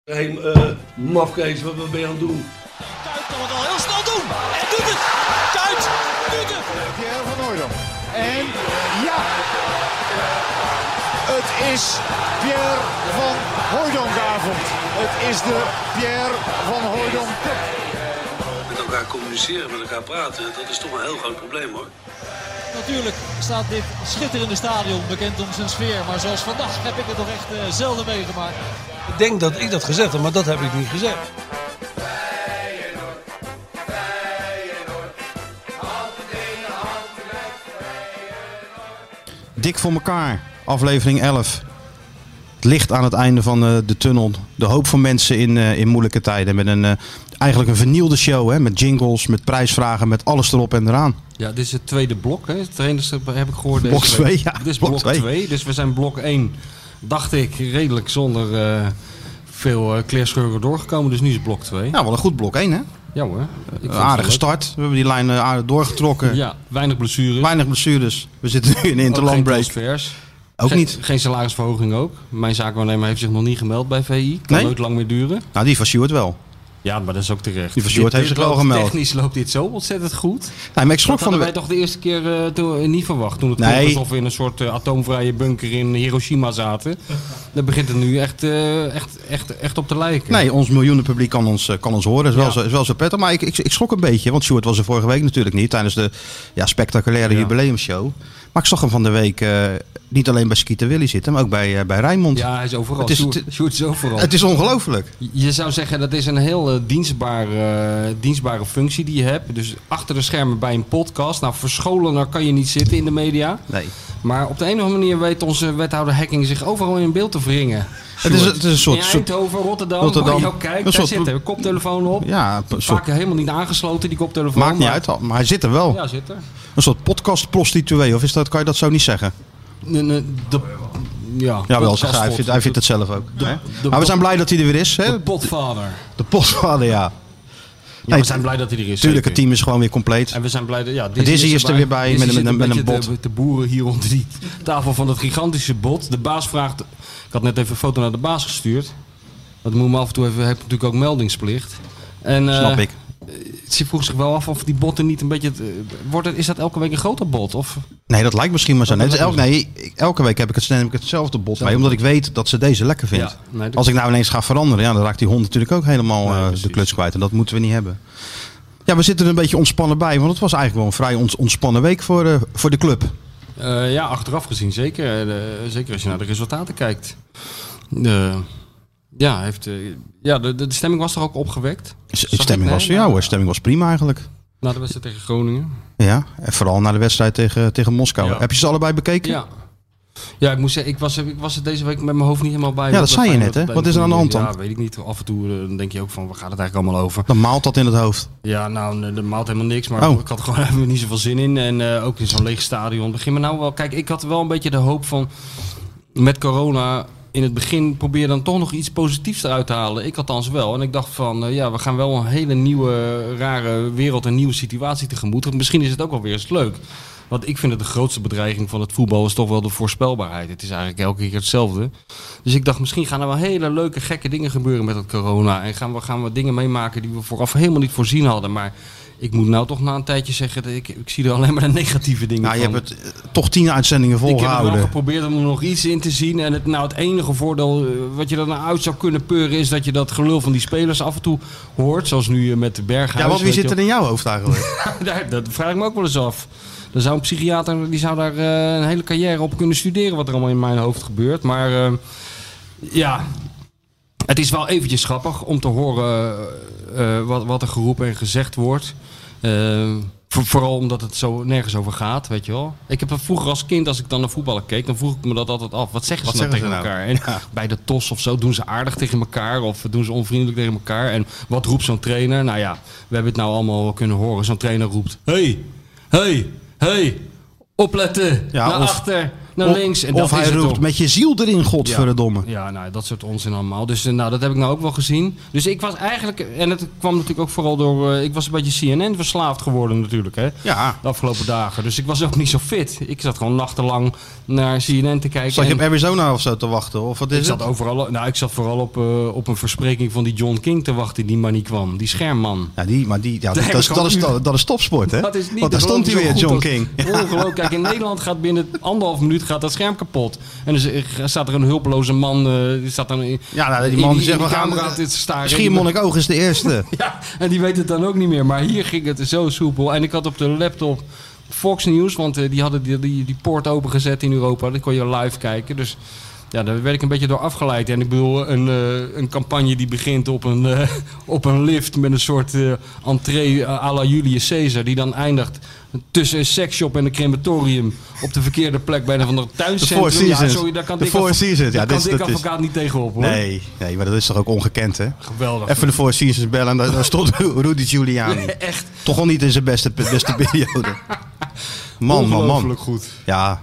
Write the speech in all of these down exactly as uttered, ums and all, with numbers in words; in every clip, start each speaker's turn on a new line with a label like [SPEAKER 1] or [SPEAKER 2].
[SPEAKER 1] Hé, hey, uh, mafkees, wat, wat ben je aan het doen?
[SPEAKER 2] Kuyt kan het al heel snel doen. En doet het. Kuyt doet het.
[SPEAKER 3] Pierre van Hooijdonk. En ja, het is Pierre van Hooijdonkavond. Het is de Pierre van Hooijdonk Cup.
[SPEAKER 1] Met elkaar communiceren, met elkaar praten, dat is toch een heel groot probleem hoor.
[SPEAKER 2] Natuurlijk staat dit schitterende stadion bekend om zijn sfeer. Maar zoals vandaag heb ik het nog echt uh, zelden meegemaakt.
[SPEAKER 1] Ik denk dat ik dat gezegd heb, maar dat heb ik niet gezegd.
[SPEAKER 4] Dik voor elkaar, aflevering elf. Het licht aan het einde van uh, de tunnel. De hoop van mensen in, uh, in moeilijke tijden. Met een, uh, eigenlijk een vernielde show, hè? Met jingles, met prijsvragen, met alles erop en eraan.
[SPEAKER 5] Ja, dit is het tweede blok, hè? Het enige heb ik gehoord.
[SPEAKER 4] Blok twee, ja.
[SPEAKER 5] Dit is blok twee, dus we zijn blok één, dacht ik, redelijk zonder uh, veel uh, kleerscheuren doorgekomen. Dus nu is blok twee.
[SPEAKER 4] Ja, wel een goed blok één, hè?
[SPEAKER 5] Ja hoor.
[SPEAKER 4] Een aardige start. We hebben die lijn uh, aardig doorgetrokken.
[SPEAKER 5] Ja, weinig blessures.
[SPEAKER 4] Weinig blessures. We zitten nu in een interlandbreak.
[SPEAKER 5] Ook geen transfers.
[SPEAKER 4] Ook
[SPEAKER 5] Ge-
[SPEAKER 4] niet.
[SPEAKER 5] Geen salarisverhoging ook. Mijn zaakwaarnemer heeft zich nog niet gemeld bij V I. Kan
[SPEAKER 4] Nee?
[SPEAKER 5] nooit lang meer duren.
[SPEAKER 4] Nou, die van Stuart wel.
[SPEAKER 5] Ja, maar dat is ook terecht.
[SPEAKER 4] Die van Stuart heeft zich wel gemeld.
[SPEAKER 5] Technisch loopt dit zo ontzettend goed.
[SPEAKER 4] Nee, maar ik schrok
[SPEAKER 5] Dat
[SPEAKER 4] van de
[SPEAKER 5] hadden wij toch de eerste keer uh, toen, uh, niet verwacht. Toen het
[SPEAKER 4] Nee.
[SPEAKER 5] klonk alsof we in een soort uh, atoomvrije bunker in Hiroshima zaten. Dan begint het nu echt, uh, echt, echt, echt op te lijken.
[SPEAKER 4] Nee, ons miljoenenpubliek kan ons, uh, kan ons horen. Is wel,
[SPEAKER 5] Ja.
[SPEAKER 4] zo, is wel zo prettig. Maar ik, ik, ik schrok een beetje. Want Stuart was er vorige week natuurlijk niet. Tijdens de ja, spectaculaire
[SPEAKER 5] Ja.
[SPEAKER 4] jubileumshow. Maar ik zag hem van de week uh, niet alleen bij Skeeter Willy zitten. Maar ook bij, uh, bij Rijnmond.
[SPEAKER 5] Ja, hij is overal.
[SPEAKER 4] Het is-
[SPEAKER 5] Sjoerd,
[SPEAKER 4] het-
[SPEAKER 5] Sjoerd is overal.
[SPEAKER 4] Het is ongelooflijk.
[SPEAKER 5] Je zou zeggen dat is een heel uh, dienstbare, uh, dienstbare functie die je hebt. Dus achter de schermen bij een podcast. Nou, verscholener kan je niet zitten in de media.
[SPEAKER 4] Nee.
[SPEAKER 5] Maar op de een of andere manier weet onze wethouder Hekking zich overal in beeld te wringen.
[SPEAKER 4] Het is, het is een soort...
[SPEAKER 5] In
[SPEAKER 4] soort
[SPEAKER 5] Eindhoven, Rotterdam,
[SPEAKER 4] Rotterdam.
[SPEAKER 5] waar je ook kijkt,
[SPEAKER 4] Een
[SPEAKER 5] daar
[SPEAKER 4] soort-
[SPEAKER 5] zit hij. Koptelefoon op.
[SPEAKER 4] ja, een soort,
[SPEAKER 5] Vaak helemaal niet aangesloten, die koptelefoon.
[SPEAKER 4] maakt niet
[SPEAKER 5] maar-
[SPEAKER 4] uit. Maar hij zit er wel.
[SPEAKER 5] Ja, zit er.
[SPEAKER 4] Een soort podcast-prostituee. Of is dat, kan je dat zo niet zeggen?
[SPEAKER 5] Nee, nee, de, ja,
[SPEAKER 4] Ja, wel.
[SPEAKER 5] podcastpot.
[SPEAKER 4] Hij vindt, hij vindt het zelf ook.
[SPEAKER 5] De-
[SPEAKER 4] hè?
[SPEAKER 5] de-
[SPEAKER 4] maar we zijn blij dat hij er weer is. Hè?
[SPEAKER 5] De potvader.
[SPEAKER 4] De postvader, ja.
[SPEAKER 5] Ja, we zijn blij dat hij er is.
[SPEAKER 4] Tuurlijk, het
[SPEAKER 5] zeker.
[SPEAKER 4] team is gewoon weer compleet.
[SPEAKER 5] En we zijn blij dat... Ja,
[SPEAKER 4] Dizzy is er weer bij
[SPEAKER 5] Dizzy
[SPEAKER 4] met een-
[SPEAKER 5] zit
[SPEAKER 4] met een
[SPEAKER 5] beetje
[SPEAKER 4] bot.
[SPEAKER 5] Te, te boeren hier onder die tafel van het gigantische bot. De baas vraagt... Ik had net even een foto naar de baas gestuurd. Dat moet me af en toe even... Heb natuurlijk ook meldingsplicht. En, eh,
[SPEAKER 4] Snap ik.
[SPEAKER 5] Ze vroeg zich wel af of die botten niet een beetje... eh, Wordt het, is dat elke week een groter bot? Of...
[SPEAKER 4] Nee, dat lijkt misschien maar zo.
[SPEAKER 5] Dat
[SPEAKER 4] Nee, het is
[SPEAKER 5] lijkt
[SPEAKER 4] elk, nee, ik- elke week heb ik, het, neem ik hetzelfde bot mee. Omdat ik weet dat ze deze lekker vindt.
[SPEAKER 5] Ja, nee, dat-
[SPEAKER 4] Als ik nou ineens ga veranderen, ja, dan raakt die hond natuurlijk ook helemaal
[SPEAKER 5] Nee,
[SPEAKER 4] eh, de
[SPEAKER 5] precies.
[SPEAKER 4] kluts kwijt. En dat moeten we niet hebben. Ja, we zitten er een beetje ontspannen bij. Want het was eigenlijk wel een vrij ons- ontspannen week voor, eh, voor de club.
[SPEAKER 5] Eh, ja, achteraf gezien zeker. Eh, zeker als je naar de resultaten kijkt. Eh, ja, heeft, eh, ja de, de stemming was er ook opgewekt.
[SPEAKER 4] De
[SPEAKER 5] Zag
[SPEAKER 4] stemming
[SPEAKER 5] ik,
[SPEAKER 4] was,
[SPEAKER 5] nee,
[SPEAKER 4] ja,
[SPEAKER 5] nou,
[SPEAKER 4] hoor, stemming was prima eigenlijk.
[SPEAKER 5] Na de wedstrijd tegen Groningen.
[SPEAKER 4] Ja, en vooral na de wedstrijd tegen, tegen Moskou.
[SPEAKER 5] Ja.
[SPEAKER 4] Heb je ze allebei bekeken?
[SPEAKER 5] Ja. Ja, ik moet zeggen, ik was, ik was er deze week met mijn hoofd niet helemaal bij.
[SPEAKER 4] Ja, dat zei je
[SPEAKER 5] Feyenoord
[SPEAKER 4] net, hè?
[SPEAKER 5] op
[SPEAKER 4] Wat is er aan de hand dan?
[SPEAKER 5] Ja, weet ik niet. Af en toe eh, dan denk je ook van, waar gaat het eigenlijk allemaal over?
[SPEAKER 4] Dan maalt dat in het hoofd.
[SPEAKER 5] Ja, nou, er maalt helemaal niks. Maar
[SPEAKER 4] Oh.
[SPEAKER 5] ik had er gewoon even niet zoveel zin in. En eh, ook in zo'n leeg stadion. Begin me nou wel... Kijk, ik had wel een beetje de hoop van... Met corona... In het begin probeer je dan toch nog iets positiefs eruit te halen. Ik althans wel. En ik dacht van, eh, ja, we gaan wel een hele nieuwe, rare wereld, een nieuwe situatie tegemoet. Misschien is het ook wel weer eens leuk. Want ik vind het de grootste bedreiging van het voetbal is toch wel de voorspelbaarheid. Het is eigenlijk elke keer hetzelfde. Dus ik dacht, misschien gaan er wel hele leuke, gekke dingen gebeuren met het corona. En gaan we, gaan we dingen meemaken die we vooraf helemaal niet voorzien hadden. Maar ik moet nou toch na een tijdje zeggen, dat ik, ik zie er alleen maar de negatieve dingen
[SPEAKER 4] Nou, je
[SPEAKER 5] van.
[SPEAKER 4] hebt het eh, toch tien uitzendingen
[SPEAKER 5] Ik heb het wel
[SPEAKER 4] volgehouden.
[SPEAKER 5] geprobeerd om er nog iets in te zien. En het, nou, het enige voordeel eh, wat je er nou uit zou kunnen peuren is dat je dat gelul van die spelers af en toe hoort. Zoals nu eh, met de Berghuis.
[SPEAKER 4] Ja, want wie
[SPEAKER 5] weet
[SPEAKER 4] zit
[SPEAKER 5] je
[SPEAKER 4] er in jouw hoofd eigenlijk?
[SPEAKER 5] wel. Daar- dat vraag ik me ook wel eens af. Er zou een psychiater, die zou daar eh, een hele carrière op kunnen studeren wat er allemaal in mijn hoofd gebeurt. Maar eh, ja, het is wel eventjes grappig om te horen eh, eh, wat, wat er geroepen en gezegd wordt. Eh, voor- vooral omdat het zo nergens over gaat, weet je wel. Ik heb het vroeger als kind, als ik dan naar voetballen keek, dan vroeg ik me dat altijd af. Wat zeggen
[SPEAKER 4] Wat
[SPEAKER 5] ze nou
[SPEAKER 4] zeggen
[SPEAKER 5] tegen
[SPEAKER 4] ze nou?
[SPEAKER 5] elkaar? En bij de tos of zo doen ze aardig tegen elkaar of doen ze onvriendelijk tegen elkaar. En wat roept zo'n trainer? Nou ja, we hebben het nou allemaal kunnen horen. Zo'n trainer roept, hey, hey, hey, opletten,
[SPEAKER 4] Ja,
[SPEAKER 5] naar
[SPEAKER 4] of-
[SPEAKER 5] achter, naar
[SPEAKER 4] of,
[SPEAKER 5] links. En
[SPEAKER 4] of
[SPEAKER 5] dat
[SPEAKER 4] hij
[SPEAKER 5] is het
[SPEAKER 4] roept
[SPEAKER 5] toch.
[SPEAKER 4] met je ziel erin, godverdomme.
[SPEAKER 5] Ja, ja nou, dat soort onzin allemaal. Dus uh, nou, dat heb ik nou ook wel gezien. Dus ik was eigenlijk, en het kwam natuurlijk ook vooral door, uh, ik was een beetje C N N verslaafd geworden natuurlijk, hè.
[SPEAKER 4] Ja.
[SPEAKER 5] De afgelopen dagen. Dus ik was ook niet zo fit. Ik zat gewoon nachtenlang naar C N N te kijken.
[SPEAKER 4] Zat je
[SPEAKER 5] en...
[SPEAKER 4] op Arizona of zo te wachten? Of wat is
[SPEAKER 5] ik zat
[SPEAKER 4] het?
[SPEAKER 5] overal, nou, ik zat vooral op, uh, op een verspreking van die John King te wachten die maar niet kwam. Die schermman.
[SPEAKER 4] Ja, die, maar die, ja, dat,
[SPEAKER 5] heb
[SPEAKER 4] dat, is,
[SPEAKER 5] ik
[SPEAKER 4] dat, is,
[SPEAKER 5] al-
[SPEAKER 4] dat is topsport, hè?
[SPEAKER 5] Dat is niet
[SPEAKER 4] Want daar
[SPEAKER 5] te
[SPEAKER 4] stond hij
[SPEAKER 5] geloven,
[SPEAKER 4] weer,
[SPEAKER 5] zo
[SPEAKER 4] John
[SPEAKER 5] goed
[SPEAKER 4] King.
[SPEAKER 5] als- Ongelooflijk. Kijk, in Nederland gaat binnen anderhalf minuut gaat dat scherm kapot. En dan staat er een hulpeloze man. Uh, die staat dan in,
[SPEAKER 4] Ja, nou, die
[SPEAKER 5] in-
[SPEAKER 4] man
[SPEAKER 5] in
[SPEAKER 4] die zegt,
[SPEAKER 5] die
[SPEAKER 4] we gaan...
[SPEAKER 5] camera te staren.
[SPEAKER 4] Schiermonnikoog is de eerste.
[SPEAKER 5] Ja, en die weet het dan ook niet meer. Maar hier ging het zo soepel. En ik had op de laptop Fox News, want uh, die hadden die, die, die poort opengezet in Europa. Dat kon je live kijken. Dus ja, daar werd ik een beetje door afgeleid. En ik bedoel, een, uh, een campagne die begint op een, uh, op een lift met een soort uh, entree uh, à la Julius Caesar. Die dan eindigt tussen een seksshop en een crematorium op de verkeerde plek bij een van de tuincentrum.
[SPEAKER 4] Four Seasons.
[SPEAKER 5] Ja, sorry, daar kan
[SPEAKER 4] De
[SPEAKER 5] Dick
[SPEAKER 4] Four
[SPEAKER 5] adv-
[SPEAKER 4] Seasons. Ja,
[SPEAKER 5] daar
[SPEAKER 4] dit
[SPEAKER 5] kan
[SPEAKER 4] is-
[SPEAKER 5] Dick
[SPEAKER 4] dat is-
[SPEAKER 5] advocaat niet tegenop, hoor.
[SPEAKER 4] Nee, nee, maar dat is toch ook ongekend, hè?
[SPEAKER 5] Geweldig.
[SPEAKER 4] Even de Four Seasons bellen en daar, daar stond Rudy Giuliani.
[SPEAKER 5] Echt
[SPEAKER 4] Toch al niet in zijn beste, beste periode. Man, man, man.
[SPEAKER 5] ongelooflijk goed.
[SPEAKER 4] Ja.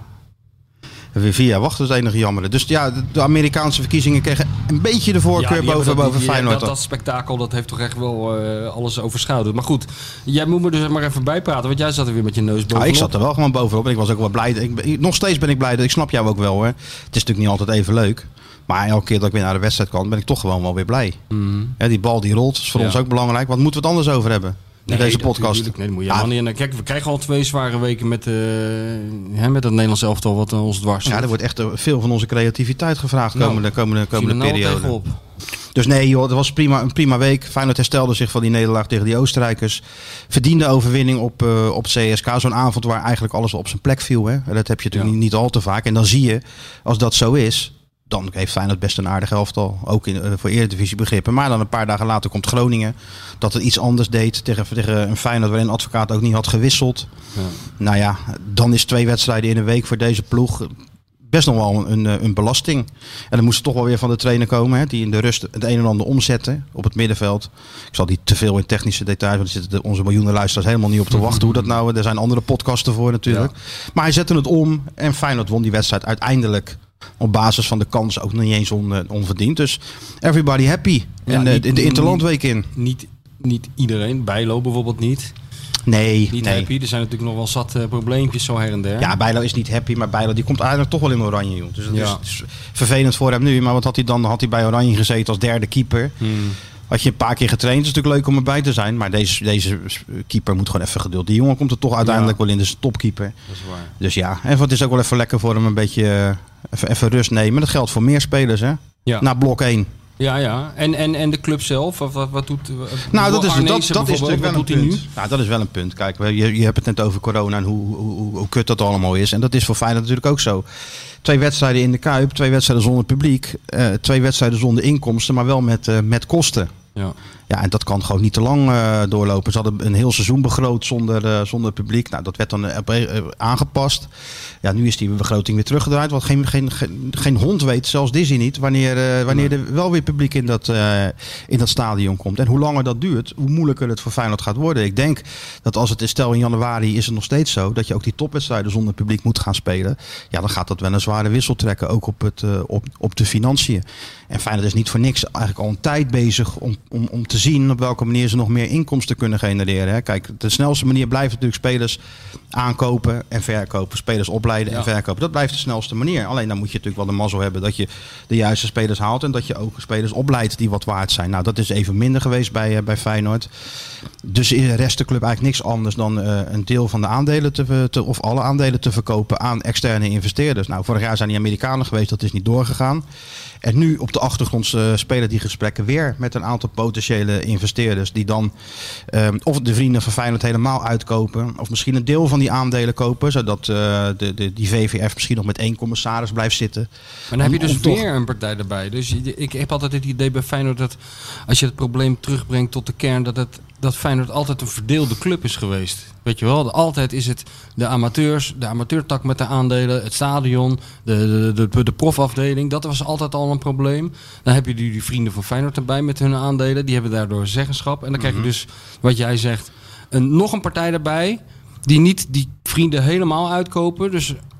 [SPEAKER 4] Weer vier jaar wachten is het enige jammer. Dus ja, de, de Amerikaanse verkiezingen kregen een beetje de voorkeur
[SPEAKER 5] die
[SPEAKER 4] boven,
[SPEAKER 5] hebben dat-
[SPEAKER 4] boven
[SPEAKER 5] die-
[SPEAKER 4] Feyenoord.
[SPEAKER 5] Dat, dat spektakel dat heeft toch echt wel uh, alles overschaduwd. Maar goed, jij moet me dus maar even bijpraten. Want jij zat er weer met je neus bovenop.
[SPEAKER 4] Ah, ik zat er wel gewoon bovenop en ik was ook wel blij. Ik, ben- nog steeds ben ik blij. Ik snap jou ook wel, hoor. Het is natuurlijk niet altijd even leuk. Maar elke keer dat ik weer naar de wedstrijd kan, ben ik toch gewoon wel weer blij.
[SPEAKER 5] Mm.
[SPEAKER 4] Ja, die bal die rolt, is voor
[SPEAKER 5] Ja.
[SPEAKER 4] ons ook belangrijk. Wat moeten we het anders over hebben in deze
[SPEAKER 5] dat
[SPEAKER 4] podcast?
[SPEAKER 5] natuurlijk- Nee, dat moet je
[SPEAKER 4] Ja.
[SPEAKER 5] helemaal niet. En kijk, we krijgen al twee zware weken met, uh, hè, met het Nederlands elftal wat uh, ons dwars zit.
[SPEAKER 4] Ja, er wordt echt uh, veel van onze creativiteit gevraagd
[SPEAKER 5] Nou,
[SPEAKER 4] komende, komende,
[SPEAKER 5] Zie je
[SPEAKER 4] komende
[SPEAKER 5] er nou al
[SPEAKER 4] periode.
[SPEAKER 5] tegenop.
[SPEAKER 4] Dus nee, joh, het was prima, een prima week. Feyenoord herstelde zich van die nederlaag tegen die Oostenrijkers. Verdiende overwinning op, uh, op C S K. Zo'n avond waar eigenlijk alles op zijn plek viel. Hè? En dat heb je natuurlijk
[SPEAKER 5] Ja.
[SPEAKER 4] niet, niet al te vaak. En dan zie je, als dat zo is, dan heeft Feyenoord best een aardig elftal. Ook in, uh, voor Eredivisie begrippen. Maar dan een paar dagen later komt Groningen. Dat het iets anders deed tegen, tegen een Feyenoord waarin een advocaat ook niet had gewisseld.
[SPEAKER 5] Ja.
[SPEAKER 4] Nou ja, dan is twee wedstrijden in een week voor deze ploeg best nog wel een, een, een belasting. En dan moest het toch wel weer van de trainer komen, hè, die in de rust het een en ander omzetten op het middenveld. Ik zal niet te veel in technische details, want er zitten onze miljoenen luisteraars helemaal niet op te wachten hoe dat nou. Er zijn andere podcasten voor natuurlijk. Ja. Maar hij zette het om en Feyenoord won die wedstrijd uiteindelijk op basis van de kans ook nog niet eens on, onverdiend. Dus everybody happy.
[SPEAKER 5] Ja,
[SPEAKER 4] en
[SPEAKER 5] niet,
[SPEAKER 4] uh, de interlandweek in.
[SPEAKER 5] Niet, niet iedereen, Bijlo bijvoorbeeld niet.
[SPEAKER 4] Nee,
[SPEAKER 5] Niet
[SPEAKER 4] nee.
[SPEAKER 5] happy. Er zijn natuurlijk nog wel zat uh, probleempjes zo her en der.
[SPEAKER 4] Ja, Bijlo is niet happy, maar Bijlo die komt eigenlijk toch wel in oranje, joh. Dus het,
[SPEAKER 5] Ja.
[SPEAKER 4] is, het is vervelend voor hem nu. Maar wat had hij dan? Had hij bij oranje gezeten als derde keeper?
[SPEAKER 5] Hmm.
[SPEAKER 4] Had je een paar keer getraind, is natuurlijk leuk om erbij te zijn. Maar deze, deze keeper moet gewoon even geduld. Die jongen komt er toch uiteindelijk
[SPEAKER 5] Ja.
[SPEAKER 4] wel in, dus topkeeper.
[SPEAKER 5] Dat is waar.
[SPEAKER 4] Dus ja, en het is ook wel even lekker voor hem een beetje uh, even, even rust nemen. Dat geldt voor meer spelers, hè?
[SPEAKER 5] Ja.
[SPEAKER 4] Na blok één.
[SPEAKER 5] Ja, ja. En, en, en de club zelf? Wat, wat, wat doet
[SPEAKER 4] Nou, dat is,
[SPEAKER 5] Arnezen
[SPEAKER 4] dat, dat is
[SPEAKER 5] bijvoorbeeld,
[SPEAKER 4] natuurlijk wel
[SPEAKER 5] wat
[SPEAKER 4] een
[SPEAKER 5] doet hij
[SPEAKER 4] punt.
[SPEAKER 5] nu?
[SPEAKER 4] Nou, dat is wel een punt. Kijk, je, je hebt het net over corona en hoe, hoe, hoe, hoe kut dat allemaal is. En dat is voor Feyenoord natuurlijk ook zo. Twee wedstrijden in de Kuip, twee wedstrijden zonder publiek, uh, twee wedstrijden zonder inkomsten, maar wel met, uh, met kosten.
[SPEAKER 5] Ja.
[SPEAKER 4] Ja, en dat kan gewoon niet te lang uh, doorlopen. Ze hadden een heel seizoen begroot zonder, uh, zonder publiek. Nou, dat werd dan uh, uh, aangepast. Ja, nu is die begroting weer teruggedraaid. Want geen, geen, geen, geen hond weet, zelfs Disney niet, wanneer, uh, wanneer nee. er wel weer publiek in dat, uh, in dat stadion komt. En hoe langer dat duurt, hoe moeilijker het voor Feyenoord gaat worden. Ik denk dat als het is, stel in januari is het nog steeds zo, dat je ook die topwedstrijden zonder publiek moet gaan spelen. Ja, dan gaat dat wel een zware wissel trekken, ook op, het, uh, op, op de financiën. En Feyenoord is niet voor niks eigenlijk al een tijd bezig om, om, om te zien op welke manier ze nog meer inkomsten kunnen genereren. Hè. Kijk, de snelste manier blijft natuurlijk spelers aankopen en verkopen. Spelers opleiden ja. en verkopen. Dat blijft de snelste manier. Alleen dan moet je natuurlijk wel de mazzel hebben dat je de juiste spelers haalt en dat je ook spelers opleidt die wat waard zijn. Nou, dat is even minder geweest bij, uh, bij Feyenoord. Dus rest de club eigenlijk niks anders dan uh, een deel van de aandelen te, te, of alle aandelen te verkopen aan externe investeerders. Nou, vorig jaar zijn die Amerikanen geweest, dat is niet doorgegaan. En nu op de achtergrond uh, spelen die gesprekken weer met een aantal potentiële investeerders die dan uh, of de vrienden van Feyenoord helemaal uitkopen of misschien een deel van die aandelen kopen, zodat uh, de, de, die V V F misschien nog met één commissaris blijft zitten.
[SPEAKER 5] Maar dan heb je dus
[SPEAKER 4] weer
[SPEAKER 5] toch een partij erbij. Dus ik heb altijd het idee bij Feyenoord dat als je het probleem terugbrengt tot de kern, dat het dat Feyenoord altijd een verdeelde club is geweest. Weet je wel, altijd is het de amateurs, de amateurtak met de aandelen, het stadion, de, de, de, de profafdeling. Dat was altijd al een probleem. Dan heb je die, die vrienden van Feyenoord erbij met hun aandelen. Die hebben daardoor zeggenschap. En dan krijg je dus, wat jij zegt, een, nog een partij erbij die niet die vrienden helemaal uitkopen. Dus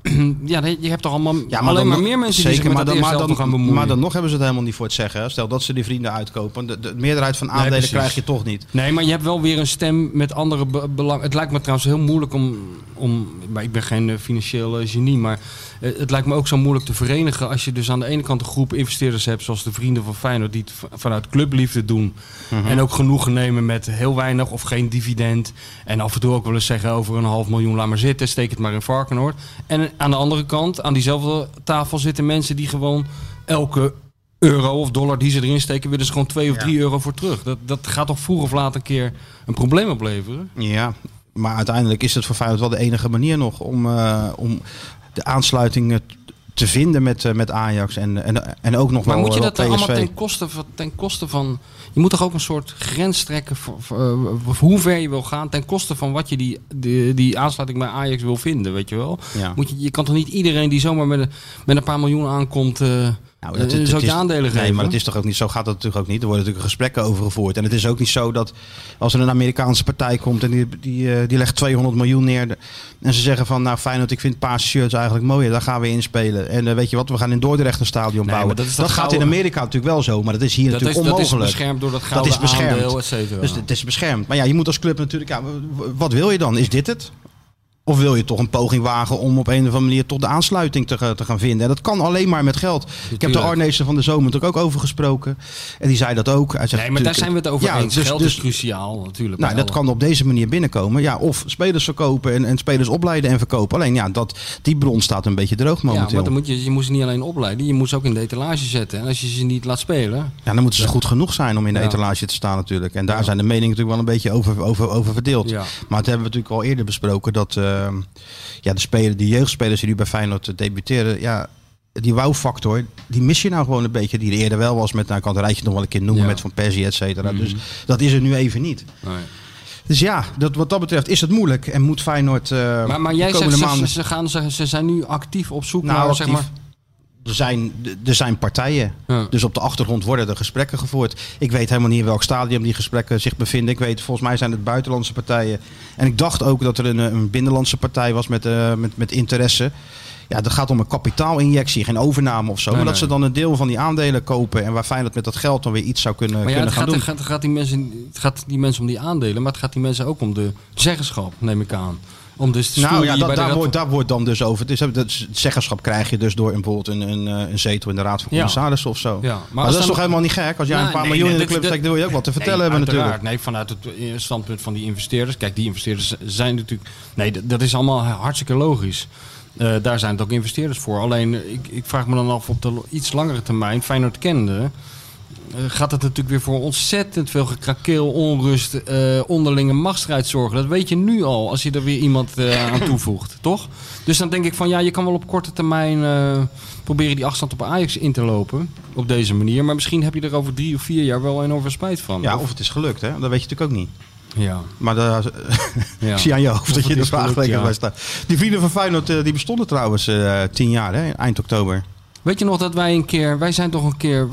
[SPEAKER 5] ja, je hebt toch allemaal
[SPEAKER 4] Ja, maar
[SPEAKER 5] alleen
[SPEAKER 4] dan
[SPEAKER 5] maar
[SPEAKER 4] nog-
[SPEAKER 5] meer mensen
[SPEAKER 4] zeker,
[SPEAKER 5] die zich met
[SPEAKER 4] maar
[SPEAKER 5] dat
[SPEAKER 4] dan,
[SPEAKER 5] eerste
[SPEAKER 4] maar,
[SPEAKER 5] elftal gaan
[SPEAKER 4] dan,
[SPEAKER 5] bemoeien.
[SPEAKER 4] maar dan nog hebben ze het helemaal niet voor het zeggen. Hè? Stel dat ze die vrienden uitkopen. De, de meerderheid van aandelen
[SPEAKER 5] precies.
[SPEAKER 4] krijg je toch niet.
[SPEAKER 5] Nee, maar je hebt wel weer een stem met andere be- belang. Het lijkt me trouwens heel moeilijk om... om maar ik ben geen uh, financieel uh, genie, maar uh, het lijkt me ook zo moeilijk te verenigen als je dus aan de ene kant een groep investeerders hebt, zoals de vrienden van Feyenoord, die het v- vanuit clubliefde doen. Mm-hmm. En ook genoegen nemen met heel weinig of geen dividend. En af en toe ook wel eens zeggen over een half miljoen, laat maar zitten, steek het maar in Varkenoord. En aan de andere kant, aan diezelfde tafel zitten mensen die gewoon elke euro of dollar die ze erin steken, willen ze gewoon twee of drie ja. euro voor terug. Dat, dat gaat toch vroeg of laat een keer een probleem opleveren?
[SPEAKER 4] Ja, maar uiteindelijk is het voor Feyenoord wel de enige manier nog om, uh, om de aansluiting te vinden met, uh, met Ajax en, en, en ook nog
[SPEAKER 5] maar
[SPEAKER 4] wel
[SPEAKER 5] moet je
[SPEAKER 4] wel
[SPEAKER 5] dat dan allemaal
[SPEAKER 4] P S V.
[SPEAKER 5] ten koste, van, ten koste van... Je moet toch ook een soort grens trekken voor, voor, uh, hoe ver je wil gaan ten koste van wat je die, die, die aansluiting bij Ajax wil vinden, weet je wel?
[SPEAKER 4] Ja.
[SPEAKER 5] Moet je, je kan toch niet iedereen die zomaar met een, met een paar miljoen aankomt... Uh, Nou, dat, uh, zou je aandelen geven?
[SPEAKER 4] Nee, maar het is toch ook niet zo. Gaat dat natuurlijk ook niet. Er worden natuurlijk gesprekken over gevoerd. En het is ook niet zo dat als er een Amerikaanse partij komt en die, die, uh, die legt tweehonderd miljoen neer en ze zeggen van, nou Feyenoord, ik vind paarse shirts eigenlijk mooier, daar gaan we in spelen. En uh, weet je wat, we gaan in Dordrecht een stadion nee, bouwen. Dat, dat, dat gaat gouden... in Amerika natuurlijk wel zo, maar dat is hier dat natuurlijk is, onmogelijk.
[SPEAKER 5] Dat is beschermd door dat gouden dat is beschermd. Aandeel, et cetera.
[SPEAKER 4] Dus het is beschermd. Maar ja, je moet als club natuurlijk, ja, wat wil je dan? Is dit het? Of wil je toch een poging wagen om op een of andere manier toch de aansluiting te, te gaan vinden? En dat kan alleen maar met geld. Natuurlijk. Ik heb de Arnezen van de zomer natuurlijk ook over gesproken. En die zei dat ook. Hij zegt,
[SPEAKER 5] nee, maar daar zijn we het over
[SPEAKER 4] ja,
[SPEAKER 5] eens.
[SPEAKER 4] Dus,
[SPEAKER 5] geld
[SPEAKER 4] dus,
[SPEAKER 5] is cruciaal natuurlijk.
[SPEAKER 4] Nou, dat kan op deze manier binnenkomen. Ja, of spelers verkopen en, en spelers opleiden en verkopen. Alleen ja, dat, die bron staat een beetje droog momenteel.
[SPEAKER 5] Ja, maar dan moet je, je moet ze niet alleen opleiden. Je moet ze ook in de etalage zetten. En als je ze niet laat spelen...
[SPEAKER 4] Ja, dan moeten ze ja. goed genoeg zijn om in de ja. etalage te staan natuurlijk. En daar ja. zijn de meningen natuurlijk wel een beetje over, over, over verdeeld. Ja. Maar dat hebben we natuurlijk al eerder besproken. Dat uh, ja, de, speler, de jeugdspelers die nu bij Feyenoord debuteren... Ja, die wow-factor, die mis je nou gewoon een beetje. Die er eerder wel was met, nou, ik kan het rijtje nog wel een keer noemen... Ja. met Van Persie, et cetera. Mm-hmm. Dus dat is er nu even niet. Nee. Dus ja, dat, wat dat betreft is het moeilijk. En moet Feyenoord uh,
[SPEAKER 5] Maar, maar jij zegt, maanden... ze, ze, gaan, ze, ze zijn nu actief op zoek
[SPEAKER 4] nou,
[SPEAKER 5] naar...
[SPEAKER 4] Actief.
[SPEAKER 5] Zeg maar...
[SPEAKER 4] Er zijn, er zijn partijen. Ja. Dus op de achtergrond worden er gesprekken gevoerd. Ik weet helemaal niet in welk stadium die gesprekken zich bevinden. Ik weet, volgens mij zijn het buitenlandse partijen. En ik dacht ook dat er een, een binnenlandse partij was met, uh, met, met interesse. Ja, dat gaat om een kapitaalinjectie, geen overname of zo. Nee, maar nee. dat ze dan een deel van die aandelen kopen. En waar Feyenoord met dat geld dan weer iets zou kunnen,
[SPEAKER 5] maar ja,
[SPEAKER 4] kunnen
[SPEAKER 5] het
[SPEAKER 4] gaan
[SPEAKER 5] gaat,
[SPEAKER 4] doen.
[SPEAKER 5] Het gaat, die mensen, het gaat die mensen om die aandelen. Maar het gaat die mensen ook om de zeggenschap, neem ik aan. Om dus
[SPEAKER 4] nou ja, dat, daar, wordt, daar wordt dan dus over. Het, is, het zeggenschap krijg je dus door een, bijvoorbeeld een, een, een zetel in de Raad van Commissarissen ja. of zo. Ja. Maar, maar dat is toch helemaal niet gek? Als jij nou, een paar nee, miljoen nee, in de club steekt, wil je ook wat te vertellen nee, hebben natuurlijk.
[SPEAKER 5] Nee, vanuit het standpunt van die investeerders. Kijk, die investeerders zijn natuurlijk... Nee, dat, dat is allemaal hartstikke logisch. Uh, daar zijn het ook investeerders voor. Alleen, ik, ik vraag me dan af op de iets langere termijn, Feyenoord kennende... Uh, gaat het natuurlijk weer voor ontzettend veel gekrakeel, onrust, uh, onderlinge machtsstrijd zorgen. Dat weet je nu al, als je er weer iemand uh, aan toevoegt, toch? Dus dan denk ik van, ja, je kan wel op korte termijn uh, proberen die afstand op Ajax in te lopen. Op deze manier. Maar misschien heb je er over drie of vier jaar wel enorm veel spijt van.
[SPEAKER 4] Ja, of, of het is gelukt, hè? Dat weet je natuurlijk ook niet.
[SPEAKER 5] Ja.
[SPEAKER 4] Maar de, ja. ik zie aan je hoofd of dat je de vraagteken ja. bij staat. Die vrienden van Feyenoord, uh, die bestonden trouwens uh, tien jaar, hè? Eind oktober.
[SPEAKER 5] Weet je nog dat wij een keer, wij zijn toch een keer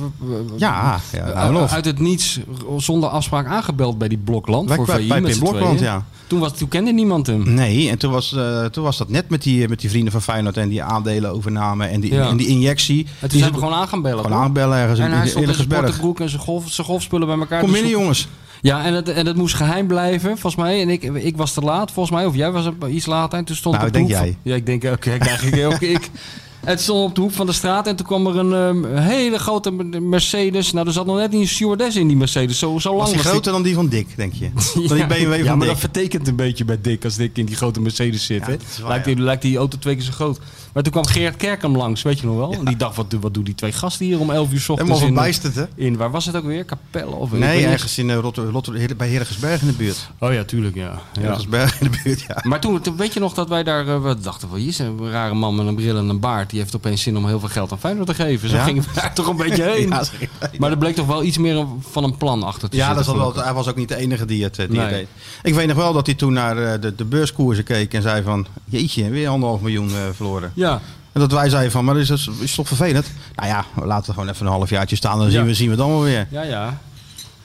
[SPEAKER 4] ja, ja, nou
[SPEAKER 5] uit het niets zonder afspraak aangebeld bij die Blokland
[SPEAKER 4] wij,
[SPEAKER 5] voor
[SPEAKER 4] bij,
[SPEAKER 5] V I
[SPEAKER 4] bij
[SPEAKER 5] met
[SPEAKER 4] Blokland, ja.
[SPEAKER 5] Toen, was, toen kende niemand hem.
[SPEAKER 4] Nee, en toen was, uh, toen was dat net met die, met die vrienden van Feyenoord en die aandelenovername en die, ja. en die injectie.
[SPEAKER 5] En toen zijn we gewoon aan gaan bellen.
[SPEAKER 4] Gewoon aanbellen ergens
[SPEAKER 5] en
[SPEAKER 4] in
[SPEAKER 5] hij stond in zijn
[SPEAKER 4] Eerlijkersberg.
[SPEAKER 5] broek en zijn, golf, zijn golfspullen bij elkaar.
[SPEAKER 4] Kom binnen, jongens.
[SPEAKER 5] Ja, en het, en het moest geheim blijven, volgens mij. En ik, ik was te laat, volgens mij. Of jij was iets later. En toen stond
[SPEAKER 4] nou,
[SPEAKER 5] ik
[SPEAKER 4] denk
[SPEAKER 5] jij.
[SPEAKER 4] Van,
[SPEAKER 5] ja, ik denk, oké, okay, eigenlijk ook ik. Het stond op de hoek van de straat en toen kwam er een um, hele grote Mercedes. Nou, er zat nog net niet een stewardess in die Mercedes. Zo, zo lang
[SPEAKER 4] was die
[SPEAKER 5] was
[SPEAKER 4] groter
[SPEAKER 5] die...
[SPEAKER 4] dan die van Dick, denk je?
[SPEAKER 5] ja,
[SPEAKER 4] dan die B M W van
[SPEAKER 5] ja, maar
[SPEAKER 4] Dick.
[SPEAKER 5] dat vertekent een beetje bij Dick als Dick in die grote Mercedes zit. Ja, waar, lijkt, die, ja. lijkt die auto twee keer zo groot. Maar toen kwam Gerard Kerkam langs, weet je nog wel? Ja. En die dacht, wat, wat doen die twee gasten hier om elf uur 's ochtends?
[SPEAKER 4] Helemaal verbijsterd, hè?
[SPEAKER 5] In, waar was het ook weer? Capelle? Of
[SPEAKER 4] nee, ergens in uh, Rotter, Rotter, bij Heerlijkersberg in de buurt.
[SPEAKER 5] Oh ja, tuurlijk, ja.
[SPEAKER 4] Heerlijkersberg in de buurt, ja.
[SPEAKER 5] Maar toen, toen, weet je nog dat wij daar, uh, we dachten van, hier is een rare man met een bril en een baard. Die heeft opeens zin om heel veel geld aan Feyenoord te geven. Zo ja? gingen we daar toch een beetje heen. ja, maar er bleek toch wel iets meer van een plan achter te
[SPEAKER 4] ja,
[SPEAKER 5] zitten.
[SPEAKER 4] Ja, hij was ook niet de enige die het, die nee. het deed. Ik weet nog wel dat hij toen naar uh, de, de beurskoersen keek en zei van, jeetje, weer anderhalf miljoen uh, verloren.
[SPEAKER 5] Ja.
[SPEAKER 4] En dat wij zeiden van, maar is het is toch vervelend? Nou ja, laten we gewoon even een halfjaartje staan en dan ja. zien, we, zien we het allemaal weer.
[SPEAKER 5] Ja, ja.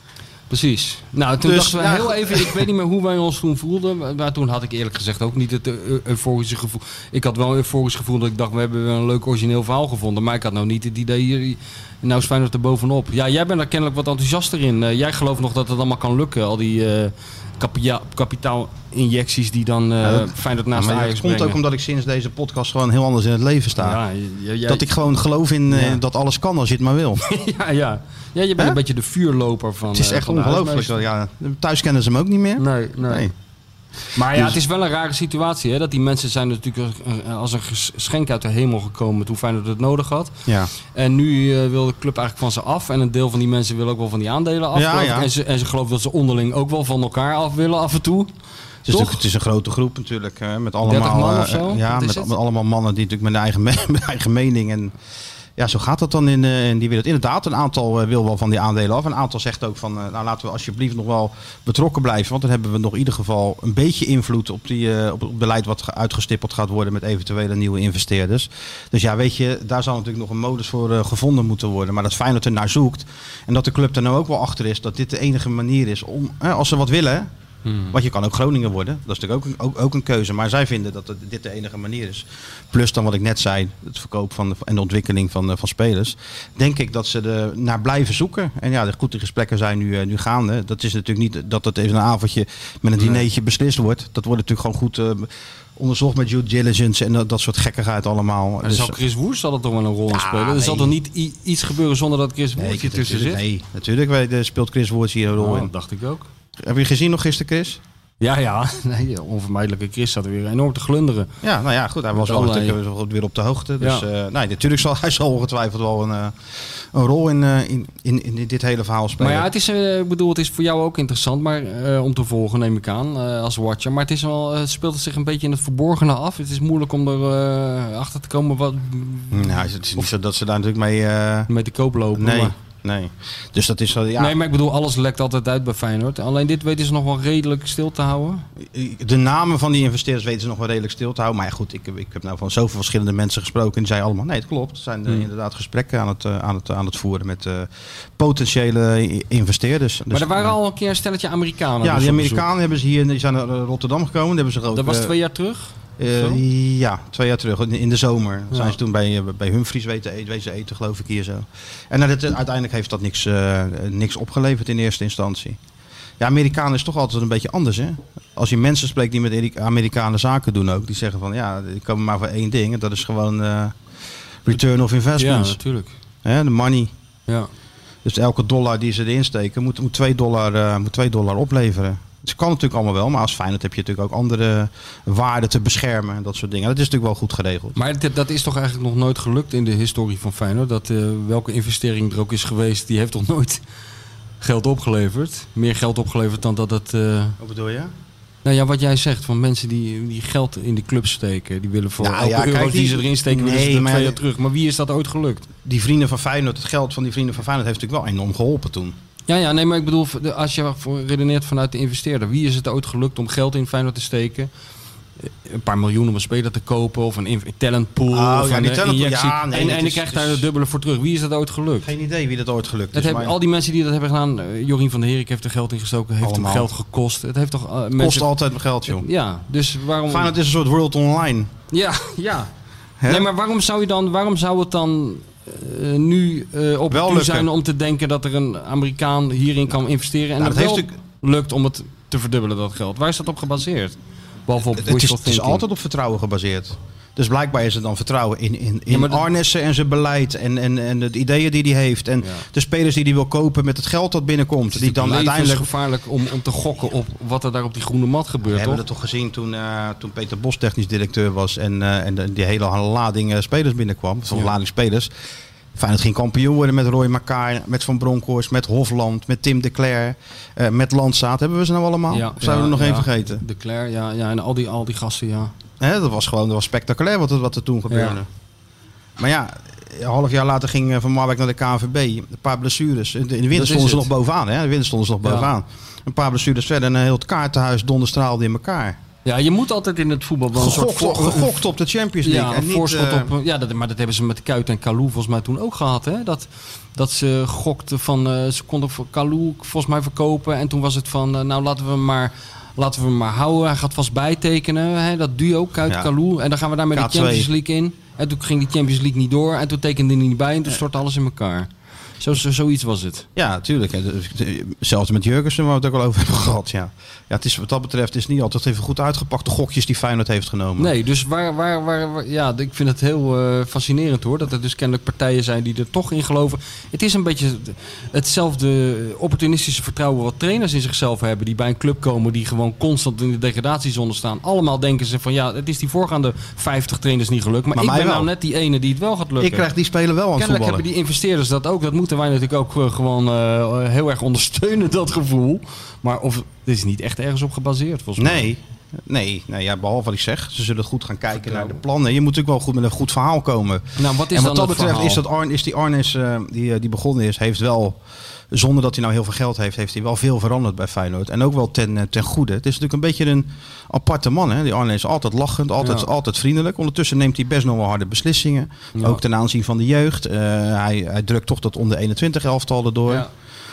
[SPEAKER 5] Precies. Nou, toen
[SPEAKER 4] Dus,
[SPEAKER 5] dachten we
[SPEAKER 4] ja,
[SPEAKER 5] heel
[SPEAKER 4] goed.
[SPEAKER 5] even, ik weet niet meer hoe wij ons toen voelden. Maar toen had ik eerlijk gezegd ook niet het eu- euforische gevoel. Ik had wel een euforisch gevoel dat ik dacht, we hebben een leuk origineel verhaal gevonden. Maar ik had nou niet het idee hier, nou is Feyenoord er bovenop. Ja, jij bent er kennelijk wat enthousiaster in. Uh, jij gelooft nog dat het allemaal kan lukken. Al die uh, kapia- kapitaalinjecties die dan uh,
[SPEAKER 4] Ja, dat-
[SPEAKER 5] Feyenoord naast
[SPEAKER 4] Ja, maar
[SPEAKER 5] Ajax
[SPEAKER 4] het komt
[SPEAKER 5] brengen.
[SPEAKER 4] ook omdat ik sinds deze podcast gewoon heel anders in het leven sta.
[SPEAKER 5] Ja, j- j- jij-
[SPEAKER 4] Dat ik gewoon geloof in uh,
[SPEAKER 5] Ja.
[SPEAKER 4] dat alles kan als je het maar wil.
[SPEAKER 5] ja, ja. ja, je bent
[SPEAKER 4] Hè?
[SPEAKER 5] een beetje de vuurloper van
[SPEAKER 4] Het is
[SPEAKER 5] uh,
[SPEAKER 4] echt
[SPEAKER 5] van de
[SPEAKER 4] ongelooflijk.
[SPEAKER 5] huismeester.
[SPEAKER 4] Ja, thuis kennen ze hem ook niet meer.
[SPEAKER 5] Nee, nee.
[SPEAKER 4] Nee.
[SPEAKER 5] Maar ja,
[SPEAKER 4] Dus-
[SPEAKER 5] het is wel een rare situatie. Hè? Dat die mensen zijn natuurlijk als een geschenk uit de hemel gekomen toen Feyenoord het nodig had.
[SPEAKER 4] Ja.
[SPEAKER 5] En nu uh, wil de club eigenlijk van ze af. En een deel van die mensen wil ook wel van die aandelen af.
[SPEAKER 4] Ja,
[SPEAKER 5] geloof ik.
[SPEAKER 4] ja.
[SPEAKER 5] En, ze, en ze geloven dat ze onderling ook wel van elkaar af willen af en toe.
[SPEAKER 4] Het is,
[SPEAKER 5] Toch?
[SPEAKER 4] natuurlijk- het is een grote groep natuurlijk. Hè, met allemaal,
[SPEAKER 5] dertig man
[SPEAKER 4] eh,
[SPEAKER 5] of zo?
[SPEAKER 4] Ja,
[SPEAKER 5] Wat is
[SPEAKER 4] met,
[SPEAKER 5] het?
[SPEAKER 4] met allemaal mannen die natuurlijk met eigen, me- met eigen mening. En ja, zo gaat dat dan in, uh, in die wereld. Inderdaad, een aantal uh, wil wel van die aandelen af. Een aantal zegt ook van, uh, nou laten we alsjeblieft nog wel betrokken blijven. Want dan hebben we nog in ieder geval een beetje invloed op, die, uh, op het beleid wat ge- uitgestippeld gaat worden met eventuele nieuwe investeerders. Dus ja, weet je, daar zal natuurlijk nog een modus voor uh, gevonden moeten worden. Maar dat Feyenoord er naar zoekt. En dat de club er nou ook wel achter is dat dit de enige manier is om, hè, als ze wat willen.
[SPEAKER 5] Hmm.
[SPEAKER 4] Want je kan ook Groningen worden. Dat is natuurlijk ook een, ook, ook een keuze. Maar zij vinden dat het, dit de enige manier is. Plus dan wat ik net zei. Het verkoop van de, en de ontwikkeling van, van spelers. Denk ik dat ze er naar blijven zoeken. En ja, de goede gesprekken zijn nu, uh, nu gaande. Dat is natuurlijk niet dat het even een avondje met een dinertje beslist wordt. Dat wordt natuurlijk gewoon goed uh, onderzocht met due diligence. En dat, dat soort gekkigheid allemaal.
[SPEAKER 5] Maar
[SPEAKER 4] Dus,
[SPEAKER 5] zal Chris Woers zal er toch wel een rol in
[SPEAKER 4] Ja,
[SPEAKER 5] spelen? Er
[SPEAKER 4] nee.
[SPEAKER 5] zal toch niet i- iets gebeuren zonder dat Chris Woers
[SPEAKER 4] nee,
[SPEAKER 5] hier tussen zit?
[SPEAKER 4] natuurlijk, nee, natuurlijk weet- uh, speelt Chris Woerts hier een rol
[SPEAKER 5] Oh,
[SPEAKER 4] in.
[SPEAKER 5] dat dacht ik ook.
[SPEAKER 4] Heb je gezien nog gisteren, Chris?
[SPEAKER 5] Ja, ja. Nee, onvermijdelijke Chris zat er weer enorm te glunderen.
[SPEAKER 4] Ja, nou ja, goed. Hij was wel
[SPEAKER 5] allerlei-
[SPEAKER 4] natuurlijk wel weer op de hoogte. Dus
[SPEAKER 5] Ja.
[SPEAKER 4] uh, nee, natuurlijk zal hij zal ongetwijfeld wel een, uh, een rol in, uh, in, in, in dit hele verhaal spelen.
[SPEAKER 5] Maar ja, het is, uh, ik bedoel, het is voor jou ook interessant maar, uh, om te volgen, neem ik aan, uh, als watcher. Maar het is wel, uh, speelt het zich een beetje in het verborgene af. Het is moeilijk om er uh, achter te komen wat
[SPEAKER 4] nou, het is niet zo dat ze daar natuurlijk mee... Uh,
[SPEAKER 5] mee te koop lopen.
[SPEAKER 4] nee,
[SPEAKER 5] Maar,
[SPEAKER 4] nee. Dus dat is zo, ja...
[SPEAKER 5] nee, maar ik bedoel, alles lekt altijd uit bij Feyenoord. Alleen dit weten ze nog wel redelijk stil te houden.
[SPEAKER 4] De namen van die investeerders weten ze nog wel redelijk stil te houden. Maar ja, goed, ik, ik heb nou van zoveel verschillende mensen gesproken. En die zeiden allemaal, nee, het klopt. Er zijn uh,
[SPEAKER 5] Hmm.
[SPEAKER 4] inderdaad gesprekken aan het, uh, aan het, aan het voeren met uh, potentiële i- investeerders. Dus,
[SPEAKER 5] maar er waren
[SPEAKER 4] uh,
[SPEAKER 5] al een keer een stelletje Amerikanen.
[SPEAKER 4] Ja,
[SPEAKER 5] dus
[SPEAKER 4] die
[SPEAKER 5] op bezoek.
[SPEAKER 4] Amerikanen hebben ze hier, die zijn naar Rotterdam gekomen. Die hebben ze ook,
[SPEAKER 5] Dat was
[SPEAKER 4] uh,
[SPEAKER 5] twee jaar terug?
[SPEAKER 4] Uh,
[SPEAKER 5] Zo?
[SPEAKER 4] ja, twee jaar terug. In, in de zomer
[SPEAKER 5] Ja.
[SPEAKER 4] zijn ze toen bij, uh, bij Humphries weten eten, wezen eten, geloof ik hier zo. En uh, dit, uh, uiteindelijk heeft dat niks, uh, niks opgeleverd in eerste instantie. Ja, Amerikanen is toch altijd een beetje anders, hè? Als je mensen spreekt die met Eri- Amerikanen zaken doen ook, die zeggen van ja, die komen maar voor één ding. En dat is gewoon uh, return of
[SPEAKER 5] Ja,
[SPEAKER 4] investments.
[SPEAKER 5] natuurlijk.
[SPEAKER 4] Hè, de money.
[SPEAKER 5] Ja.
[SPEAKER 4] Dus elke dollar die ze erin steken moet, moet, twee dollar, uh, moet twee dollar opleveren. Het kan natuurlijk allemaal wel, maar als Feyenoord heb je natuurlijk ook andere waarden te beschermen en dat soort dingen. Dat is natuurlijk wel goed geregeld.
[SPEAKER 5] Maar dit- dat is toch eigenlijk nog nooit gelukt in de historie van Feyenoord? Dat uh, welke investering er ook is geweest, die heeft toch nooit geld opgeleverd? Meer geld opgeleverd dan dat het... Uh,
[SPEAKER 4] Wat bedoel je?
[SPEAKER 5] nou ja, wat jij zegt, van mensen die, die geld in de club steken. Die willen voor
[SPEAKER 4] Nou
[SPEAKER 5] elke
[SPEAKER 4] ja,
[SPEAKER 5] euro
[SPEAKER 4] kijk,
[SPEAKER 5] die,
[SPEAKER 4] die-
[SPEAKER 5] ze erin steken, willen
[SPEAKER 4] Nee,
[SPEAKER 5] ze er
[SPEAKER 4] maar-
[SPEAKER 5] twee jaar terug. Maar wie is dat ooit gelukt?
[SPEAKER 4] Die vrienden van Feyenoord, het geld van die vrienden van Feyenoord heeft natuurlijk wel enorm geholpen toen.
[SPEAKER 5] Ja, ja, nee, maar ik bedoel, de- als je voor- redeneert vanuit de investeerder. Wie is het ooit gelukt om geld in Feyenoord te steken? Een paar miljoen om een speler te kopen of een in- talentpool
[SPEAKER 4] Oh,
[SPEAKER 5] of
[SPEAKER 4] ja,
[SPEAKER 5] een
[SPEAKER 4] die
[SPEAKER 5] eh,
[SPEAKER 4] talentpool,
[SPEAKER 5] injectie.
[SPEAKER 4] ja, nee,
[SPEAKER 5] en
[SPEAKER 4] dat
[SPEAKER 5] en je
[SPEAKER 4] is-
[SPEAKER 5] krijgt
[SPEAKER 4] het
[SPEAKER 5] daar
[SPEAKER 4] is-
[SPEAKER 5] het dubbele voor terug. Wie is dat ooit gelukt?
[SPEAKER 4] Geen idee wie dat ooit gelukt
[SPEAKER 5] Dat
[SPEAKER 4] is.
[SPEAKER 5] hebben,
[SPEAKER 4] maar
[SPEAKER 5] al die mensen die dat hebben gedaan, uh, Jorien van der Herik heeft er geld in gestoken, heeft
[SPEAKER 4] Allemaal.
[SPEAKER 5] hem geld gekost. Het heeft toch uh,
[SPEAKER 4] kost
[SPEAKER 5] mensen...
[SPEAKER 4] altijd geld, joh.
[SPEAKER 5] Ja, dus waarom...
[SPEAKER 4] Feyenoord is een soort world online.
[SPEAKER 5] Ja, ja.
[SPEAKER 4] Hè?
[SPEAKER 5] Nee, maar waarom zou je dan, waarom zou het dan uh, nu uh, op
[SPEAKER 4] Wel
[SPEAKER 5] toe
[SPEAKER 4] lukken.
[SPEAKER 5] zijn om te denken dat er een Amerikaan hierin kan investeren en
[SPEAKER 4] Nou,
[SPEAKER 5] het
[SPEAKER 4] dat
[SPEAKER 5] wel
[SPEAKER 4] heeft
[SPEAKER 5] lukt om het te verdubbelen, dat geld? Waar is dat op gebaseerd? Behalve op
[SPEAKER 4] Het is,
[SPEAKER 5] wishful
[SPEAKER 4] het is
[SPEAKER 5] thinking.
[SPEAKER 4] altijd op vertrouwen gebaseerd. Dus blijkbaar is het dan vertrouwen in, in, in
[SPEAKER 5] Ja, maar dat-
[SPEAKER 4] Arnessen en zijn beleid en, en, en de ideeën die hij heeft. En
[SPEAKER 5] Ja.
[SPEAKER 4] de spelers die hij wil kopen met het geld dat binnenkomt.
[SPEAKER 5] Het
[SPEAKER 4] Die
[SPEAKER 5] is
[SPEAKER 4] dan
[SPEAKER 5] natuurlijk
[SPEAKER 4] uiteindelijk...
[SPEAKER 5] levensgevaarlijk om, om te gokken op wat er daar op die groene mat
[SPEAKER 4] We
[SPEAKER 5] gebeurt,
[SPEAKER 4] hebben
[SPEAKER 5] toch?
[SPEAKER 4] het toch gezien toen, uh, toen Peter Bos technisch directeur was. En, uh, en de, die hele lading uh, spelers binnenkwam. Of
[SPEAKER 5] Ja.
[SPEAKER 4] lading spelers. Feyenoord ging kampioen worden met Roy Makaar, met Van Bronckhorst, met Hofland, met Tim de Cler, uh, met Landsaat. Hebben we ze nou allemaal?
[SPEAKER 5] Ja,
[SPEAKER 4] Of zijn we
[SPEAKER 5] ja,
[SPEAKER 4] er nog
[SPEAKER 5] ja.
[SPEAKER 4] één vergeten?
[SPEAKER 5] De Claire, ja, ja, en al die, al die gasten, ja.
[SPEAKER 4] Hè, dat was gewoon dat was spectaculair wat er, wat er toen gebeurde.
[SPEAKER 5] Ja.
[SPEAKER 4] Maar ja, een half jaar later ging uh, Van Marwijk naar de K N V B. Een paar blessures. In de, in de winter
[SPEAKER 5] is
[SPEAKER 4] stonden ze
[SPEAKER 5] het.
[SPEAKER 4] nog bovenaan. Hè? In de winter stonden ze nog
[SPEAKER 5] Ja.
[SPEAKER 4] bovenaan. Een paar blessures verder en een heel het kaartenhuis donderstraalde in elkaar.
[SPEAKER 5] Ja, je moet altijd in het voetbal wel een soort
[SPEAKER 4] Gegokt,
[SPEAKER 5] voor-
[SPEAKER 4] gegokt op de Champions League.
[SPEAKER 5] Ja,
[SPEAKER 4] en
[SPEAKER 5] een
[SPEAKER 4] niet,
[SPEAKER 5] voorschot
[SPEAKER 4] eh,
[SPEAKER 5] op. Ja, dat, maar dat hebben ze met Kuyt en Kalou volgens mij toen ook gehad. Hè? Dat, dat ze gokten van. Uh, ze konden voor Kalou volgens mij verkopen. En toen was het van. Uh, nou, laten we hem maar. Laten we hem maar houden. Hij gaat vast bijtekenen. Hè? Dat duo, Kuyt,
[SPEAKER 4] Ja.
[SPEAKER 5] Kalou. En dan gaan we daar met
[SPEAKER 4] K
[SPEAKER 5] de
[SPEAKER 4] twee.
[SPEAKER 5] Champions League in. En toen ging die Champions League niet door. En toen tekende hij niet bij. En toen stortte alles in elkaar. Zo, zo, zoiets was het.
[SPEAKER 4] Ja, natuurlijk. Zelfs met Jurgensen, waar we het ook al over hebben gehad. Ja. Ja, het is, wat dat betreft is het niet altijd even goed uitgepakt. De gokjes die Feyenoord heeft genomen.
[SPEAKER 5] Nee, dus waar, waar, waar, waar- ja, ik vind het heel uh, fascinerend hoor. Dat er dus kennelijk partijen zijn die er toch in geloven. Het is een beetje hetzelfde opportunistische vertrouwen wat trainers in zichzelf hebben. Die bij een club komen die gewoon constant in de degradatiezone staan. Allemaal denken ze van ja, het is die voorgaande vijftig trainers niet gelukt. Maar,
[SPEAKER 4] Maar
[SPEAKER 5] ik
[SPEAKER 4] mij
[SPEAKER 5] ben
[SPEAKER 4] wel.
[SPEAKER 5] nou net die ene die het wel gaat lukken.
[SPEAKER 4] Ik krijg die spelen wel aan het
[SPEAKER 5] Kennelijk
[SPEAKER 4] voetballen.
[SPEAKER 5] hebben die investeerders dat ook. Dat moeten wij natuurlijk ook uh, gewoon uh, heel erg ondersteunen, dat gevoel. Maar of, dit is niet echt ergens op gebaseerd volgens mij.
[SPEAKER 4] Nee, nee, nee ja, behalve wat ik zeg. Ze zullen goed gaan kijken naar de plannen. Je moet natuurlijk wel goed met een goed verhaal komen.
[SPEAKER 5] Nou, wat is
[SPEAKER 4] en wat
[SPEAKER 5] dan
[SPEAKER 4] dat
[SPEAKER 5] het
[SPEAKER 4] betreft
[SPEAKER 5] verhaal?
[SPEAKER 4] is, dat Arne, is die Arnes uh, die, uh, die begonnen is, heeft wel, zonder dat hij nou heel veel geld heeft, heeft hij wel veel veranderd bij Feyenoord. En ook wel ten, uh, ten goede. Het is natuurlijk een beetje een aparte man. Hè? Die Arne is altijd lachend, altijd,
[SPEAKER 5] Ja.
[SPEAKER 4] altijd vriendelijk. Ondertussen neemt hij best nog wel harde beslissingen.
[SPEAKER 5] Ja.
[SPEAKER 4] Ook ten aanzien van de jeugd. Uh, hij, hij drukt toch dat onder eenentwintig elftal erdoor.
[SPEAKER 5] Ja.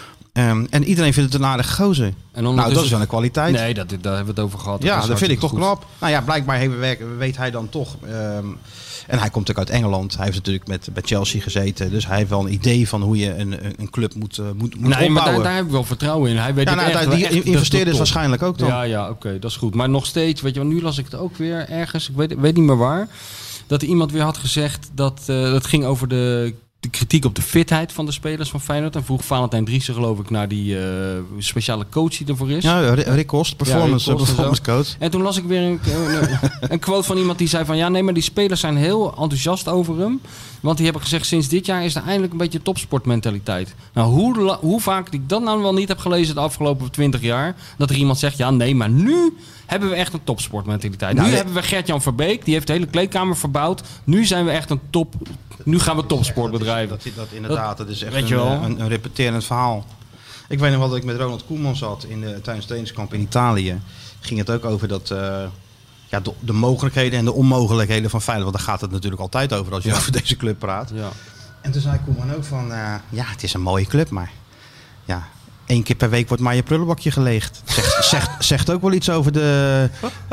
[SPEAKER 4] Um, en iedereen vindt het een aardige gozer.
[SPEAKER 5] En
[SPEAKER 4] Nou,
[SPEAKER 5] ondertussen-
[SPEAKER 4] dat is wel een kwaliteit.
[SPEAKER 5] Nee, dat, daar hebben we het over gehad.
[SPEAKER 4] Ja,
[SPEAKER 5] is
[SPEAKER 4] dat vind ik toch
[SPEAKER 5] hartstikke goed.
[SPEAKER 4] knap. Nou ja, blijkbaar heeft- weet hij dan toch. Um, en hij komt ook uit Engeland. Hij heeft natuurlijk met, bij Chelsea gezeten. Dus hij heeft wel een idee van hoe je een, een club moet, uh, moet, moet
[SPEAKER 5] Nee, maar
[SPEAKER 4] opbouwen.
[SPEAKER 5] daar, daar heb ik wel vertrouwen in. Hij weet
[SPEAKER 4] ja,
[SPEAKER 5] het
[SPEAKER 4] nou,
[SPEAKER 5] echt,
[SPEAKER 4] die
[SPEAKER 5] echt, dat is
[SPEAKER 4] investeerders
[SPEAKER 5] top.
[SPEAKER 4] waarschijnlijk ook dan.
[SPEAKER 5] Ja, ja, oké, okay, dat is goed. Maar nog steeds, weet je wel, nu las ik het ook weer ergens, ik weet, weet niet meer waar, dat er iemand weer had gezegd dat uh, dat ging over de, de kritiek op de fitheid van de spelers van Feyenoord. En vroeg Valentijn Driessen, geloof ik, naar die uh, speciale coach die ervoor is.
[SPEAKER 4] Ja, Rick Kost, performance,
[SPEAKER 5] Ja, Rick Kost en
[SPEAKER 4] performance coach.
[SPEAKER 5] En toen las ik weer een, een, een quote van iemand die zei van ja, nee, maar die spelers zijn heel enthousiast over hem. Want die hebben gezegd, sinds dit jaar is er eindelijk een beetje topsportmentaliteit. Nou, hoe, la- hoe vaak ik dat nou wel niet heb gelezen de afgelopen twintig jaar, dat er iemand zegt, ja nee, maar nu hebben we echt een topsportmentaliteit.
[SPEAKER 4] Nou,
[SPEAKER 5] nu
[SPEAKER 4] ja.
[SPEAKER 5] hebben we Gert-Jan Verbeek, die heeft de hele kleedkamer verbouwd. Nu zijn we echt een top, nu gaan we topsport bedrijven.
[SPEAKER 4] Dat, is, dat, dat inderdaad, dat is echt
[SPEAKER 5] weet je
[SPEAKER 4] een,
[SPEAKER 5] wel.
[SPEAKER 4] een, een repeterend verhaal. Ik weet nog wel dat ik met Ronald Koeman zat in de, tijdens het trainingskamp in Italië. Ging het ook over dat, uh, ja, de, de mogelijkheden en de onmogelijkheden van Feyenoord. Want daar gaat het natuurlijk altijd over als je
[SPEAKER 5] Ja.
[SPEAKER 4] over deze club praat.
[SPEAKER 5] Ja.
[SPEAKER 4] En toen zei Koeman ook van, uh, ja, het is een mooie club, maar ja, één keer per week wordt maar je prullenbakje geleegd. Zegt, zegt, zegt ook wel iets over de,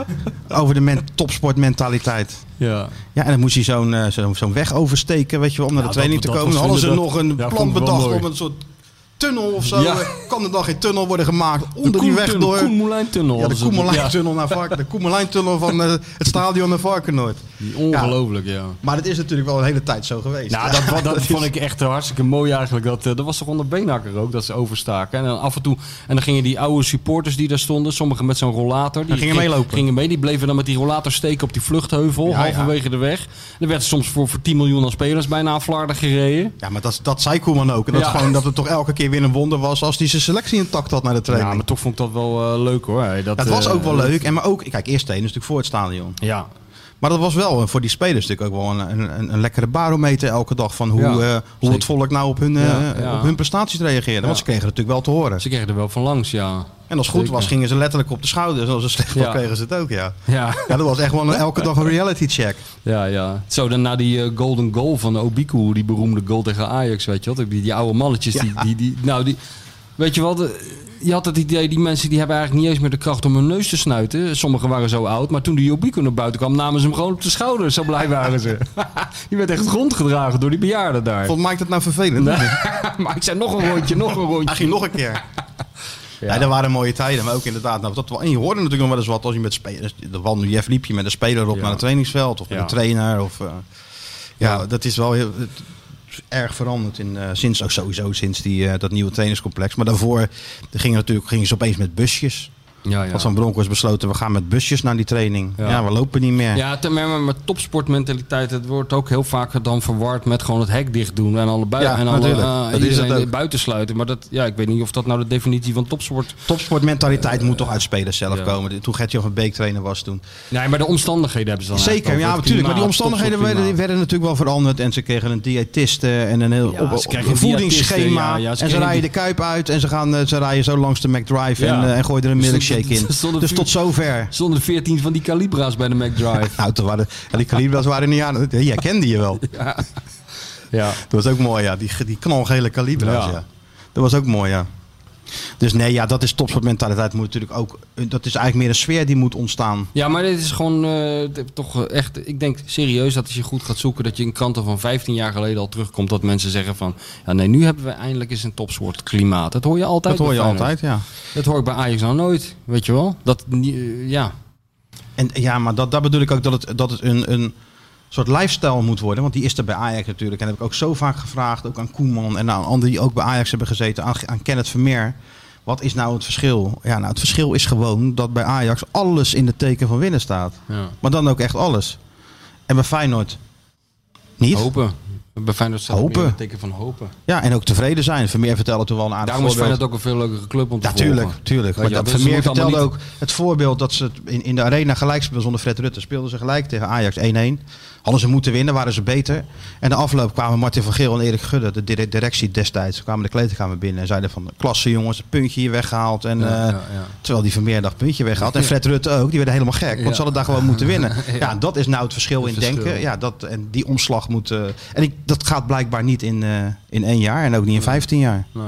[SPEAKER 4] over de men, topsportmentaliteit.
[SPEAKER 5] Ja.
[SPEAKER 4] Ja, en dan moest hij zo'n, uh, zo'n, zo'n weg oversteken, weet je wel, om naar
[SPEAKER 5] Ja,
[SPEAKER 4] de training
[SPEAKER 5] dat-
[SPEAKER 4] te
[SPEAKER 5] dat
[SPEAKER 4] komen. Dan
[SPEAKER 5] was
[SPEAKER 4] hadden ze
[SPEAKER 5] inderdaad-
[SPEAKER 4] nog een
[SPEAKER 5] ja,
[SPEAKER 4] plan
[SPEAKER 5] vond ik wel
[SPEAKER 4] bedacht
[SPEAKER 5] mooi.
[SPEAKER 4] om een soort tunnel of zo.
[SPEAKER 5] Ja.
[SPEAKER 4] Kan er dan geen tunnel worden gemaakt onder die weg door?
[SPEAKER 5] De Koen-Moulijn-tunnel.
[SPEAKER 4] Ja, de
[SPEAKER 5] hadden ze-
[SPEAKER 4] Koemelijn-tunnel naar Varken, de Koemelijn-tunnel van uh, het stadion naar Varkenoord.
[SPEAKER 5] Ja, ongelooflijk, ja.
[SPEAKER 4] Maar dat is natuurlijk wel een hele tijd zo geweest.
[SPEAKER 5] Nou, dat, dat, dat
[SPEAKER 4] is-
[SPEAKER 5] vond ik echt hartstikke mooi eigenlijk. Dat, eh, dat was toch onder Beenhakker ook, dat ze overstaken. En dan af en toe, en dan gingen die oude supporters die daar stonden, sommigen met zo'n rollator. Die
[SPEAKER 4] Dan gingen meelopen.
[SPEAKER 5] Gingen mee, die bleven dan met die rollator steken op die vluchtheuvel,
[SPEAKER 4] Ja,
[SPEAKER 5] halverwege de weg. Er werd soms voor, voor tien miljoen aan spelers bijna aan Vlaarden gereden.
[SPEAKER 4] Ja, maar dat, dat zei Koeman ook. En dat,
[SPEAKER 5] Ja.
[SPEAKER 4] gewoon, dat het toch elke keer weer een wonder was als hij zijn selectie intact had naar de training.
[SPEAKER 5] Ja, maar toch vond ik dat wel uh, leuk hoor. Hey, dat,
[SPEAKER 4] Ja, het was
[SPEAKER 5] uh,
[SPEAKER 4] ook wel leuk. En maar ook, kijk, eerst trainen is natuurlijk voor het stadion.
[SPEAKER 5] Ja.
[SPEAKER 4] Maar dat was wel voor die spelers natuurlijk ook wel een, een, een lekkere barometer elke dag van hoe,
[SPEAKER 5] Ja,
[SPEAKER 4] eh, hoe
[SPEAKER 5] zeker.
[SPEAKER 4] het volk nou op hun, eh,
[SPEAKER 5] Ja, ja.
[SPEAKER 4] op hun prestaties reageerde. Want
[SPEAKER 5] Ja.
[SPEAKER 4] ze kregen het natuurlijk wel te horen.
[SPEAKER 5] Ze kregen er wel van langs, ja.
[SPEAKER 4] En als het goed
[SPEAKER 5] Zeker.
[SPEAKER 4] was, gingen ze letterlijk op de schouders. Als ze slecht was,
[SPEAKER 5] Ja.
[SPEAKER 4] kregen ze het ook, ja.
[SPEAKER 5] Ja.
[SPEAKER 4] Ja, dat was echt wel een, elke dag een reality check.
[SPEAKER 5] Ja, ja. Zo dan na die uh, golden goal van Obiku, die beroemde goal tegen Ajax, weet je wat? Die, die oude mannetjes, die,
[SPEAKER 4] Ja.
[SPEAKER 5] die, die, nou die, weet je wel, de, je had het idee, die mensen die hebben eigenlijk niet eens meer de kracht om hun neus te snuiten. Sommigen waren zo oud, maar toen die Obiku naar buiten kwam, namen ze hem gewoon op de schouders. Zo blij waren ze. Die werd echt rondgedragen door die bejaarden daar.
[SPEAKER 4] Vond Mike dat nou vervelend?
[SPEAKER 5] Nee. Maar ik zei nog een rondje, nog een rondje.
[SPEAKER 4] Hij ging nog een keer. Ja, dat waren mooie tijden, maar ook inderdaad. Nou, dat wel, en je hoorde natuurlijk nog wel eens wat als je met spelers. De wandel Jeff liep je met een speler op
[SPEAKER 5] Ja.
[SPEAKER 4] naar het trainingsveld of met
[SPEAKER 5] Ja.
[SPEAKER 4] een trainer. Of, uh, ja,
[SPEAKER 5] Ja.
[SPEAKER 4] dat is wel heel, het is erg veranderd. In, uh, sinds ook sowieso sinds die, uh, dat nieuwe trainingscomplex. Maar daarvoor gingen, natuurlijk, gingen ze opeens met busjes.
[SPEAKER 5] Ja, ja.
[SPEAKER 4] Had Van Bronckhorst besloten, we gaan met busjes naar die training. Ja,
[SPEAKER 5] Ja.
[SPEAKER 4] we lopen niet meer.
[SPEAKER 5] Ja, te- maar maar met topsportmentaliteit, het wordt ook heel vaak dan verward met gewoon het hek dicht doen en alle bui
[SPEAKER 4] Ja,
[SPEAKER 5] en alle
[SPEAKER 4] natuurlijk.
[SPEAKER 5] uh,
[SPEAKER 4] Dat is
[SPEAKER 5] iedereen
[SPEAKER 4] het ook.
[SPEAKER 5] buiten sluiten. Maar dat, ja, ik weet niet of dat nou de definitie van topsport.
[SPEAKER 4] Topsportmentaliteit moet toch uit spelers zelf
[SPEAKER 5] Ja.
[SPEAKER 4] komen. Toen Gert-Jan van Beek trainer was toen.
[SPEAKER 5] Nee, maar de omstandigheden hebben ze dan.
[SPEAKER 4] Zeker,
[SPEAKER 5] eigenlijk
[SPEAKER 4] ja,
[SPEAKER 5] over. Het
[SPEAKER 4] natuurlijk. Maar die
[SPEAKER 5] klimaat,
[SPEAKER 4] omstandigheden werden,
[SPEAKER 5] topsportklimaat.
[SPEAKER 4] werden natuurlijk wel veranderd. En ze kregen een diëtiste en een heel
[SPEAKER 5] Ja,
[SPEAKER 4] op,
[SPEAKER 5] ze
[SPEAKER 4] op-
[SPEAKER 5] kregen
[SPEAKER 4] een voedingsschema.
[SPEAKER 5] diëtisten, ja, ja, ze
[SPEAKER 4] en ze
[SPEAKER 5] kregen
[SPEAKER 4] rijden
[SPEAKER 5] die-
[SPEAKER 4] de Kuip uit en ze, gaan, eh, ze rijden zo langs de McDrive
[SPEAKER 5] Ja.
[SPEAKER 4] en, uh, en gooien er een
[SPEAKER 5] Dus
[SPEAKER 4] milkshake milkshake in.
[SPEAKER 5] Zonder
[SPEAKER 4] Dus
[SPEAKER 5] vuur-
[SPEAKER 4] tot zover.
[SPEAKER 5] Zonder veertien van die Calibra's bij de McDrive.
[SPEAKER 4] Nou, toen waren, ja, die Calibras waren niet aan. Jij kende je wel.
[SPEAKER 5] ja. ja.
[SPEAKER 4] Dat was ook mooi, ja. Die, die knalgele Calibras, ja.
[SPEAKER 5] Ja.
[SPEAKER 4] Dat was ook mooi, ja. Dus nee, ja, dat is topsportmentaliteit. Moet natuurlijk ook, dat is eigenlijk meer een sfeer die moet ontstaan.
[SPEAKER 5] Ja, maar dit is gewoon uh, toch echt... Ik denk serieus dat als je goed gaat zoeken... dat je in kranten van vijftien jaar geleden al terugkomt... dat mensen zeggen van... ja, nee, nu hebben we eindelijk eens een topsportklimaat. Dat hoor je altijd.
[SPEAKER 4] Dat hoor je
[SPEAKER 5] bij
[SPEAKER 4] altijd, ja.
[SPEAKER 5] Dat hoor ik bij Ajax nou nooit, weet je wel. Dat, uh, ja...
[SPEAKER 4] En ja, maar dat, dat bedoel ik ook dat het, dat het een, een soort lifestyle moet worden. Want die is er bij Ajax natuurlijk. En dat heb ik ook zo vaak gevraagd. Ook aan Koeman en aan anderen die ook bij Ajax hebben gezeten. Aan, aan Kenneth Vermeer. Wat is nou het verschil? Ja, nou, het verschil is gewoon dat bij Ajax alles in het teken van winnen staat.
[SPEAKER 5] Ja.
[SPEAKER 4] Maar dan ook echt alles. En bij Feyenoord niet.
[SPEAKER 5] Hopen. Bij Feyenoord staat
[SPEAKER 4] Hopen.
[SPEAKER 5] meer een teken van hopen.
[SPEAKER 4] Ja, en ook tevreden zijn. Vermeer vertelde toen wel een aardig
[SPEAKER 5] Daarom is
[SPEAKER 4] voorbeeld.
[SPEAKER 5] Feyenoord ook een veel leukere club om te
[SPEAKER 4] Ja,
[SPEAKER 5] volgen.
[SPEAKER 4] tuurlijk, tuurlijk.
[SPEAKER 5] Weet
[SPEAKER 4] Maar
[SPEAKER 5] je,
[SPEAKER 4] dat
[SPEAKER 5] dus
[SPEAKER 4] Vermeer
[SPEAKER 5] het moet
[SPEAKER 4] vertelde
[SPEAKER 5] allemaal
[SPEAKER 4] ook het voorbeeld dat ze het in, in de arena gelijk speelden zonder Fred Rutte. Speelden ze gelijk tegen Ajax één-één. Hadden ze moeten winnen, waren ze beter. En de afloop kwamen Martin van Geel en Erik Gudde, de dire- directie destijds, ze kwamen de kleedkamer binnen en zeiden van, klasse jongens, een puntje hier weggehaald. En,
[SPEAKER 5] Ja,
[SPEAKER 4] uh,
[SPEAKER 5] ja, ja.
[SPEAKER 4] Terwijl die Vermeer dacht, puntje weggehaald. En Fred Rutte ook, die werden helemaal gek, want
[SPEAKER 5] Ja.
[SPEAKER 4] ze hadden daar gewoon moeten winnen. Ja,
[SPEAKER 5] Ja.
[SPEAKER 4] dat is nou het verschil
[SPEAKER 5] Het
[SPEAKER 4] in
[SPEAKER 5] verschil.
[SPEAKER 4] denken. Ja, dat, en die omslag moet... Uh, en ik, dat gaat blijkbaar niet in, uh, in één jaar en ook niet in vijftien jaar.
[SPEAKER 5] Nee.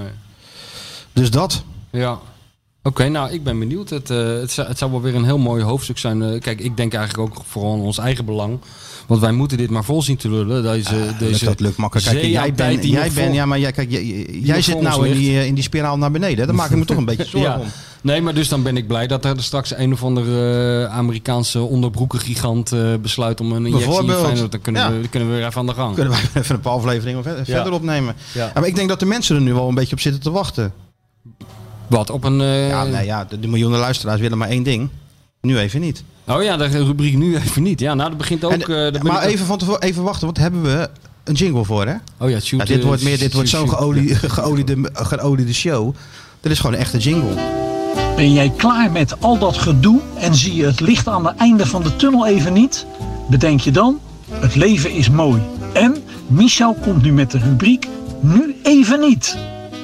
[SPEAKER 4] Dus dat...
[SPEAKER 5] Ja. Oké, okay, nou, ik ben benieuwd. Het, uh, het, zou, het zou wel weer een heel mooi hoofdstuk zijn. Uh, kijk, ik denk eigenlijk ook vooral aan ons eigen belang. Want wij moeten dit maar vol zien te lullen. Deze,
[SPEAKER 4] Ja,
[SPEAKER 5] deze
[SPEAKER 4] dat lukt makkelijk. Kijk,
[SPEAKER 5] zee
[SPEAKER 4] jij
[SPEAKER 5] aan tijd
[SPEAKER 4] bent,
[SPEAKER 5] die
[SPEAKER 4] jij
[SPEAKER 5] nog
[SPEAKER 4] bent,
[SPEAKER 5] vol-
[SPEAKER 4] ja, maar jij, kijk, jij, jij
[SPEAKER 5] nog
[SPEAKER 4] zit
[SPEAKER 5] voor ons
[SPEAKER 4] nou in
[SPEAKER 5] ligt.
[SPEAKER 4] die, in die spiraal naar beneden. Daar maak ik me toch een beetje zorgen
[SPEAKER 5] Ja.
[SPEAKER 4] om.
[SPEAKER 5] Nee, maar dus dan ben ik blij dat er straks een of andere uh, Amerikaanse onderbroekengigant uh, besluit om een injectie in
[SPEAKER 4] Bijvoorbeeld.
[SPEAKER 5] Feyenoord. Dan kunnen,
[SPEAKER 4] Ja.
[SPEAKER 5] we, dan kunnen we weer even aan de gang.
[SPEAKER 4] Kunnen wij even een paar afleveringen ver- verder opnemen.
[SPEAKER 5] Ja.
[SPEAKER 4] Ja, maar ik denk dat de mensen er nu wel een beetje op zitten te wachten.
[SPEAKER 5] Wat, op een... Uh...
[SPEAKER 4] Ja, nee, ja de, de miljoenen luisteraars willen maar één ding. Nu even niet.
[SPEAKER 5] Oh ja, de rubriek nu even niet. Ja, nou, dat begint ook...
[SPEAKER 4] En,
[SPEAKER 5] uh, daar ben
[SPEAKER 4] maar
[SPEAKER 5] ik ook-
[SPEAKER 4] even, van tevoren, even wachten, want hebben we een jingle voor, hè?
[SPEAKER 5] Oh ja, shoot,
[SPEAKER 4] Ja, dit
[SPEAKER 5] uh,
[SPEAKER 4] wordt, meer, dit wordt
[SPEAKER 5] shoot,
[SPEAKER 4] zo'n
[SPEAKER 5] shoot.
[SPEAKER 4] geolie, geoliede, geoliede show. Dit is gewoon een echte jingle.
[SPEAKER 6] Ben jij klaar met al dat gedoe en zie je het licht aan het einde van de tunnel even niet? Bedenk je dan, het leven is mooi. En Michel komt nu met de rubriek Nu even niet.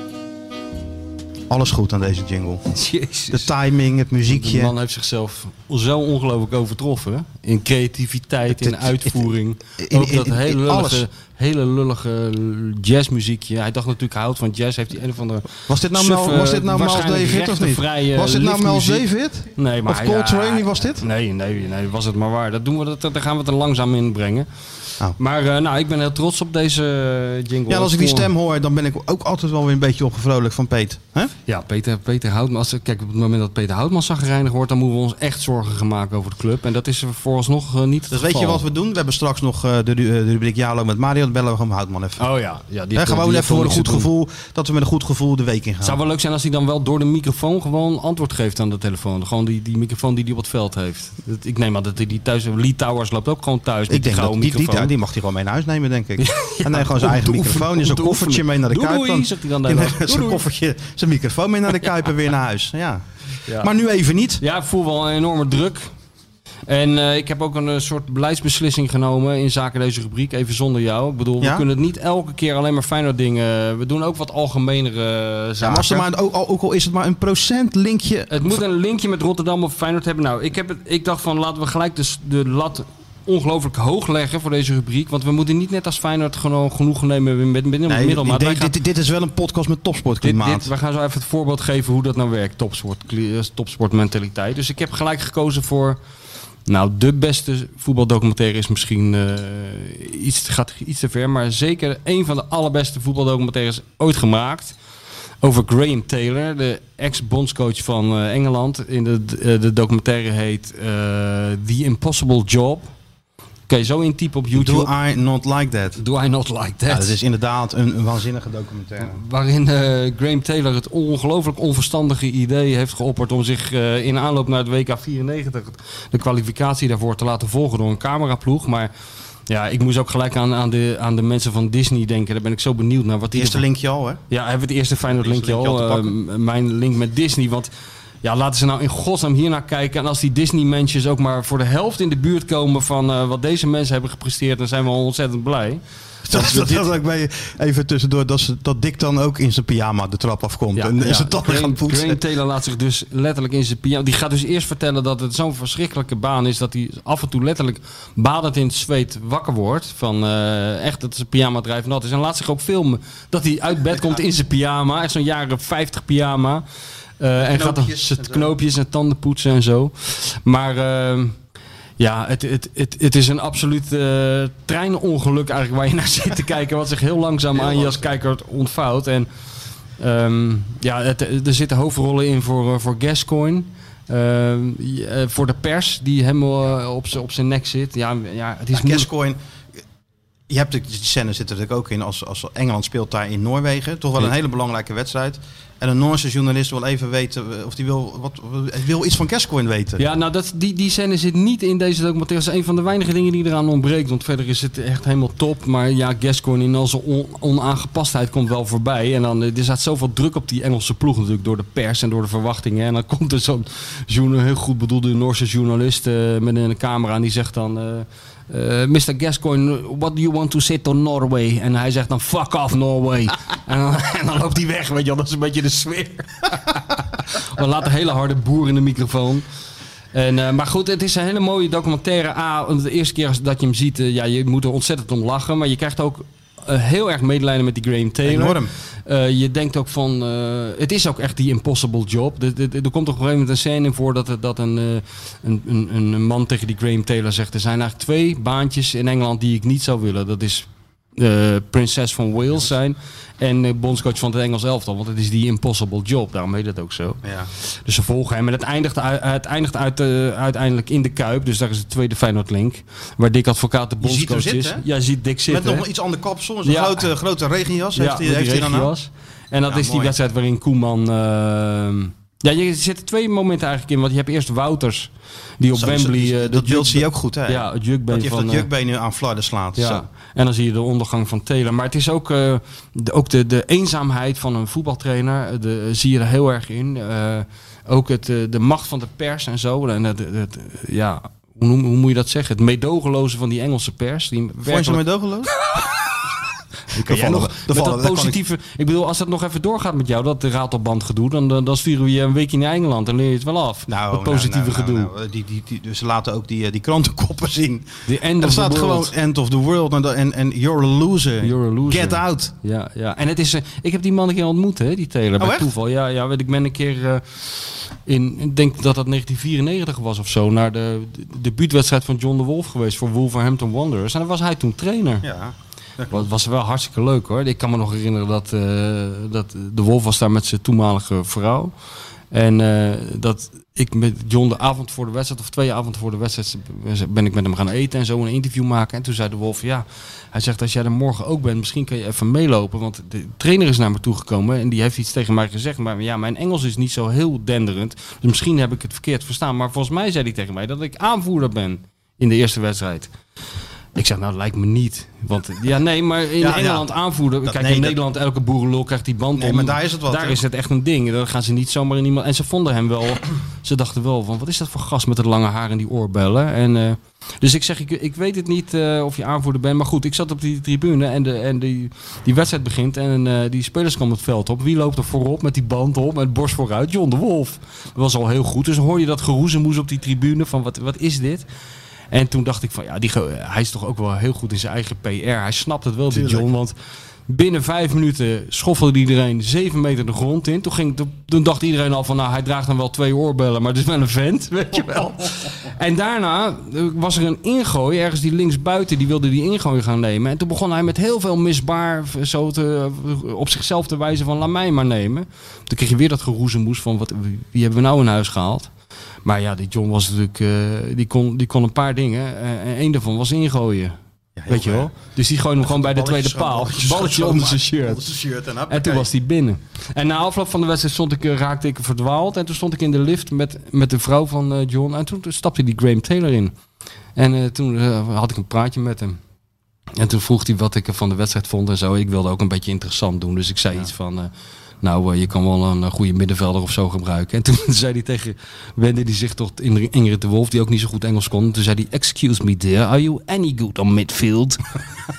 [SPEAKER 4] Alles goed aan deze jingle.
[SPEAKER 5] Jezus.
[SPEAKER 4] De timing, het
[SPEAKER 5] De
[SPEAKER 4] muziekje.
[SPEAKER 5] man heeft zichzelf zo ongelooflijk overtroffen. In creativiteit, in
[SPEAKER 4] Het-
[SPEAKER 5] uitvoering.
[SPEAKER 4] in-
[SPEAKER 5] Ook
[SPEAKER 4] in-
[SPEAKER 5] dat
[SPEAKER 4] in-
[SPEAKER 5] hele
[SPEAKER 4] in
[SPEAKER 5] lullige,
[SPEAKER 4] alles.
[SPEAKER 5] hele lullige jazzmuziekje. Hij dacht natuurlijk, hij houdt van jazz. Heeft hij een of andere...
[SPEAKER 4] Was dit nou,
[SPEAKER 5] suffe,
[SPEAKER 4] Mel, was dit nou Miles
[SPEAKER 5] waarschijnlijk
[SPEAKER 4] David of niet?
[SPEAKER 5] rechtenvrije
[SPEAKER 4] Was dit nou Miles
[SPEAKER 5] liftmuziek.
[SPEAKER 4] David?
[SPEAKER 5] Nee, maar
[SPEAKER 4] Of Coltrane,
[SPEAKER 5] ja,
[SPEAKER 4] wie was dit?
[SPEAKER 5] Nee, nee, nee, was het maar waar. Dat doen we, dat, daar gaan we het er langzaam in brengen.
[SPEAKER 4] Oh.
[SPEAKER 5] Maar uh, nou, ik ben heel trots op deze uh, jingle.
[SPEAKER 4] Ja, en als ik die
[SPEAKER 5] vond-
[SPEAKER 4] stem hoor, dan ben ik ook altijd wel weer een beetje opgevrolijkt van Peet. Hè?
[SPEAKER 5] Ja, Peter, Peter Houtman. Als, kijk, op het moment dat Peter Houtman zagrijnig wordt, dan moeten we ons echt zorgen gaan maken over de club. En dat is er vooralsnog uh, niet het
[SPEAKER 4] Dus weet je
[SPEAKER 5] geval.
[SPEAKER 4] wat we doen? We hebben straks nog uh, de, ru- de rubriek Jalo met Mario. Dan bellen we gewoon Houtman even.
[SPEAKER 5] Oh ja, ja die
[SPEAKER 4] Hè, gewoon
[SPEAKER 5] die
[SPEAKER 4] even voor een
[SPEAKER 5] niks
[SPEAKER 4] goed
[SPEAKER 5] te doen.
[SPEAKER 4] gevoel, dat we met een goed gevoel de week in gaan.
[SPEAKER 5] Het zou wel leuk zijn als hij dan wel door de microfoon gewoon antwoord geeft aan de telefoon. Gewoon die, die microfoon die hij op het veld heeft. Dat- Ik neem aan dat hij die thuis... Lee Towers loopt ook gewoon thuis met
[SPEAKER 4] Ik denk
[SPEAKER 5] die
[SPEAKER 4] dat
[SPEAKER 5] gouden
[SPEAKER 4] die, die,
[SPEAKER 5] microfoon.
[SPEAKER 4] die mag hij gewoon mee naar huis nemen, denk ik. En dan gewoon zijn eigen
[SPEAKER 5] om te
[SPEAKER 4] microfoon
[SPEAKER 5] oefenen,
[SPEAKER 4] in zo'n
[SPEAKER 5] om te
[SPEAKER 4] koffertje
[SPEAKER 5] oefenen.
[SPEAKER 4] mee naar de
[SPEAKER 5] Doei,
[SPEAKER 4] Kuip.
[SPEAKER 5] doei, zegt hij dan de
[SPEAKER 4] Die
[SPEAKER 5] hele
[SPEAKER 4] neemt
[SPEAKER 5] dag.
[SPEAKER 4] zijn
[SPEAKER 5] Doei, doei.
[SPEAKER 4] koffertje, zijn microfoon mee naar de Kuip en weer naar huis. Ja.
[SPEAKER 5] Ja.
[SPEAKER 4] Maar nu even niet.
[SPEAKER 5] Ja, ik voel wel een enorme druk. En uh, ik heb ook een uh, soort beleidsbeslissing genomen in zaken deze rubriek, even zonder jou. Ik bedoel,
[SPEAKER 4] Ja?
[SPEAKER 5] we kunnen het niet elke keer alleen maar Feyenoord dingen... We doen ook wat algemenere uh, zaken.
[SPEAKER 4] Ja, maar als er maar, ook, ook al is het maar een procent linkje.
[SPEAKER 5] Het moet een linkje met Rotterdam of Feyenoord hebben. Nou, ik, heb het, ik dacht van laten we gelijk de, de lat ongelooflijk hoog leggen voor deze rubriek. Want we moeten niet net als Feyenoord gewoon genoegen nemen met, met
[SPEAKER 4] Nee,
[SPEAKER 5] middelmaat. Wij
[SPEAKER 4] dit,
[SPEAKER 5] gaan-
[SPEAKER 4] dit, dit is wel een podcast met
[SPEAKER 5] Dit,
[SPEAKER 4] topsportklimaat.
[SPEAKER 5] dit, we gaan zo even het voorbeeld geven hoe dat nou werkt, topsport, topsportmentaliteit. Dus ik heb gelijk gekozen voor, nou, de beste voetbaldocumentaire is misschien uh, iets, gaat iets te ver, maar zeker een van de allerbeste voetbaldocumentaires ooit gemaakt. Over Graham Taylor, de ex-bondscoach van uh, Engeland. In de, de, de documentaire heet uh, The Impossible Job. Kan je zo intypen op YouTube.
[SPEAKER 4] Do I not like that?
[SPEAKER 5] Do I not like that?
[SPEAKER 4] Ja, dat is inderdaad een, een waanzinnige documentaire.
[SPEAKER 5] Waarin uh, Graham Taylor het ongelooflijk onverstandige idee heeft geopperd om zich uh, in aanloop naar het W K vierennegentig de kwalificatie daarvoor te laten volgen door een cameraploeg. Maar ja, ik moest ook gelijk aan, aan, de, aan de mensen van Disney denken. Daar ben ik zo benieuwd naar wat die
[SPEAKER 4] Eerste
[SPEAKER 5] ervan-
[SPEAKER 4] linkje al, hè?
[SPEAKER 5] Ja, hebben we het eerste Feyenoord
[SPEAKER 4] Het eerste
[SPEAKER 5] linkje al.
[SPEAKER 4] linkje al te
[SPEAKER 5] uh,
[SPEAKER 4] pakken.
[SPEAKER 5] mijn link met Disney, want ja, laten ze nou in godsnaam hier naar kijken. En als die Disney-mensjes ook maar voor de helft in de buurt komen van uh, wat deze mensen hebben gepresteerd, dan zijn we al ontzettend blij.
[SPEAKER 4] Dat, dat, dat ook bij, even tussendoor, dat, ze, dat Dick dan ook in zijn pyjama de trap afkomt.
[SPEAKER 5] Ja,
[SPEAKER 4] en is
[SPEAKER 5] ja.
[SPEAKER 4] het dan gaan poetsen.
[SPEAKER 5] Graham Taylor laat zich dus letterlijk in zijn pyjama... Die gaat dus eerst vertellen dat het zo'n verschrikkelijke baan is... dat hij af en toe letterlijk badend in het zweet wakker wordt. Van uh, echt dat zijn pyjama drijft nat is. En laat zich ook filmen dat hij uit bed komt in zijn pyjama. Echt zo'n jaren vijftig pyjama. Uh, en gaat dan zijn knoopjes en tanden poetsen en zo. Maar... Uh, Ja, het, het, het, het is een absoluut uh, treinongeluk eigenlijk waar je naar zit te kijken. Wat zich heel langzaam aan je als kijker ontvouwt. En um, ja, het, er zitten hoofdrollen in voor, uh, voor Gascoigne. Uh, uh, voor de pers die helemaal uh, op, z- op zijn nek zit. Ja, ja, het is
[SPEAKER 4] ja, Gascoigne, je hebt de, die scène zit er natuurlijk ook in. Als, als Engeland speelt daar in Noorwegen. Toch wel een hele belangrijke wedstrijd. En een Noorse journalist wil even weten of die wil, wat, wil iets van Gascoigne weten.
[SPEAKER 5] Ja, nou dat, die, die scène zit niet in deze documentaire. Dat is een van de weinige dingen die eraan ontbreekt. Want verder is het echt helemaal top. Maar ja, Gascoigne in al zijn on, onaangepastheid komt wel voorbij. En dan, er staat zoveel druk op die Engelse ploeg natuurlijk. Door de pers en door de verwachtingen. En dan komt er zo'n journal, heel goed bedoelde Noorse journalist uh, met een camera. En die zegt dan... Uh, Uh, mister Gascoigne, what do you want to say to Norway? En hij zegt dan, fuck off Norway. en, dan, en dan loopt hij weg, weet je wel. Dat is een beetje de sfeer. Dan laat een hele harde boer in de microfoon. En, uh, maar goed, het is een hele mooie documentaire. A, de eerste keer dat je hem ziet, uh, ja, je moet er ontzettend om lachen. Maar je krijgt ook uh, heel erg medelijden met die Graham Taylor.
[SPEAKER 4] Enorm.
[SPEAKER 5] Uh, je denkt ook van, uh, het is ook echt die impossible job. Er, er, er komt op een gegeven moment een scène in voor dat, dat een, uh, een, een, een man tegen die Graham Taylor zegt... er zijn eigenlijk twee baantjes in Engeland die ik niet zou willen. Dat is uh, prinses van Wales zijn en uh, bondscoach van het Engels elftal. Want het is die impossible job, daarom heet het ook zo. Ja. Dus ze volgen hem en het eindigt, uit, het eindigt uit, uh, uiteindelijk in de Kuip. Dus daar is de tweede Feyenoord-link. Waar Dick Advocaat de bondscoach is.
[SPEAKER 4] Zitten,
[SPEAKER 5] ja, je ziet Dick zitten.
[SPEAKER 4] Met nog een iets ander kapsel, zo'n
[SPEAKER 5] ja.
[SPEAKER 4] grote, grote regenjas.
[SPEAKER 5] Ja,
[SPEAKER 4] heeft hij, heeft hij dan aan.
[SPEAKER 5] En dat ja, is die mooi. wedstrijd waarin Koeman... Uh, ja, je zit er twee momenten eigenlijk in. Want je hebt eerst Wouters, die op zo, Wembley... Uh,
[SPEAKER 4] dat dat juk, zie je ook goed, hè?
[SPEAKER 5] Ja, het jukbeen
[SPEAKER 4] dat je
[SPEAKER 5] van...
[SPEAKER 4] dat jukbeen nu aan flarden slaat.
[SPEAKER 5] Ja.
[SPEAKER 4] Zo.
[SPEAKER 5] En dan zie je de ondergang van Taylor. Maar het is ook, uh, de, ook de, de eenzaamheid van een voetbaltrainer. De, zie je er heel erg in. Uh, ook het, uh, de macht van de pers en zo. En het, het, ja, hoe, hoe moet je dat zeggen? Het meedogenloze van die Engelse pers. Die
[SPEAKER 4] Vond je zo meedogenloos?
[SPEAKER 5] Ik kan ja, nog, met vallen, dat positieve. Ik... ik bedoel, als dat nog even doorgaat met jou, dat ratelband gedoe, dan, dan sturen we je een weekje naar Engeland. Dan leer je het wel af. Nou, dat positieve nou, nou, gedoe. Nou, nou,
[SPEAKER 4] die, die, die, dus ze laten ook die, die krantenkoppen zien.
[SPEAKER 5] The end
[SPEAKER 4] er
[SPEAKER 5] of
[SPEAKER 4] staat
[SPEAKER 5] the
[SPEAKER 4] gewoon
[SPEAKER 5] world.
[SPEAKER 4] End of the world en, en, en you're a loser.
[SPEAKER 5] You're a loser.
[SPEAKER 4] Get out.
[SPEAKER 5] Ja, ja. En het is, uh, ik heb die man een keer ontmoet, hè, die Taylor,
[SPEAKER 4] oh,
[SPEAKER 5] bij toeval. Ja, ja, weet ik ben een keer uh, in, ik denk dat dat negentien vierennegentig was of zo, naar de, de debuutwedstrijd van John de Wolf geweest voor Wolverhampton Wanderers. En dan was hij toen trainer.
[SPEAKER 4] Ja.
[SPEAKER 5] Het was wel hartstikke leuk hoor. Ik kan me nog herinneren dat, uh, dat de Wolf was daar met zijn toenmalige vrouw. En uh, dat ik met John de avond voor de wedstrijd, of twee avonden voor de wedstrijd, ben ik met hem gaan eten en zo een interview maken. En toen zei de Wolf, ja, hij zegt als jij er morgen ook bent, misschien kan je even meelopen. Want de trainer is naar me toegekomen en die heeft iets tegen mij gezegd. Maar ja, mijn Engels is niet zo heel denderend. Dus misschien heb ik het verkeerd verstaan. Maar volgens mij zei hij tegen mij dat ik aanvoerder ben in de eerste wedstrijd. Ik zeg, nou, dat lijkt me niet. Want ja, nee, maar in ja, Engeland ja. aanvoeren... Dat, kijk, nee, in dat... Nederland, elke boerenlul krijgt die band
[SPEAKER 4] nee,
[SPEAKER 5] om.
[SPEAKER 4] Maar daar is het wat.
[SPEAKER 5] Daar hè? Is het echt een ding. Daar gaan ze niet zomaar in iemand... En ze vonden hem wel... Ze dachten wel van, wat is dat voor gast met het lange haar en die oorbellen? En, uh, dus ik zeg, ik, ik weet het niet uh, of je aanvoerder bent. Maar goed, ik zat op die tribune en, de, en die, die wedstrijd begint. En uh, die spelers komen het veld op. Wie loopt er voorop met die band op, met borst vooruit? John de Wolf. Dat was al heel goed. Dus dan hoor je dat geroezemoes op die tribune van, wat, wat is dit? En toen dacht ik van, ja, die, hij is toch ook wel heel goed in zijn eigen P R. Hij snapt het wel, die John, want binnen vijf minuten schoffelde iedereen zeven meter de grond in. Toen, ging, toen dacht iedereen al van, nou, hij draagt dan wel twee oorbellen, maar het is wel een vent, weet je wel. En daarna was er een ingooi, ergens die linksbuiten, die wilde die ingooi gaan nemen. En toen begon hij met heel veel misbaar zo te, op zichzelf te wijzen van, laat mij maar nemen. Toen kreeg je weer dat geroezemoes van, wat, wie hebben we nou in huis gehaald? Maar ja, die John was natuurlijk, uh, die, kon, die kon een paar dingen. Uh, en één daarvan was ingooien. Ja, weet je wel? Dus die gooide hem gewoon bij de tweede paal. Balletje, balletje onder zijn shirt. Onder zijn shirt en, en toen was hij binnen. En na afloop van de wedstrijd stond ik, uh, raakte ik verdwaald. En toen stond ik in de lift met, met de vrouw van uh, John. En toen stapte die Graham Taylor in. En uh, toen uh, had ik een praatje met hem. En toen vroeg hij wat ik van de wedstrijd vond en zo. Ik wilde ook een beetje interessant doen. Dus ik zei ja. iets van... Uh, Nou, uh, je kan wel een uh, goede middenvelder of zo gebruiken. En toen zei hij tegen, wendde hij zich tot Ingrid de Wolf, die ook niet zo goed Engels kon. Toen zei hij, excuse me dear, are you any good on midfield?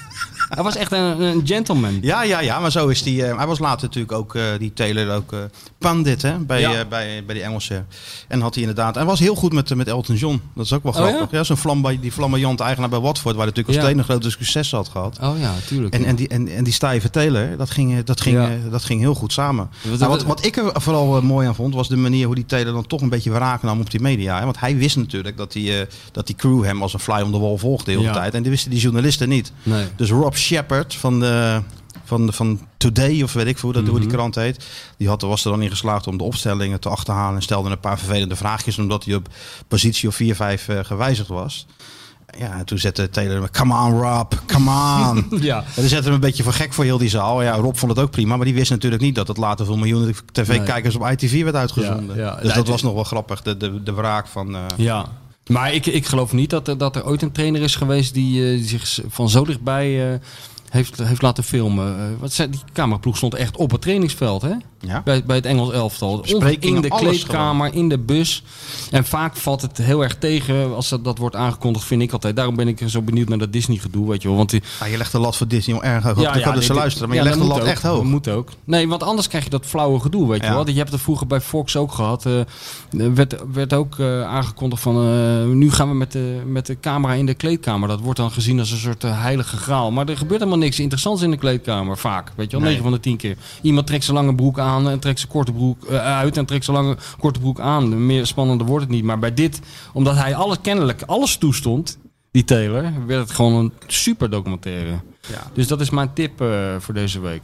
[SPEAKER 5] Hij was echt een, een gentleman.
[SPEAKER 4] Ja, ja, ja, maar zo is die. Uh, hij was later natuurlijk ook, uh, die Taylor, ook uh, pandit hè, bij, ja. uh, bij, bij die Engelsen. En had hij inderdaad. Hij was heel goed met, met Elton John. Dat is ook wel grappig. Oh, ja? Ja, zo'n flamba, die flamboyante eigenaar bij Watford, waar hij natuurlijk als ja. trainer grote succes had gehad.
[SPEAKER 5] Oh ja, tuurlijk.
[SPEAKER 4] En,
[SPEAKER 5] ja.
[SPEAKER 4] en, die, en, en die stijve Taylor, dat ging, dat ging, ja. uh, dat ging heel goed samen. Wat, nou, wat, wat ik er vooral uh, mooi aan vond, was de manier hoe die Taylor dan toch een beetje wraak nam op die media. Hè? Want hij wist natuurlijk dat die, uh, dat die crew hem als een fly on the wall volgde de hele ja. tijd. En die wisten die journalisten niet. Nee. Dus Rob Shepard van de, van, de, van Today, of weet ik veel hoe, dat, mm-hmm. hoe die krant heet. Die had, was er dan in geslaagd om de opstellingen te achterhalen. En stelde een paar vervelende vraagjes, omdat hij op positie of vier vijf uh, gewijzigd was. Ja, en toen zette Taylor, come on Rob, come on. ja. En dan zette hem een beetje voor gek voor heel die zaal. Ja, Rob vond het ook prima, maar die wist natuurlijk niet dat het later veel miljoenen tv-kijkers nee. op I T V werd uitgezonden. Ja, ja. Dus dat was nog wel grappig, de, de, de wraak van... Uh,
[SPEAKER 5] ja. Maar ik, ik geloof niet dat er, dat er ooit een trainer is geweest die, uh, die zich van zo dichtbij uh, heeft, heeft laten filmen. Uh, wat zei, die cameraploeg stond echt op het trainingsveld, hè? Ja. Bij, bij het Engels elftal. In de kleedkamer, gewoon. In de bus. En vaak valt het heel erg tegen als dat, dat wordt aangekondigd, vind ik altijd. Daarom ben ik zo benieuwd naar dat Disney-gedoe, weet je wel. Want die...
[SPEAKER 4] ja, je legt de lat voor Disney al erg hoog. Ja, ik ja, kan dus luisteren, maar ja, je legt de lat
[SPEAKER 5] ook,
[SPEAKER 4] echt hoog.
[SPEAKER 5] Dat moet ook. Nee, want anders krijg je dat flauwe gedoe, weet je ja. wel. Je hebt het vroeger bij Fox ook gehad. Uh, werd, werd ook uh, aangekondigd van, uh, nu gaan we met de, met de camera in de kleedkamer. Dat wordt dan gezien als een soort uh, heilige graal. Maar er gebeurt helemaal niks interessants in de kleedkamer, vaak. Weet je wel, nee. negen van de tien keer. Iemand trekt zijn lange broek aan en trekt zijn korte broek uh, uit en trekt zijn lange korte broek aan. Meer spannender wordt het niet. Maar bij dit, omdat hij alles, kennelijk alles toestond, die Taylor, werd het gewoon een super documentaire. Ja. Dus dat is mijn tip uh, voor deze week.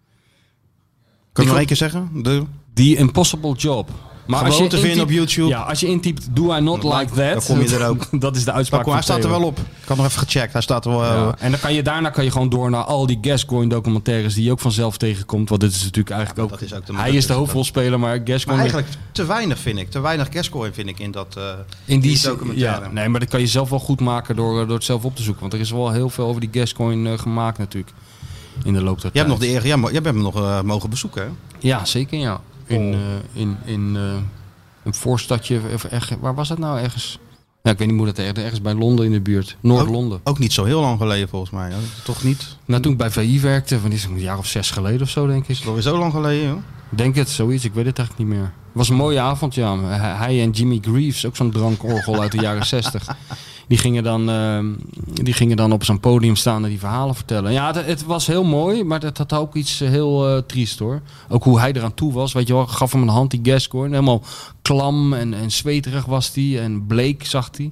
[SPEAKER 4] Kan je nog één keer zeggen? De...
[SPEAKER 5] The Impossible Job. Maar
[SPEAKER 4] gewoon
[SPEAKER 5] als je
[SPEAKER 4] te vinden
[SPEAKER 5] intypt,
[SPEAKER 4] op YouTube.
[SPEAKER 5] Ja, als je intypt Do I Not Like That,
[SPEAKER 4] dan kom je er ook.
[SPEAKER 5] Dat is de uitspraak
[SPEAKER 4] van Hij staat er wel op. Ik had nog even gecheckt. Hij staat er wel.
[SPEAKER 5] Ja. En dan kan je daarna kan je gewoon door naar al die Gascoigne documentaires die je ook vanzelf tegenkomt. Want dit is natuurlijk eigenlijk ja, ook. Is ook de hij is de hoofdrolspeler, maar Gascoigne.
[SPEAKER 4] Maar eigenlijk te weinig vind ik. Te weinig Gascoigne vind ik in dat. Uh,
[SPEAKER 5] in die,
[SPEAKER 4] die documentaire.
[SPEAKER 5] Ja, nee, maar dat kan je zelf wel goed maken door, door het zelf op te zoeken. Want er is wel heel veel over die Gascoigne uh, gemaakt natuurlijk. In de loop der tijd.
[SPEAKER 4] Je hebt nog de eer. Ja, jij hebt hem nog uh, mogen bezoeken, hè?
[SPEAKER 5] Ja, zeker. Ja. In, uh, in, in uh, een voorstadje, waar was dat nou ergens? Ja, ik weet niet hoe dat ergens, ergens bij Londen in de buurt. Noord-Londen.
[SPEAKER 4] Ook, ook niet zo heel lang geleden volgens mij. Hè? Toch niet?
[SPEAKER 5] Nou, toen ik bij V I werkte, van is een jaar of zes geleden of zo, denk ik.
[SPEAKER 4] Is het alweer zo lang geleden, hoor?
[SPEAKER 5] Denk het, zoiets. Ik weet het eigenlijk niet meer. Het was een mooie avond, ja. Hij en Jimmy Greaves, ook zo'n drankorgel uit de jaren zestig. Die gingen, dan, uh, die gingen dan op zo'n podium staan en die verhalen vertellen. Ja, het, het was heel mooi, maar het had ook iets heel uh, triest, hoor. Ook hoe hij eraan toe was, weet je wel. Gaf hem een hand, die Gascoigne. Helemaal klam en, en zweterig was hij en bleek, zag hij.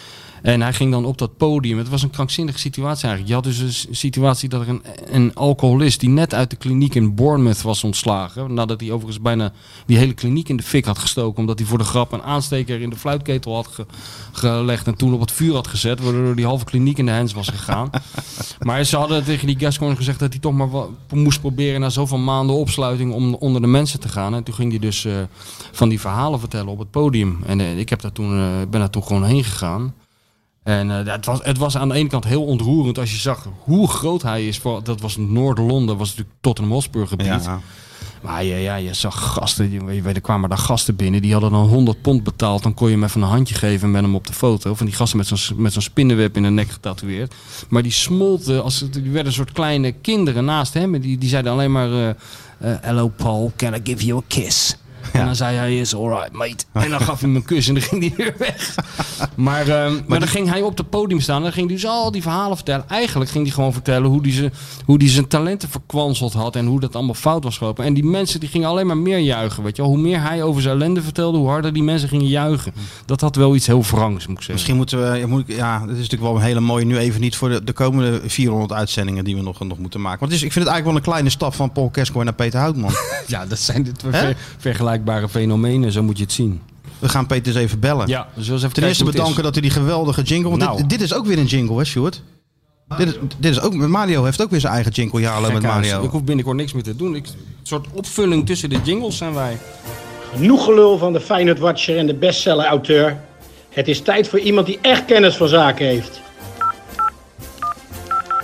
[SPEAKER 5] En hij ging dan op dat podium. Het was een krankzinnige situatie eigenlijk. Je had dus een situatie dat er een, een alcoholist die net uit de kliniek in Bournemouth was ontslagen. Nadat hij overigens bijna die hele kliniek in de fik had gestoken. Omdat hij voor de grap een aansteker in de fluitketel had ge, gelegd. En toen op het vuur had gezet. Waardoor die halve kliniek in de hens was gegaan. Maar ze hadden tegen die Gascoigne gezegd dat hij toch maar wat moest proberen na zoveel maanden opsluiting om onder de mensen te gaan. En toen ging hij dus uh, van die verhalen vertellen op het podium. En uh, ik heb daar toen, uh, ben daar toen gewoon heen gegaan. En uh, het, was, het was aan de ene kant heel ontroerend als je zag hoe groot hij is. Voor, dat was Noord-Londen, was natuurlijk Tottenham Hotspur gebied. Ja. Maar ja, ja, je zag gasten, je weet, er kwamen daar gasten binnen. Die hadden dan honderd pond betaald. Dan kon je hem even een handje geven met hem op de foto. Van die gasten met zo'n, met zo'n spinnenweb in de nek getatoeëerd. Maar die smolten, als, die werden een soort kleine kinderen naast hem. Die, die zeiden alleen maar, uh, uh, hello Paul, can I give you a kiss? Ja. En dan zei hij, is alright mate. En dan gaf hij hem een kus en dan ging hij weer weg. Maar, uh, maar, maar dan die... ging hij op het podium staan en dan ging hij dus al die verhalen vertellen. Eigenlijk ging hij gewoon vertellen hoe hij zijn, hoe hij zijn talenten verkwanseld had en hoe dat allemaal fout was gelopen. En die mensen die gingen alleen maar meer juichen. Weet je wel. Hoe meer hij over zijn ellende vertelde, hoe harder die mensen gingen juichen. Dat had wel iets heel wrangs, moet ik zeggen.
[SPEAKER 4] Misschien moeten we, ja, moet ik, ja, dat is natuurlijk wel een hele mooie, nu even niet voor de, de komende vierhonderd uitzendingen die we nog, nog moeten maken. Want het is, ik vind het eigenlijk wel een kleine stap van Paul Gascoigne naar Peter Houtman.
[SPEAKER 5] Ja, dat zijn dit ver, vergelijkbare fenomenen, zo moet je het zien.
[SPEAKER 4] We gaan Peter eens even bellen.
[SPEAKER 5] Ja, dus even
[SPEAKER 4] Ten eerste bedanken dat hij die geweldige jingle... Want nou. dit, dit is ook weer een jingle, hè, Sjoerd? Dit is, dit is ook, Mario heeft ook weer zijn eigen jingle. Ja, hallo met Mario.
[SPEAKER 5] Ik hoef binnenkort niks meer te doen. Ik, een soort opvulling tussen de jingles zijn wij.
[SPEAKER 7] Genoeg gelul van de Feyenoord Watcher en de bestseller-auteur. Het is tijd voor iemand die echt kennis van zaken heeft.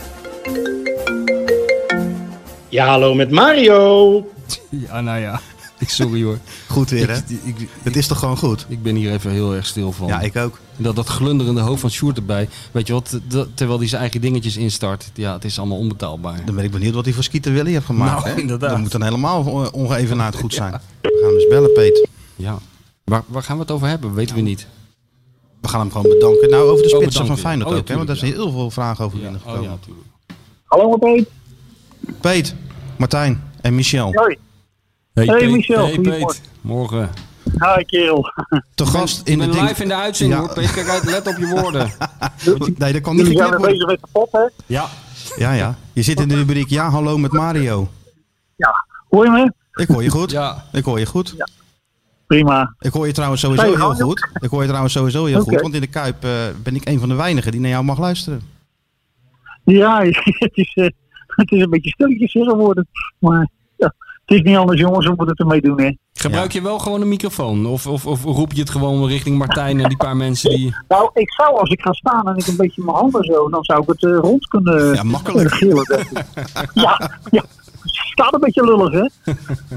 [SPEAKER 7] Ja, hallo met Mario.
[SPEAKER 5] Ja, nou ja. Sorry hoor.
[SPEAKER 4] Goed weer, hè?
[SPEAKER 5] Ik, ik,
[SPEAKER 4] Het is toch gewoon goed?
[SPEAKER 5] ik ben hier even heel erg stil van.
[SPEAKER 4] Ja, ik ook.
[SPEAKER 5] Dat, dat glunderende hoofd van Sjoerd erbij. Weet je wat, dat, terwijl hij zijn eigen dingetjes instart. Ja, het is allemaal onbetaalbaar.
[SPEAKER 4] Dan ben ik benieuwd wat hij voor Skeeter Willy heeft gemaakt.
[SPEAKER 5] Nou,
[SPEAKER 4] hè?
[SPEAKER 5] inderdaad.
[SPEAKER 4] Dat moet dan helemaal ongeëvenaard goed zijn. We gaan hem eens bellen, Peet.
[SPEAKER 5] Ja. Waar, waar gaan we het over hebben? Weten we niet.
[SPEAKER 4] We gaan hem gewoon bedanken. Nou, over de
[SPEAKER 5] Oh,
[SPEAKER 4] spitsen van
[SPEAKER 5] bedanken.
[SPEAKER 4] Feyenoord
[SPEAKER 5] Oh, ja,
[SPEAKER 4] ook, hè? Want daar
[SPEAKER 5] tuurlijk,
[SPEAKER 4] zijn heel veel vragen over
[SPEAKER 5] Ja.
[SPEAKER 4] binnengekomen.
[SPEAKER 5] Oh ja, natuurlijk.
[SPEAKER 8] Hallo Peet.
[SPEAKER 4] Peet, Martijn en Michel.
[SPEAKER 8] Hoi.
[SPEAKER 5] Hey,
[SPEAKER 8] Hey,
[SPEAKER 5] Peet.
[SPEAKER 8] Michel,
[SPEAKER 5] Hey,
[SPEAKER 8] goedemorgen.
[SPEAKER 5] Peet. Morgen.
[SPEAKER 8] Hi kerel.
[SPEAKER 4] Te gast in
[SPEAKER 5] Ik
[SPEAKER 4] de
[SPEAKER 5] ben
[SPEAKER 4] ding...
[SPEAKER 5] live in de uitzending
[SPEAKER 4] Ja.
[SPEAKER 5] hoor, Peet. Kijk uit, let op je woorden.
[SPEAKER 4] Nee, dat kan niet
[SPEAKER 8] Jullie zijn
[SPEAKER 4] geknipt
[SPEAKER 8] weer
[SPEAKER 4] worden.
[SPEAKER 8] bezig met de pot, hè?
[SPEAKER 5] Ja.
[SPEAKER 4] Ja, ja. Je zit in de rubriek Ja, hallo met Mario.
[SPEAKER 8] Ja. Hoor je me?
[SPEAKER 4] Ik hoor je goed.
[SPEAKER 5] Ja.
[SPEAKER 4] Ik hoor je goed.
[SPEAKER 8] Ja. Prima.
[SPEAKER 4] Ik hoor je trouwens sowieso
[SPEAKER 8] Ga je
[SPEAKER 4] heel
[SPEAKER 8] gang,
[SPEAKER 4] goed. Ik hoor je trouwens sowieso heel
[SPEAKER 8] Oké.
[SPEAKER 4] goed. Want in de Kuip eh, ben ik een van de weinigen die naar jou mag luisteren.
[SPEAKER 8] Ja, het is, uh, het is een beetje stilletjes geworden. Maar ja, het is niet anders jongens, we moeten het ermee doen, hè.
[SPEAKER 5] Gebruik je wel gewoon een microfoon? Of, of, of roep je het gewoon richting Martijn en die paar mensen die...
[SPEAKER 8] Nou, ik zou als ik ga staan en ik een beetje mijn handen zo, dan zou ik het uh, rond kunnen
[SPEAKER 4] Ja, makkelijk.
[SPEAKER 8] kunnen gillen. denk ik. ja, ja. Het staat een beetje lullig, hè.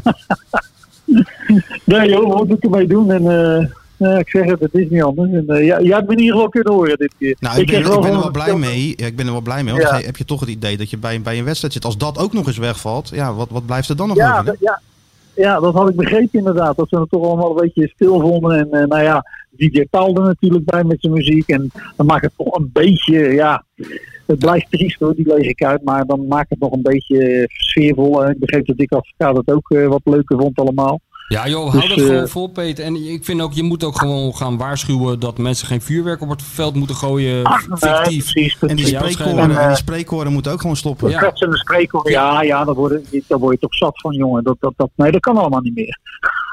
[SPEAKER 8] Nee joh, we moeten het ermee doen en... Uh, Ja, ik zeg het, het is niet anders. En, uh, ja, jij hebt me in ieder geval kunnen horen dit keer.
[SPEAKER 4] Nou, ik ben,
[SPEAKER 8] kreeg
[SPEAKER 4] ik ben er
[SPEAKER 8] gewoon
[SPEAKER 4] wel blij
[SPEAKER 8] een-
[SPEAKER 4] mee. Ja, ik ben er wel blij mee. Want
[SPEAKER 8] Ja.
[SPEAKER 4] dan heb je toch het idee dat je bij, bij een wedstrijd zit. Als dat ook nog eens wegvalt, ja, wat, wat blijft er dan nog
[SPEAKER 8] Ja,
[SPEAKER 4] over? hè?
[SPEAKER 8] d- ja, ja, dat had ik begrepen inderdaad. Dat ze het toch allemaal een beetje stil vonden. En uh, nou ja, D J Paul er natuurlijk bij met zijn muziek. En dan maakt het toch een beetje, ja... Het blijft triest hoor, die lees ik uit. Maar dan maakt het nog een beetje sfeervol. Ik begreep dat ik advocaat het ook uh, wat leuker vond allemaal.
[SPEAKER 5] Ja joh, hou
[SPEAKER 8] Dus,
[SPEAKER 5] dat
[SPEAKER 8] uh,
[SPEAKER 5] gewoon vol, Peet. En ik vind ook, je moet ook gewoon gaan waarschuwen dat mensen geen vuurwerk op het veld moeten gooien.
[SPEAKER 8] Nee,
[SPEAKER 5] Fictief.
[SPEAKER 8] precies.
[SPEAKER 4] En die
[SPEAKER 5] Voor jou
[SPEAKER 4] spreekkoren,
[SPEAKER 5] schijnen.
[SPEAKER 4] en die spreekkoren moeten ook gewoon stoppen.
[SPEAKER 5] Ja.
[SPEAKER 8] Kwetsende spreekwoorden. Ja, ja, daar word, je, daar word je toch zat van, jongen. Dat, dat, dat, nee, dat kan allemaal niet meer.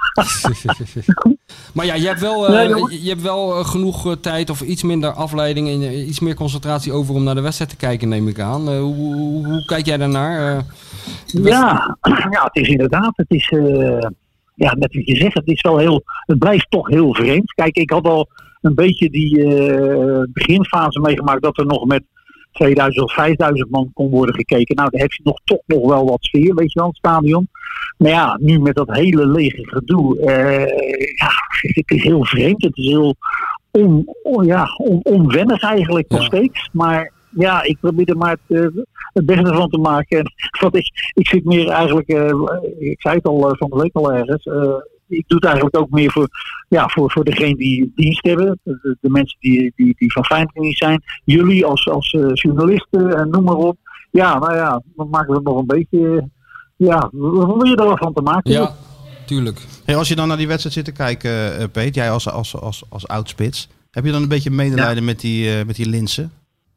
[SPEAKER 5] Maar ja, je hebt wel, eh,
[SPEAKER 8] Nee, jongen.
[SPEAKER 5] je hebt wel eh, genoeg eh, tijd of iets minder afleiding en eh, iets meer concentratie over om naar de wedstrijd te kijken, neem ik aan. Eh, hoe, hoe, hoe kijk jij daarnaar? Eh, de
[SPEAKER 8] Ja, ja, het is inderdaad, het is, uh, ja, net wat je zegt, het is wel heel, het blijft toch heel vreemd. Kijk, ik had al een beetje die uh, beginfase meegemaakt dat er nog met tweeduizend of vijfduizend man kon worden gekeken. Nou, daar heb je nog toch nog wel wat sfeer, weet je wel, het stadion. Maar ja, nu met dat hele lege gedoe, uh, ja, het is heel vreemd. Het is heel on, on, ja, on, onwennig eigenlijk nog
[SPEAKER 5] Ja.
[SPEAKER 8] steeds. Maar ja, ik probeer er maar het, uh, het beste van te maken. En wat ik, ik zit meer eigenlijk, uh, ik zei het al uh, van de week al ergens, uh, ik doe het eigenlijk ook meer voor, ja, voor, voor degene die dienst hebben. De, de mensen die, die, die van Feyenoord zijn. Jullie als, als uh, journalisten en noem maar op. Ja, nou ja, dan maken we het nog een beetje... Ja, wat wil je er wel van te maken?
[SPEAKER 5] Ja, tuurlijk.
[SPEAKER 4] Hey, als je dan naar die wedstrijd zit te kijken, uh, Peet, jij als, als, als, als oud-spits, heb je dan een beetje medelijden met die, uh, met die Linsen?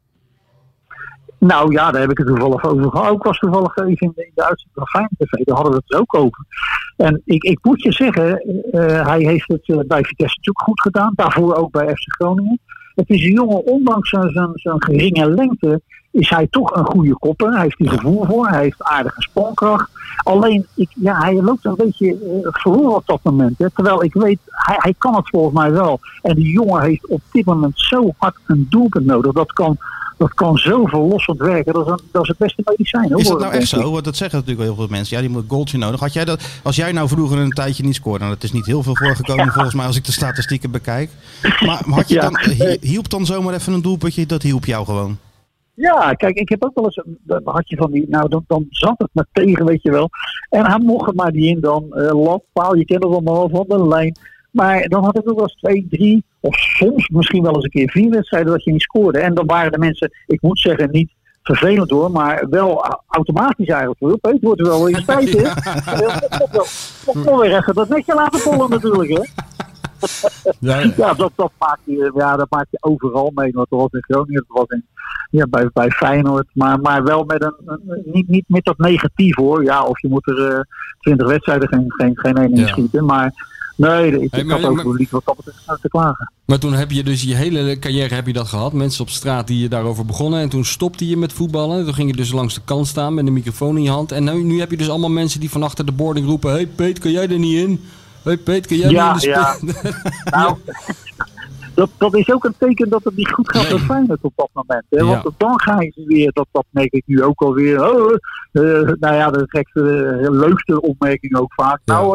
[SPEAKER 8] Nou ja, daar heb ik het toevallig over gehad. Ik was toevallig even in de, in de uitzending van Feyenoord T V. Daar hadden we het er ook over. En ik, ik moet je zeggen, uh, hij heeft het uh, bij Vitesse natuurlijk goed gedaan. Daarvoor ook bij F C Groningen. Het is een jongen, ondanks zijn, zijn, zijn geringe lengte, is hij toch een goede kopper. Hij heeft die gevoel voor. Hij heeft aardige sprongkracht. Alleen, ik, ja, hij loopt een beetje uh, verloren op dat moment. Hè. Terwijl ik weet, hij, hij kan het volgens mij wel. En die jongen heeft op dit moment zo hard een doelpunt nodig. Dat kan... Dat kan zo verlossend werken. Dat is, een, dat is het beste medicijn. Hoor,
[SPEAKER 4] Is dat nou
[SPEAKER 8] denk
[SPEAKER 4] echt
[SPEAKER 8] ik.
[SPEAKER 4] zo? Want dat zeggen natuurlijk wel heel veel mensen. Ja, die moet een goaltje nodig. Had jij dat, als jij nou vroeger een tijdje niet scoorde, nou, dat is niet heel veel voorgekomen volgens mij als ik de statistieken bekijk. Maar, maar had je
[SPEAKER 8] Ja.
[SPEAKER 4] dan, hi- hielp dan zomaar even een doelpuntje? Dat hielp jou gewoon.
[SPEAKER 8] Ja, kijk, ik heb ook wel eens... Dan had je van die... Nou, dan, dan zat het me tegen, weet je wel. En hij mocht het maar die in dan. Uh, lat, paal, je kent het allemaal wel van de lijn. Maar dan had ik ook wel eens twee, drie... Of soms misschien wel eens een keer vier wedstrijden dat je niet scoorde. En dan waren de mensen, ik moet zeggen, niet vervelend hoor, maar wel a- automatisch eigenlijk. Hoor. Het wordt er wel weer eens tijd, hè? Moet nog weer even dat netje laten pollen natuurlijk, hè?
[SPEAKER 5] Ja, ja.
[SPEAKER 8] Ja, dat, dat, maak je, ja, dat maak je overal mee. Want dat was in Groningen, dat was in, ja, bij, bij Feyenoord. Maar, maar wel met een, een- niet, niet met dat negatief hoor. Ja, of je moet er uh, twintig wedstrijden geen, geen, geen één in
[SPEAKER 5] Ja.
[SPEAKER 8] schieten. Maar nee, ik,
[SPEAKER 5] Hey,
[SPEAKER 8] ik
[SPEAKER 5] maar-
[SPEAKER 8] had ook
[SPEAKER 5] maar-
[SPEAKER 8] niet wat dat betreft te klagen.
[SPEAKER 5] Maar toen heb je dus je hele carrière heb je dat gehad. Mensen op straat die je daarover begonnen. En toen stopte je met voetballen. Toen ging je dus langs de kant staan met een microfoon in je hand. En nu, nu heb je dus allemaal mensen die van achter de boarding roepen. Hey Peet, kan jij er niet in? Hey Peet, kan jij
[SPEAKER 8] Ja,
[SPEAKER 5] niet in de
[SPEAKER 8] ja.
[SPEAKER 5] spit?
[SPEAKER 8] Nou, dat, dat is ook een teken dat het niet goed gaat
[SPEAKER 5] Nee.
[SPEAKER 8] met Feyenoord op dat moment. Hè?
[SPEAKER 5] Ja.
[SPEAKER 8] Want dan ga je weer, dat, dat merk ik nu ook alweer. Oh, uh, nou ja, de gekste, uh, leukste opmerking ook vaak.
[SPEAKER 5] Ja.
[SPEAKER 8] Nou, uh,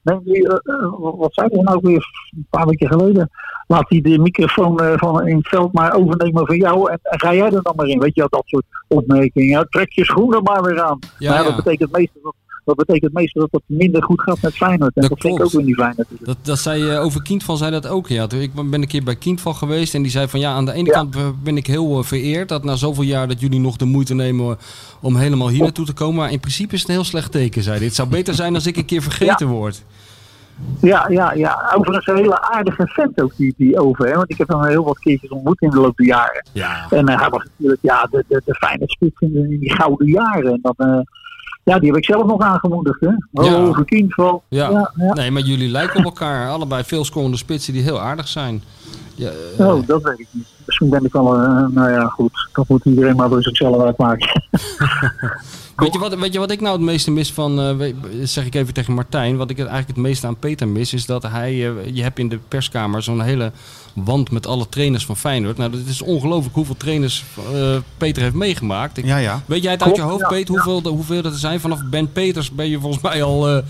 [SPEAKER 8] Nee, die, uh, uh, wat zei hij nou weer een paar weken geleden? Laat hij de microfoon uh, van in het veld maar overnemen van jou en, en ga jij er dan maar in. Weet je, dat soort opmerkingen. Ja, trek je schoenen maar weer aan.
[SPEAKER 5] Ja,
[SPEAKER 8] maar ja,
[SPEAKER 5] ja.
[SPEAKER 8] dat betekent meestal dat Dat betekent meestal dat het minder goed gaat met Feyenoord. En
[SPEAKER 5] Dat
[SPEAKER 8] dat, vind ik
[SPEAKER 5] klopt.
[SPEAKER 8] ook weer niet fijn natuurlijk.
[SPEAKER 5] Dat, dat zei uh, over Kindval zei dat ook. Ja. Ik ben een keer bij Kindval geweest en die zei van ja, aan de ene
[SPEAKER 8] Ja.
[SPEAKER 5] kant ben ik heel uh, vereerd dat na zoveel jaar dat jullie nog de moeite nemen om helemaal hier naartoe te komen. Maar in principe is het een heel slecht teken, zei hij. Het zou beter zijn als ik een keer vergeten ja. word.
[SPEAKER 8] Ja, ja, ja. Overigens een hele aardige vent ook, die, die over. Hè? Want ik heb hem heel wat keertjes ontmoet in de loop der jaren.
[SPEAKER 5] Ja.
[SPEAKER 8] En uh, hij was natuurlijk ja, de, de, de fijne spits in, de, in die gouden jaren. En dan, uh, ja, die heb ik zelf nog aangemoedigd. Hè?
[SPEAKER 5] Ja.
[SPEAKER 8] Over Kindval.
[SPEAKER 5] Ja.
[SPEAKER 8] Ja, ja.
[SPEAKER 5] Nee, maar jullie lijken op elkaar. Allebei veel scorende spitsen die heel aardig zijn. Ja, uh,
[SPEAKER 8] Oh, dat weet ik niet. Misschien ben ik wel, uh, nou ja, goed. Dat moet iedereen maar voor zichzelf uitmaken.
[SPEAKER 5] Weet je, wat, weet je wat ik nou het meeste mis van, uh, weet, zeg ik even tegen Martijn, wat ik het eigenlijk het meeste aan Peter mis, is dat hij, uh, je hebt in de perskamer zo'n hele wand met alle trainers van Feyenoord. Nou, het is ongelooflijk hoeveel trainers uh, Peter heeft meegemaakt. Ik,
[SPEAKER 4] Ja, ja.
[SPEAKER 5] Weet jij het
[SPEAKER 8] Klopt,
[SPEAKER 5] uit je hoofd,
[SPEAKER 8] ja,
[SPEAKER 5] Peter,
[SPEAKER 8] ja.
[SPEAKER 5] hoeveel, hoeveel dat er zijn? Vanaf Ben Peters ben je volgens mij al... Uh,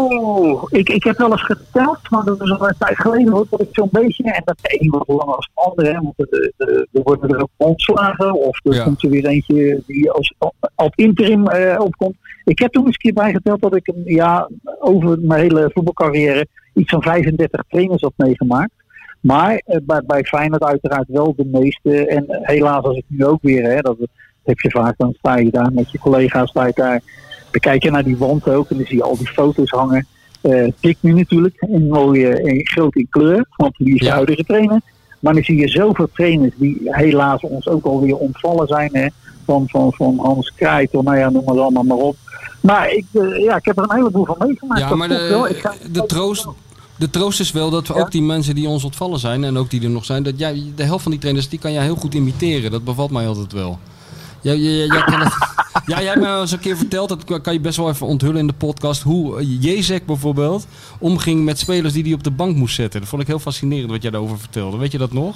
[SPEAKER 8] Oh, ik, ik heb wel eens geteld, maar dat is al een tijd geleden hoor, dat ik zo'n beetje, en dat de een wat langer als de andere, hè, want er, er, er worden er ook ontslagen, of er
[SPEAKER 5] Ja.
[SPEAKER 8] komt er weer eentje die als, als interim uh, opkomt. Ik heb toen eens een keer bijgeteld dat ik een, ja, over mijn hele voetbalcarrière iets van vijfendertig trainers had meegemaakt. Maar uh, bij, bij Feyenoord uiteraard wel de meeste, en helaas als ik nu ook weer, hè, dat heb je vaak, dan sta je daar met je collega's, sta je daar. Dan kijk je naar die wand ook en dan zie je al die foto's hangen. Uh, Dick nu natuurlijk, in mooie, in, groot in kleur, want die is de
[SPEAKER 5] Ja.
[SPEAKER 8] huidige trainer. Maar dan zie je zoveel trainers die helaas ons ook alweer ontvallen zijn. Hè? Van, van, van Hans Kraai tot, nou ja, noem maar allemaal maar op. Maar ik, uh, ja, ik heb er een heleboel van meegemaakt.
[SPEAKER 5] ja,
[SPEAKER 8] dat
[SPEAKER 5] maar
[SPEAKER 8] klopt wel. Ik
[SPEAKER 5] de,
[SPEAKER 8] ga-
[SPEAKER 5] de, troost, de troost is wel dat we
[SPEAKER 8] Ja.
[SPEAKER 5] ook die mensen die ons ontvallen zijn en ook die er nog zijn, dat jij, de helft van die trainers, die kan jij heel goed imiteren. Dat bevalt mij altijd wel. Ja, ja, ja, jij, kan het, ja, jij hebt me eens een keer verteld, dat kan je best wel even onthullen in de podcast, hoe Jezek bijvoorbeeld omging met spelers die hij op de bank moest zetten. Dat vond ik heel fascinerend wat jij daarover vertelde. Weet je dat nog?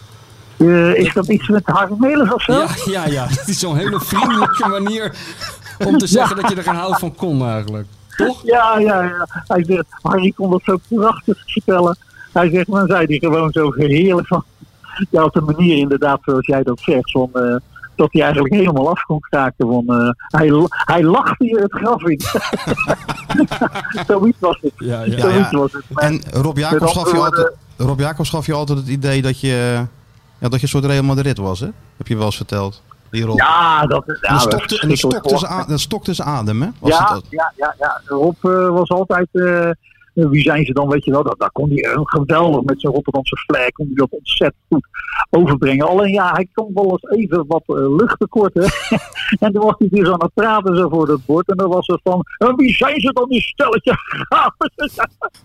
[SPEAKER 8] Uh, is dat iets met Harry Melis of zo?
[SPEAKER 5] Ja, ja, ja. Dat is zo'n hele vriendelijke manier om te zeggen dat je er geen hout van kon eigenlijk. Toch?
[SPEAKER 8] Ja, ja, ja. Hij zegt, Harry kon dat zo prachtig vertellen. Hij zegt, dan zei hij gewoon zo heerlijk van. Ja, op de manier inderdaad zoals jij dat zegt. Van, uh, dat hij eigenlijk helemaal af kon kraken. Van, uh, hij, hij lachte je het graf in. Zoiets was het.
[SPEAKER 5] Ja, ja.
[SPEAKER 4] Ja,
[SPEAKER 8] Zoiets
[SPEAKER 4] ja.
[SPEAKER 8] was het.
[SPEAKER 4] En Rob Jacobs
[SPEAKER 8] Met
[SPEAKER 4] gaf je
[SPEAKER 8] andere
[SPEAKER 4] altijd, Rob Jacobs gaf je altijd het idee dat je, ja, dat je een soort Real Madrid was, hè? Heb je wel eens verteld. Die Rob.
[SPEAKER 8] Ja, dat is...
[SPEAKER 4] en
[SPEAKER 8] Ja,
[SPEAKER 4] dat
[SPEAKER 8] dat
[SPEAKER 4] stokte,
[SPEAKER 8] is
[SPEAKER 4] en dat
[SPEAKER 8] verschrikkelijk
[SPEAKER 4] stokte, zijn
[SPEAKER 8] gelachen.
[SPEAKER 4] a- dat stokte zijn adem, hè? Was
[SPEAKER 8] Ja,
[SPEAKER 4] het,
[SPEAKER 8] ja, ja, ja. Rob uh, was altijd... Uh, wie zijn ze dan, weet je wel? Dat, daar kon hij uh, geweldig met zijn Rotterdamse flair. Kon hij dat ontzettend goed overbrengen. Alleen ja, hij kon wel eens even wat uh, lucht tekorten. En toen was hij dus aan het praten zo voor het bord. En dan was het van... Uh, wie zijn ze dan, die stelletje gamers?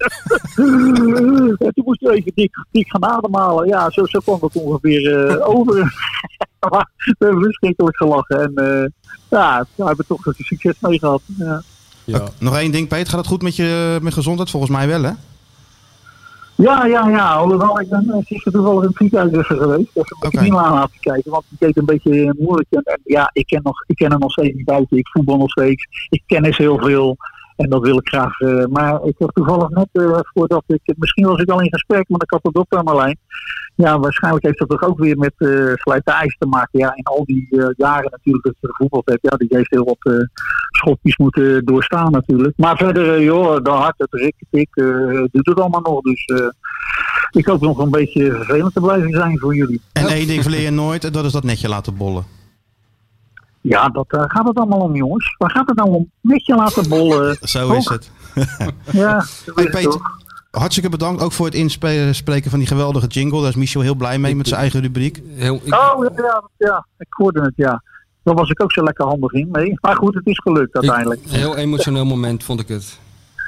[SPEAKER 8] En toen moest hij even dik, dik gaan ademhalen. Ja, zo, zo kwam dat ongeveer uh, over. Maar we hebben verschrikkelijk gelachen. En uh, ja, we hebben toch een succes mee gehad. Ja.
[SPEAKER 5] Ja.
[SPEAKER 4] Nog één ding, Peet. Gaat het goed met je met gezondheid? Volgens mij wel, hè?
[SPEAKER 8] Ja, ja, ja. Alhoewel, ik ben gisteren toevallig in het ziekenhuis even geweest. Even een
[SPEAKER 4] Oké.
[SPEAKER 8] beetje aan laten kijken. Want het deed een beetje moeilijk. En, en ja, ik ken, nog, ik ken hem nog steeds niet buiten. Ik voetbal nog steeds. Ik kennis heel veel. En dat wil ik graag. Uh, maar ik heb toevallig net uh, voordat ik... Misschien was ik al in gesprek, maar ik had de dokter aan mijn lijn. Ja, waarschijnlijk heeft dat toch ook weer met uh, slijtage te maken. Ja, in al die uh, jaren natuurlijk dat je gevoetbald hebt. Ja, die heeft heel wat uh, schopjes moeten doorstaan natuurlijk. Maar verder, uh, joh, de hart, het rik, ik, uh, doet het allemaal nog. Dus uh, ik hoop nog een beetje vervelend te blijven zijn voor jullie.
[SPEAKER 4] En één ding verleer je nooit, en dat is dat netje laten bollen.
[SPEAKER 8] Ja, dat uh, gaat het allemaal om, jongens. Waar gaat het nou om? Netje laten bollen.
[SPEAKER 4] Zo is het.
[SPEAKER 8] Ja, zo
[SPEAKER 4] Hey,
[SPEAKER 8] is het
[SPEAKER 4] Peet,
[SPEAKER 8] toch.
[SPEAKER 4] hartstikke bedankt ook voor het inspreken van die geweldige jingle. Daar is Michel heel blij mee met zijn eigen rubriek.
[SPEAKER 5] Heel, ik,
[SPEAKER 8] Oh, ja, ja, ja, ik hoorde het, ja. Daar was ik ook zo lekker handig in mee. Maar goed, het is gelukt uiteindelijk.
[SPEAKER 5] ik- heel emotioneel moment vond ik het.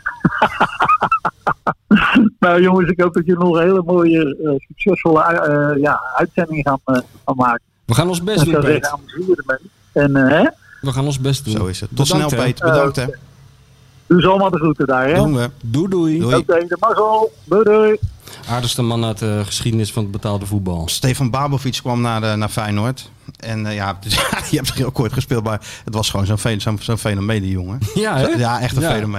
[SPEAKER 8] Nou jongens, ik hoop dat jullie nog een hele mooie, uh, succesvolle uh, ja, uitzending gaan, uh, gaan maken.
[SPEAKER 5] We gaan ons best
[SPEAKER 8] En ik
[SPEAKER 5] doen,
[SPEAKER 8] zou
[SPEAKER 5] Peet.
[SPEAKER 8] zeggen, amuseer ermee. En uh, hè,
[SPEAKER 5] We gaan ons best doen.
[SPEAKER 4] Zo is het. Tot
[SPEAKER 5] Bedankt,
[SPEAKER 4] snel,
[SPEAKER 5] hè.
[SPEAKER 4] Peet. Bedankt, hè.
[SPEAKER 8] doe ze allemaal de groeten daar, hè?
[SPEAKER 4] Doen we.
[SPEAKER 5] Doei, doei.
[SPEAKER 4] Doei.
[SPEAKER 8] Oké, de mazzel. Doei, doei.
[SPEAKER 5] Aardigste man uit de geschiedenis van het betaalde voetbal.
[SPEAKER 4] Stefan Babovic kwam naar, uh, naar Feyenoord. En uh, ja, die heeft zich heel kort gespeeld, maar het was gewoon zo'n, fe- zo'n, zo'n fenomeen, die jongen.
[SPEAKER 5] Ja, hè?
[SPEAKER 4] Ja, echt een
[SPEAKER 5] Ja.
[SPEAKER 4] fenomeen.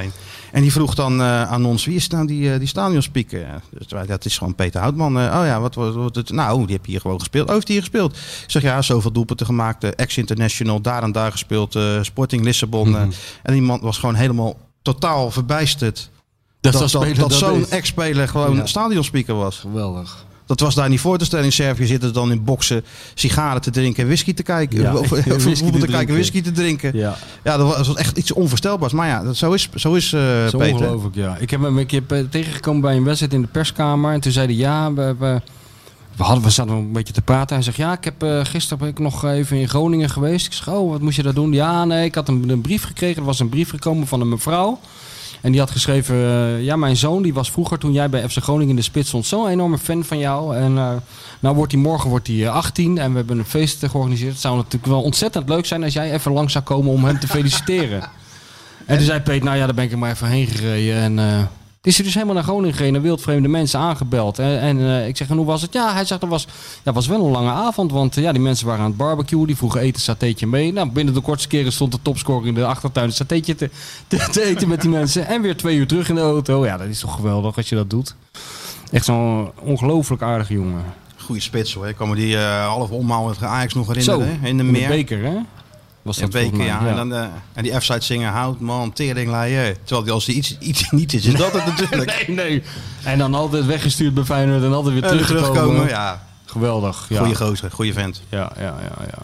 [SPEAKER 4] En die vroeg dan uh, aan ons, wie is nou die, uh, die stadionspeaker? Ja, dus wij, dat is gewoon Peter Houtman. Uh, oh ja, wat wordt het? Nou, die heb hier gewoon gespeeld. Oh, heeft hij hier gespeeld? Ik zeg, ja, zoveel doelpunten gemaakt. Uh, Ex-international, daar en daar gespeeld. Uh, Sporting Lissabon. Uh, mm-hmm. En die man was gewoon helemaal totaal verbijsterd. Dat, dat, dat, dat, dat zo'n ex-speler gewoon ja. stadionspeaker was.
[SPEAKER 5] Geweldig.
[SPEAKER 4] Dat was daar niet voor te stellen. In Servië zitten dan in boksen sigaren te drinken en whisky te kijken.
[SPEAKER 5] Ja,
[SPEAKER 4] of voetbal te kijken, whisky te drinken.
[SPEAKER 5] Ja,
[SPEAKER 4] ja dat was echt iets onvoorstelbaars. Maar ja, dat, zo is, zo is uh,
[SPEAKER 5] zo
[SPEAKER 4] Peter.
[SPEAKER 5] Ongelooflijk, ja. Ik heb hem een keer tegengekomen bij een wedstrijd in de perskamer. En toen zei hij, ja, we, we, we, hadden, we zaten een beetje te praten. Hij zegt, ja, ik heb uh, gisteren ben ik nog even in Groningen geweest. Ik zeg, oh, wat moest je daar doen? Ja, nee, ik had een, een brief gekregen. Er was een brief gekomen van een mevrouw. En die had geschreven, uh, ja, mijn zoon die was vroeger toen jij bij F C Groningen in de spits stond zo'n enorme fan van jou. En uh, nou wordt hij morgen wordt hij uh, achttien en we hebben een feest georganiseerd. Het zou natuurlijk wel ontzettend leuk zijn als jij even langs zou komen om hem te feliciteren. En toen zei Peet, nou ja, daar ben ik er maar even heen gereden. En uh, is hij dus helemaal naar Groningen gereden en wildvreemde mensen aangebeld. En, en uh, ik zeg, en hoe was het? Ja, hij zegt, dat was, ja, was wel een lange avond. Want uh, ja, die mensen waren aan het barbecuen. Die vroegen eten, satéetje mee. Nou, binnen de kortste keren stond de topscorer in de achtertuin een satéetje te, te, te eten met die mensen. En weer twee uur terug in de auto. Ja, dat is toch geweldig als je dat doet. Echt zo'n ongelooflijk aardige jongen.
[SPEAKER 4] Goeie spits hoor. Ik kan me die uh, half omhaal met Ajax nog herinneren.
[SPEAKER 5] Zo,
[SPEAKER 4] hè? In de,
[SPEAKER 5] in
[SPEAKER 4] meer.
[SPEAKER 5] de beker, hè? Was dat
[SPEAKER 4] in beker, ja. ja. En, dan, uh, en die F-side zingen, houd man, teringleier. Terwijl die als die iets, iets niet is, is dat het natuurlijk.
[SPEAKER 5] Nee, nee. En dan altijd weggestuurd bij Feyenoord en altijd weer terug terugkomen.
[SPEAKER 4] Ja.
[SPEAKER 5] Geweldig. Ja.
[SPEAKER 4] Goeie gozer, goeie vent.
[SPEAKER 5] Ja, ja, ja, ja.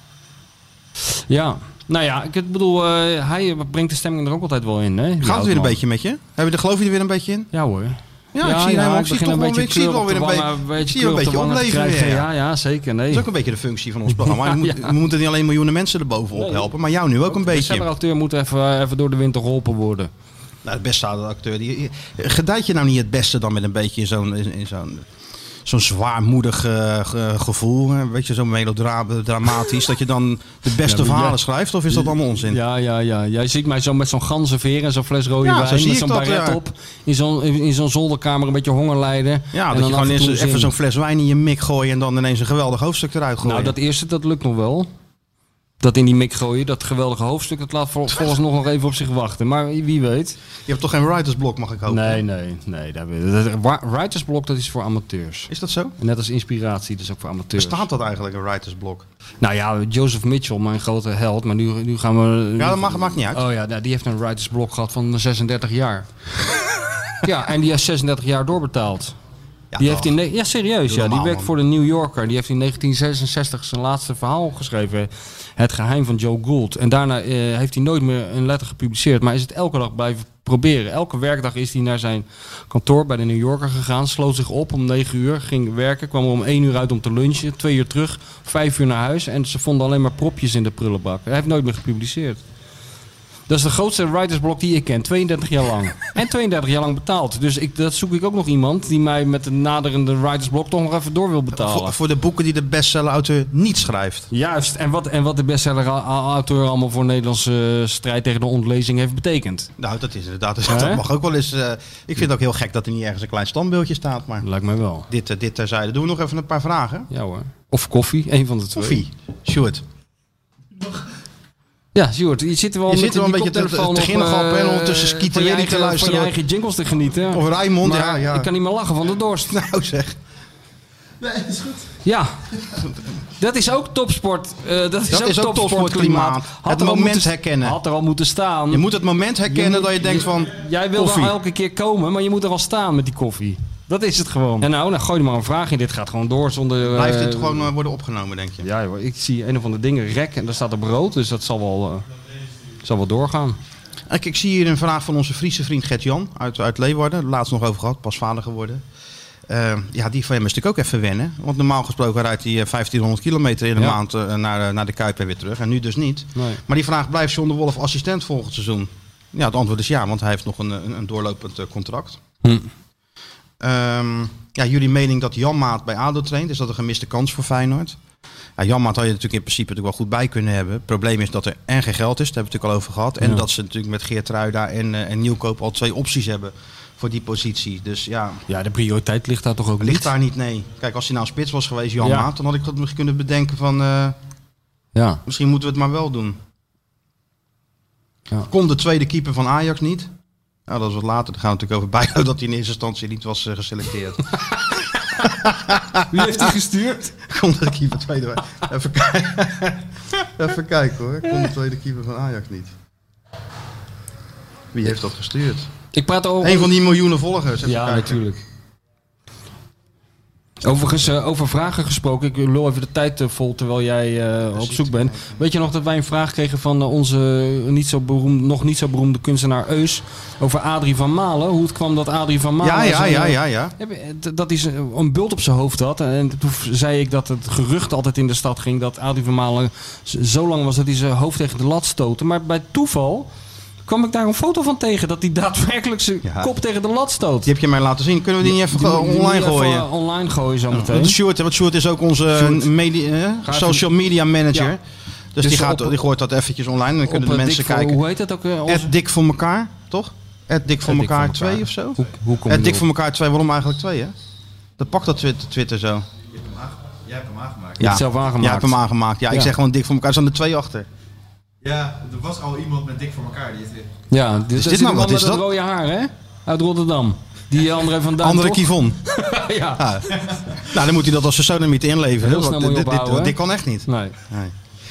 [SPEAKER 5] Ja, nou ja, ik bedoel, uh, hij brengt de stemming er ook altijd wel in. Hè?
[SPEAKER 4] Gaat het weer een beetje met je? Hebben de, geloof je er weer een beetje in?
[SPEAKER 5] Ja hoor.
[SPEAKER 4] Ja, ja, ik zie, ja, helemaal, ik zie toch wel een beetje, wel weer een beetje, beetje, zie een beetje opleven weer.
[SPEAKER 5] Ja, ja, zeker. Nee.
[SPEAKER 4] Dat is ook een beetje de functie van ons programma. ja, ja. We moeten niet alleen miljoenen mensen erbovenop nee. helpen, maar jou nu ook, ook een beetje.
[SPEAKER 5] De acteur moet even, even door de winter geholpen worden.
[SPEAKER 4] Nou, de beste acteur. Die, gedijt je nou niet het beste dan met een beetje in zo'n... In, in zo'n Zo'n zwaarmoedig uh, gevoel, een beetje zo melodramatisch, dat je dan de beste ja, verhalen ja, schrijft, of is dat allemaal onzin?
[SPEAKER 5] Ja, ja, ja. Jij ziet mij zo met zo'n ganzenveer en zo'n fles rode ja, wijn, met zo'n dat, baret ja. op, in zo'n, in zo'n zolderkamer een beetje honger lijden.
[SPEAKER 4] Ja,
[SPEAKER 5] en
[SPEAKER 4] dat je gewoon eens even zo'n fles wijn in je mik gooien en dan ineens een geweldig hoofdstuk eruit gooien.
[SPEAKER 5] Nou, dat eerste, dat lukt nog wel. Dat in die mik gooien, dat geweldige hoofdstuk, dat laat vol, volgens nog nog even op zich wachten. Maar wie weet.
[SPEAKER 4] Je hebt toch geen writersblok, mag ik hopen?
[SPEAKER 5] Nee, nee, nee. Dat, dat, writersblok, dat is voor amateurs.
[SPEAKER 4] Is dat zo?
[SPEAKER 5] Net als inspiratie, dat is ook voor amateurs.
[SPEAKER 4] Bestaat dat eigenlijk, een writersblok?
[SPEAKER 5] Nou ja, Joseph Mitchell, mijn grote held, maar nu, nu gaan we...
[SPEAKER 4] Ja, dat mag, maakt niet uit.
[SPEAKER 5] Oh ja, nou, die heeft een writersblok gehad van zesendertig jaar. Ja, en die heeft zesendertig jaar doorbetaald. Ja, die heeft in ne- ja, serieus. Ja. Die werkt voor de New Yorker. Die heeft in negentien zesenzestig zijn laatste verhaal geschreven. Het geheim van Joe Gould. En daarna uh, heeft hij nooit meer een letter gepubliceerd. Maar is het elke dag blijven proberen. Elke werkdag is hij naar zijn kantoor bij de New Yorker gegaan. Sloot zich op om negen uur. Ging werken. Kwam er om één uur uit om te lunchen. Twee uur terug. Vijf uur naar huis. En ze vonden alleen maar propjes in de prullenbak. Hij heeft nooit meer gepubliceerd. Dat is de grootste writersblok die ik ken. tweeëndertig jaar lang. En tweeëndertig jaar lang betaald. Dus ik, dat zoek ik ook nog iemand die mij met een naderende writersblok toch nog even door wil betalen.
[SPEAKER 4] Voor, voor de boeken die de bestseller-auteur niet schrijft.
[SPEAKER 5] Juist. En wat, en wat de bestseller-auteur allemaal voor Nederlandse uh, strijd tegen de ontlezing heeft betekend.
[SPEAKER 4] Nou, dat is inderdaad. Dus dat mag ook wel eens. Uh, ik vind het ook heel gek dat er niet ergens een klein standbeeldje staat. Maar
[SPEAKER 5] lijkt mij wel.
[SPEAKER 4] Dit, uh, dit terzijde. Doen we nog even een paar vragen?
[SPEAKER 5] Ja hoor. Of koffie. Een van de twee.
[SPEAKER 4] Koffie. Sjoerd.
[SPEAKER 5] Ja, Sjoerd, je zit er wel,
[SPEAKER 4] je
[SPEAKER 5] met
[SPEAKER 4] zit wel een beetje te, te beginnen uh, gewoon ondertussen skieten jij te luisteren.
[SPEAKER 5] Van je eigen jingles te genieten.
[SPEAKER 4] Of Rijnmond, ja, ja.
[SPEAKER 5] Ik kan niet meer lachen van de dorst.
[SPEAKER 4] Nou zeg.
[SPEAKER 3] Nee, dat is goed.
[SPEAKER 5] Ja, dat is ook topsport. Uh, dat is
[SPEAKER 4] dat
[SPEAKER 5] ook,
[SPEAKER 4] is ook topsportklimaat. Topsport het moment moeten, herkennen.
[SPEAKER 5] Had er al moeten staan.
[SPEAKER 4] Je moet het moment herkennen je moet, dat je denkt je, van
[SPEAKER 5] jij wil
[SPEAKER 4] koffie.
[SPEAKER 5] er elke keer komen, maar je moet er al staan met die koffie. Dat is het gewoon. En nou, nou gooi er maar een vraag in. Dit gaat gewoon door zonder... Uh,
[SPEAKER 4] Blijft dit gewoon uh, worden opgenomen, denk je?
[SPEAKER 5] Ja, joh, ik zie een of andere dingen rek en daar staat er brood. Dus dat zal wel, uh, zal wel doorgaan.
[SPEAKER 4] Ik, ik zie hier een vraag van onze Friese vriend Gert-Jan uit, uit Leeuwarden. Laatst nog over gehad, pas vader geworden. Uh, ja, die van hem is natuurlijk ook even wennen. Want normaal gesproken rijdt hij vijftienhonderd kilometer in een ja. maand uh, naar, naar de Kuip en weer terug. En nu dus niet. Nee. Maar die vraag, blijft John de Wolf assistent volgend seizoen? Ja, het antwoord is ja, want hij heeft nog een, een, een doorlopend uh, contract. Hm. Um, ja, jullie mening dat Jan Maat bij A D O traint, is dat een gemiste kans voor Feyenoord? Ja, Jan Maat had je natuurlijk in principe natuurlijk wel goed bij kunnen hebben. Het probleem is dat er en geen geld is, daar hebben we het natuurlijk al over gehad. En ja. dat ze natuurlijk met Geertruida en, uh, en Nieuwkoop al twee opties hebben voor die positie. Dus ja,
[SPEAKER 5] ja, de prioriteit ligt daar toch ook
[SPEAKER 4] ligt
[SPEAKER 5] niet?
[SPEAKER 4] Ligt daar niet, nee. Kijk, als hij nou spits was geweest, Jan ja. Maat, dan had ik dat misschien kunnen bedenken van... Uh, ja. Misschien moeten we het maar wel doen. Ja. Komt de tweede keeper van Ajax niet? Nou, dat is wat later. Dan gaan we natuurlijk over bijhouden dat hij in eerste instantie niet was uh, geselecteerd.
[SPEAKER 5] Wie heeft hij gestuurd?
[SPEAKER 4] Komt de keeper tweede. Even kijken. Even kijken hoor. Komt de tweede keeper van Ajax niet. Wie heeft dat gestuurd?
[SPEAKER 5] Ik praat over...
[SPEAKER 4] Een van die miljoenen volgers. Even
[SPEAKER 5] ja,
[SPEAKER 4] kijken.
[SPEAKER 5] natuurlijk. Overigens, uh, over vragen gesproken. Ik lul even de tijd uh, vol terwijl jij uh, op zoek bent. Weet je nog dat wij een vraag kregen van uh, onze niet zo beroemde, nog niet zo beroemde kunstenaar Eus over Adrie van Malen? Hoe het kwam dat Adrie van Malen...
[SPEAKER 4] Ja, ja,
[SPEAKER 5] zo'n,
[SPEAKER 4] ja, ja, ja.
[SPEAKER 5] Dat hij een bult op zijn hoofd had. En toen zei ik dat het gerucht altijd in de stad ging dat Adrie van Malen zo lang was dat hij zijn hoofd tegen de lat stootte. Maar bij toeval... kwam ik daar een foto van tegen dat hij daadwerkelijk zijn ja. kop tegen de lat stoot.
[SPEAKER 4] Die heb je mij laten zien. Kunnen we die niet even
[SPEAKER 5] die,
[SPEAKER 4] online
[SPEAKER 5] die
[SPEAKER 4] gooien?
[SPEAKER 5] Even online gooien zo meteen.
[SPEAKER 4] Want Sjoerd, want Sjoerd is ook onze media, uh, social media manager. Ja. Dus, dus die, gaat, op, die gooit dat eventjes online en dan kunnen de mensen
[SPEAKER 5] voor,
[SPEAKER 4] kijken.
[SPEAKER 5] Hoe heet dat ook? Uh, onze...
[SPEAKER 4] Dik voor elkaar, toch? Ed Dik voor elkaar twee of zo?
[SPEAKER 5] Hoe, hoe kom
[SPEAKER 4] Ed Dik voor elkaar twee, waarom eigenlijk twee hè? Dat pakt dat Twitter, Twitter zo. Je
[SPEAKER 9] hebt hem aange- jij hebt hem aangemaakt.
[SPEAKER 5] Je ja. hebt het zelf aangemaakt.
[SPEAKER 4] Jij hebt hem aangemaakt. Ja, ja, ik zeg gewoon Dik voor elkaar. Er staan er twee achter.
[SPEAKER 9] Ja, er was al iemand met Dik voor elkaar. Die het...
[SPEAKER 5] Ja, dit is dit nou wat? Is dat? Met rode haar, hè? Uit Rotterdam. Die André van Duin.
[SPEAKER 4] Andere Kivon.
[SPEAKER 5] ja. ja.
[SPEAKER 4] Nou, dan moet hij dat als pseudonimiet inleveren. Want dit, dit, dit, dit kan echt niet.
[SPEAKER 5] Nee.
[SPEAKER 4] nee.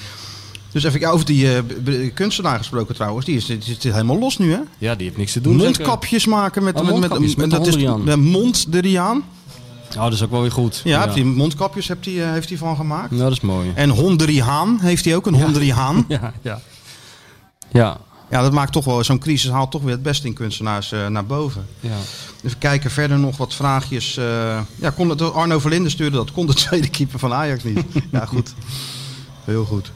[SPEAKER 4] Dus even over die uh, kunstenaar gesproken trouwens. Die is, die is helemaal los nu, hè?
[SPEAKER 5] Ja, die heeft niks te doen.
[SPEAKER 4] Mondkapjes zeker? maken met,
[SPEAKER 5] oh,
[SPEAKER 4] met,
[SPEAKER 5] mondkapjes,
[SPEAKER 4] met,
[SPEAKER 5] met,
[SPEAKER 4] met de, de, de mond de Riaan.
[SPEAKER 5] Oh, dat is ook wel weer goed.
[SPEAKER 4] Ja, ja. Die mondkapjes heeft hij, uh, heeft hij van gemaakt.
[SPEAKER 5] Ja, dat is mooi.
[SPEAKER 4] En Honderihaan heeft hij ook, een ja. Honderihaan.
[SPEAKER 5] Ja, ja. Ja.
[SPEAKER 4] Ja, dat maakt toch wel, zo'n crisis haalt toch weer het beste in kunstenaars uh, naar boven.
[SPEAKER 5] Ja.
[SPEAKER 4] Even kijken, verder nog wat vraagjes. Uh, ja, kon het, Arno Verlinde stuurde dat, kon de tweede keeper van Ajax niet. Ja, goed. Heel goed.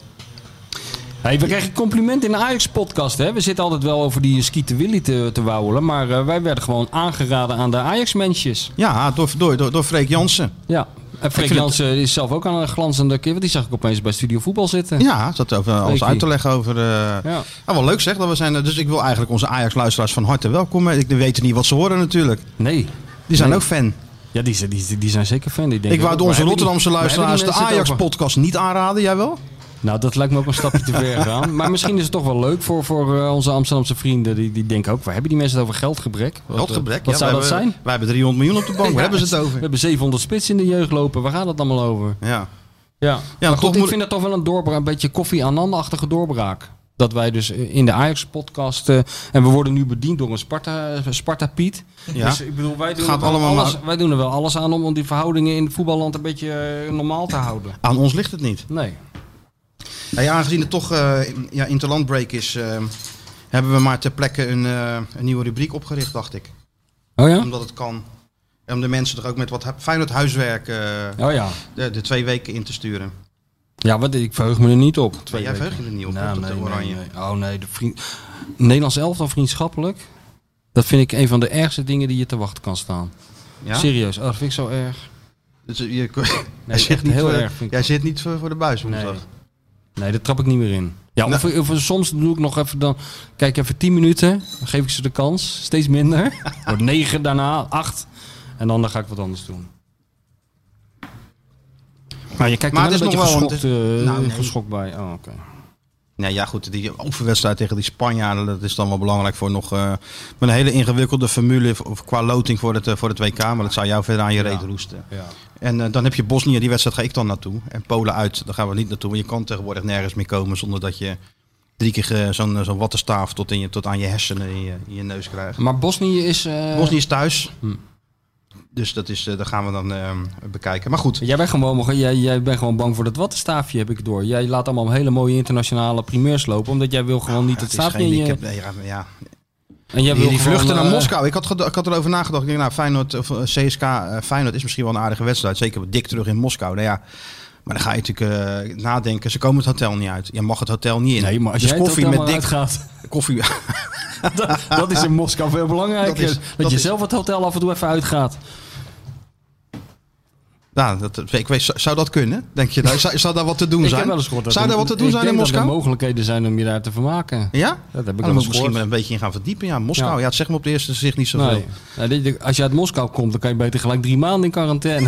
[SPEAKER 5] Hey, we krijgen complimenten in de Ajax-podcast. Hè? We zitten altijd wel over die Skeeter Willy te, te wauwelen. Maar uh, wij werden gewoon aangeraden aan de Ajax-mensjes.
[SPEAKER 4] Ja, door, door, door, door Freek Jansen.
[SPEAKER 5] Ja, en Freek Jansen het... is zelf ook aan een glanzende keer. Want die zag ik opeens bij Studio Voetbal zitten.
[SPEAKER 4] Ja, zat over alles uit te leggen over... Uh... Ja. Ah, wel leuk zeg. Dat we zijn, dus ik wil eigenlijk onze Ajax-luisteraars van harte welkom. Ik weet niet wat ze horen natuurlijk.
[SPEAKER 5] Nee.
[SPEAKER 4] Die zijn
[SPEAKER 5] nee.
[SPEAKER 4] ook fan.
[SPEAKER 5] Ja, die, die, die zijn zeker fan. Die ik
[SPEAKER 4] wou onze Rotterdamse die, luisteraars de Ajax-podcast niet aanraden. Jij wel?
[SPEAKER 5] Nou, dat lijkt me ook een stapje te ver gaan. Maar misschien is het toch wel leuk voor, voor uh, onze Amsterdamse vrienden. Die, die denken ook, waar hebben die mensen het over geldgebrek? Wat,
[SPEAKER 4] geldgebrek?
[SPEAKER 5] Wat
[SPEAKER 4] ja,
[SPEAKER 5] zou dat
[SPEAKER 4] hebben,
[SPEAKER 5] zijn?
[SPEAKER 4] Wij hebben driehonderd miljoen op de bank. Ja, waar hebben ze het over?
[SPEAKER 5] We hebben zevenhonderd spits in de jeugd lopen. Waar gaat het allemaal over?
[SPEAKER 4] Ja.
[SPEAKER 5] Ja,
[SPEAKER 4] ja
[SPEAKER 5] maar goed, ik vind dat toch wel een doorbraak. Een beetje Koffie Annan-achtige doorbraak. Dat wij dus in de Ajax-podcast... Uh, en we worden nu bediend door een Sparta, Sparta Piet.
[SPEAKER 4] Ja.
[SPEAKER 5] Dus ik bedoel, wij doen,
[SPEAKER 4] gaat
[SPEAKER 5] allemaal alles,
[SPEAKER 4] maar...
[SPEAKER 5] wij doen er wel alles aan om, om die verhoudingen in het voetballand een beetje uh, normaal te houden.
[SPEAKER 4] Aan ons ligt het niet.
[SPEAKER 5] Nee.
[SPEAKER 4] Hey, aangezien het toch uh, ja, interlandbreak is, uh, hebben we maar ter plekke een, uh, een nieuwe rubriek opgericht, dacht ik.
[SPEAKER 5] Oh ja?
[SPEAKER 4] Omdat het kan. En om de mensen er ook met wat Feyenoord huiswerk uh,
[SPEAKER 5] oh ja.
[SPEAKER 4] de, de twee weken in te sturen.
[SPEAKER 5] Ja, wat, ik verheug me er niet op.
[SPEAKER 4] Twee jij verheugt je er niet op,
[SPEAKER 5] nou,
[SPEAKER 4] op
[SPEAKER 5] nee,
[SPEAKER 4] de oranje.
[SPEAKER 5] Nee, nee. Oh nee, de vriend... Nederlands elftal vriendschappelijk. Dat vind ik een van de ergste dingen die je te wachten kan staan. Ja? Serieus, oh, dat vind ik zo erg.
[SPEAKER 4] Dus, je,
[SPEAKER 5] nee,
[SPEAKER 4] jij zit niet,
[SPEAKER 5] heel
[SPEAKER 4] voor,
[SPEAKER 5] erg,
[SPEAKER 4] jij zit niet voor, voor de buis woensdag.
[SPEAKER 5] Nee. Nee, dat trap ik niet meer in. Ja, of, of, of soms doe ik nog even dan... Kijk even tien minuten, dan geef ik ze de kans. Steeds minder. Wordt negen daarna, acht. En dan, dan ga ik wat anders doen. Maar je kijkt er wel een beetje geschokt, is, uh, nou, nee. geschokt bij. Oh, oké. Okay.
[SPEAKER 4] Nee, ja goed, die oefenwedstrijd tegen die Spanjaarden, dat is dan wel belangrijk voor nog... Uh, met een hele ingewikkelde formule qua loting voor het, uh, voor het W K. Maar dat zou jou verder aan je ja. reet roesten. Ja. En uh, dan heb je Bosnië, die wedstrijd ga ik dan naartoe. En Polen uit, daar gaan we niet naartoe. Want je kan tegenwoordig nergens meer komen zonder dat je drie keer uh, zo'n, zo'n wattenstaaf tot, in je, tot aan je hersenen in je, in je neus krijgt.
[SPEAKER 5] Maar Bosnië is... Uh...
[SPEAKER 4] Bosnië is thuis. Hm. Dus dat, is, uh, dat gaan we dan uh, bekijken. Maar goed.
[SPEAKER 5] Jij bent, gewoon, jij, jij bent gewoon bang voor dat wattenstaafje, heb ik door. Jij laat allemaal hele mooie internationale primeurs lopen. Omdat jij wil gewoon niet ja, het staafje in je... Ik heb, nee, ja, ja. En jij wil
[SPEAKER 4] die vluchten
[SPEAKER 5] gewoon,
[SPEAKER 4] naar
[SPEAKER 5] uh...
[SPEAKER 4] Moskou. Ik had, ik had erover nagedacht. Ik denk, nou, Feyenoord, of C S K uh, Feyenoord is misschien wel een aardige wedstrijd. Zeker dik terug in Moskou. Nou ja, maar dan ga je natuurlijk uh, nadenken. Ze komen het hotel niet uit. Je mag het hotel niet in.
[SPEAKER 5] Nee, maar als
[SPEAKER 4] dus
[SPEAKER 5] jij
[SPEAKER 4] koffie
[SPEAKER 5] het
[SPEAKER 4] met dik
[SPEAKER 5] gaat.
[SPEAKER 4] Koffie.
[SPEAKER 5] dat, dat is in Moskou veel belangrijker. Dat, is, dat, dat je is... zelf het hotel af en toe even uitgaat.
[SPEAKER 4] Nou, dat, ik weet, zou dat kunnen? Denk je, nou, zou, zou daar wat te doen zijn?
[SPEAKER 5] Ik heb wel eens gehoord dat
[SPEAKER 4] zou daar wat te doen zijn in Moskou?
[SPEAKER 5] Ik denk dat er mogelijkheden zijn om je daar te vermaken.
[SPEAKER 4] Ja?
[SPEAKER 5] Dat heb ik
[SPEAKER 4] oh, dan moet ik misschien maar een beetje in gaan verdiepen. Ja, Moskou. Ja, ja het zegt me op de eerste gezicht niet zoveel.
[SPEAKER 5] Nee. Nou, als je uit Moskou komt, dan kan je beter gelijk drie maanden in quarantaine.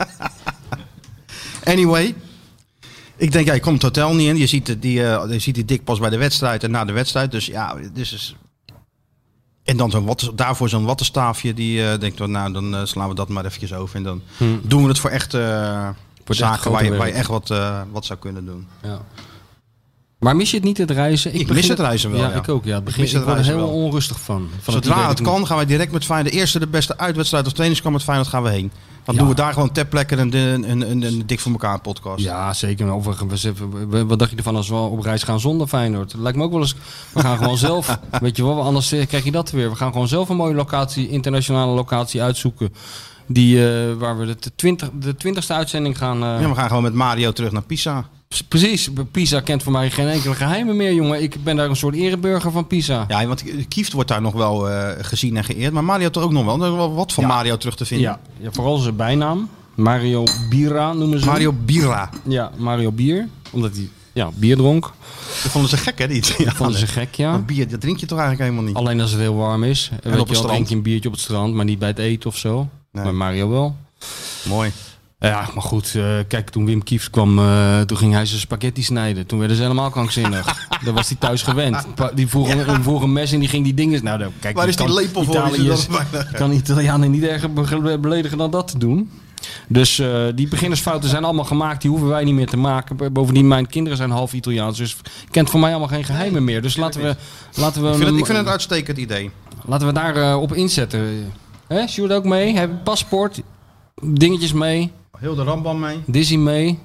[SPEAKER 4] Anyway. Ik denk, ja, je komt het hotel niet in. Je ziet die, uh, je ziet die dik pas bij de wedstrijd en na de wedstrijd. Dus ja, dus is... En dan zo'n watten, daarvoor zo'n wattenstaafje die uh, denkt, nou dan uh, slaan we dat maar eventjes over. En dan hmm. doen we het voor echt uh, voor zaken waar je, waar je echt wat, uh, wat zou kunnen doen.
[SPEAKER 5] Ja. Maar mis je het niet, het reizen?
[SPEAKER 4] Ik, ik mis het reizen wel,
[SPEAKER 5] ja.
[SPEAKER 4] ja.
[SPEAKER 5] Ik ook, ja. Het begin, ik, ik word er heel wel. onrustig van. van
[SPEAKER 4] Zodra het,
[SPEAKER 5] het
[SPEAKER 4] kan, gaan wij direct met Feyenoord. De eerste, de beste uitwedstrijd of trainingskamp met Feyenoord gaan we heen. Dan ja. doen we daar gewoon ter plekke een, een, een, een, een dik voor elkaar podcast.
[SPEAKER 5] Ja, zeker. Overigens, wat dacht je ervan als we op reis gaan zonder Feyenoord? Dat lijkt me ook wel eens... We gaan gewoon zelf... Weet je wel, anders krijg je dat weer. We gaan gewoon zelf een mooie locatie, internationale locatie uitzoeken. Die, uh, waar we de, twintig, de twintigste uitzending gaan... Uh...
[SPEAKER 4] Ja, we gaan gewoon met Mario terug naar Pisa.
[SPEAKER 5] Precies, Pisa kent voor mij geen enkele geheimen meer, jongen. Ik ben daar een soort ereburger van Pisa.
[SPEAKER 4] Ja, want Kieft wordt daar nog wel uh, gezien en geëerd. Maar Mario toch ook nog wel. Er is wel wat van ja. Mario terug te vinden.
[SPEAKER 5] Ja, ja, vooral zijn bijnaam. Mario Bira noemen ze
[SPEAKER 4] Mario Bira.
[SPEAKER 5] Ja, Mario Bier. Omdat hij ja, bier dronk.
[SPEAKER 4] Dat vonden ze gek, hè? Die,
[SPEAKER 5] ja, dat vonden ze gek, ja.
[SPEAKER 4] Maar bier, dat drink je toch eigenlijk helemaal niet?
[SPEAKER 5] Alleen als het heel warm is. En weet op je wel, drink je een biertje op het strand, maar niet bij het eten of zo. Nee. Maar Mario wel.
[SPEAKER 4] Mooi.
[SPEAKER 5] Ja, maar goed, uh, kijk, toen Wim Kieft kwam, uh, toen ging hij zijn spaghetti snijden. Toen werden ze helemaal krankzinnig. Daar was hij thuis gewend. Die vroeg een, een, vroeg een mes en die ging die dingen... Nou, dan, kijk,
[SPEAKER 4] waar is die lepel voor?
[SPEAKER 5] Je kan Italianen niet erger beledigen dan dat te doen. Dus uh, die beginnersfouten zijn allemaal gemaakt. Die hoeven wij niet meer te maken. Bovendien, mijn kinderen zijn half Italiaans. Dus kent voor mij allemaal geen geheimen meer. Dus laten we... Laten we
[SPEAKER 4] ik, vind
[SPEAKER 5] een,
[SPEAKER 4] het, ik vind het een uitstekend idee.
[SPEAKER 5] Laten we daar uh, op inzetten. Hè? Sjoerd ook mee? Heb je paspoort? Dingetjes mee?
[SPEAKER 4] Heel de rambam mee.
[SPEAKER 5] Dizzy mee.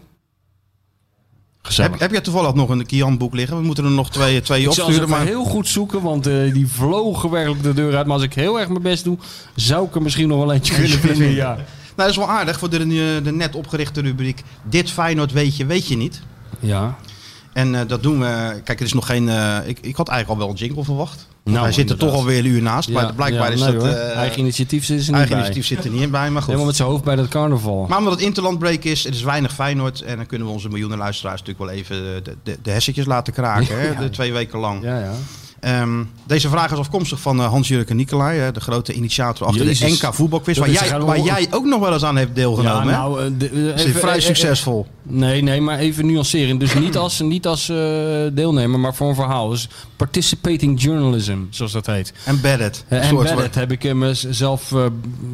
[SPEAKER 5] Gezellig.
[SPEAKER 4] Heb, heb jij toevallig nog een Kian-boek liggen? We moeten er nog twee, twee opsturen.
[SPEAKER 5] Ik zal ze
[SPEAKER 4] maar...
[SPEAKER 5] heel goed zoeken, want uh, die vlogen werkelijk de deur uit. Maar als ik heel erg mijn best doe, zou ik er misschien nog wel eentje kunnen vinden. Ja.
[SPEAKER 4] Nou, dat is wel aardig voor de, de net opgerichte rubriek. Dit Feyenoord weet je, weet je niet.
[SPEAKER 5] Ja.
[SPEAKER 4] En uh, dat doen we... Kijk, er is nog geen... Uh, ik, ik had eigenlijk al wel een jingle verwacht.
[SPEAKER 5] Nou,
[SPEAKER 4] hij zit er toch alweer een uur naast. Ja, maar blijkbaar
[SPEAKER 5] ja,
[SPEAKER 4] is
[SPEAKER 5] nee,
[SPEAKER 4] dat... Uh,
[SPEAKER 5] eigen initiatief zit er niet
[SPEAKER 4] eigen
[SPEAKER 5] bij.
[SPEAKER 4] initiatief zit er niet in bij, maar goed.
[SPEAKER 5] Helemaal met zijn hoofd bij dat carnaval.
[SPEAKER 4] Maar omdat het interlandbreak is, het is weinig Feyenoord. En dan kunnen we onze miljoenen luisteraars natuurlijk wel even de, de, de hersentjes laten kraken. Hè, de twee weken lang.
[SPEAKER 5] Ja, ja.
[SPEAKER 4] Um, deze vraag is afkomstig van uh, Hans-Jurgen Nicolai, de grote initiator achter
[SPEAKER 5] Jezus.
[SPEAKER 4] de N K voetbalquiz, waar jij, waar jij ook nog wel eens aan hebt deelgenomen.
[SPEAKER 5] Ja, nou, uh, de, uh,
[SPEAKER 4] is vrij uh, succesvol.
[SPEAKER 5] Nee, nee, maar even nuanceren. Dus niet als, niet als uh, deelnemer, maar voor een verhaal. Dus participating journalism, zoals dat heet.
[SPEAKER 4] Embedded.
[SPEAKER 5] Uh, embedded heb ik uh, mezelf, uh,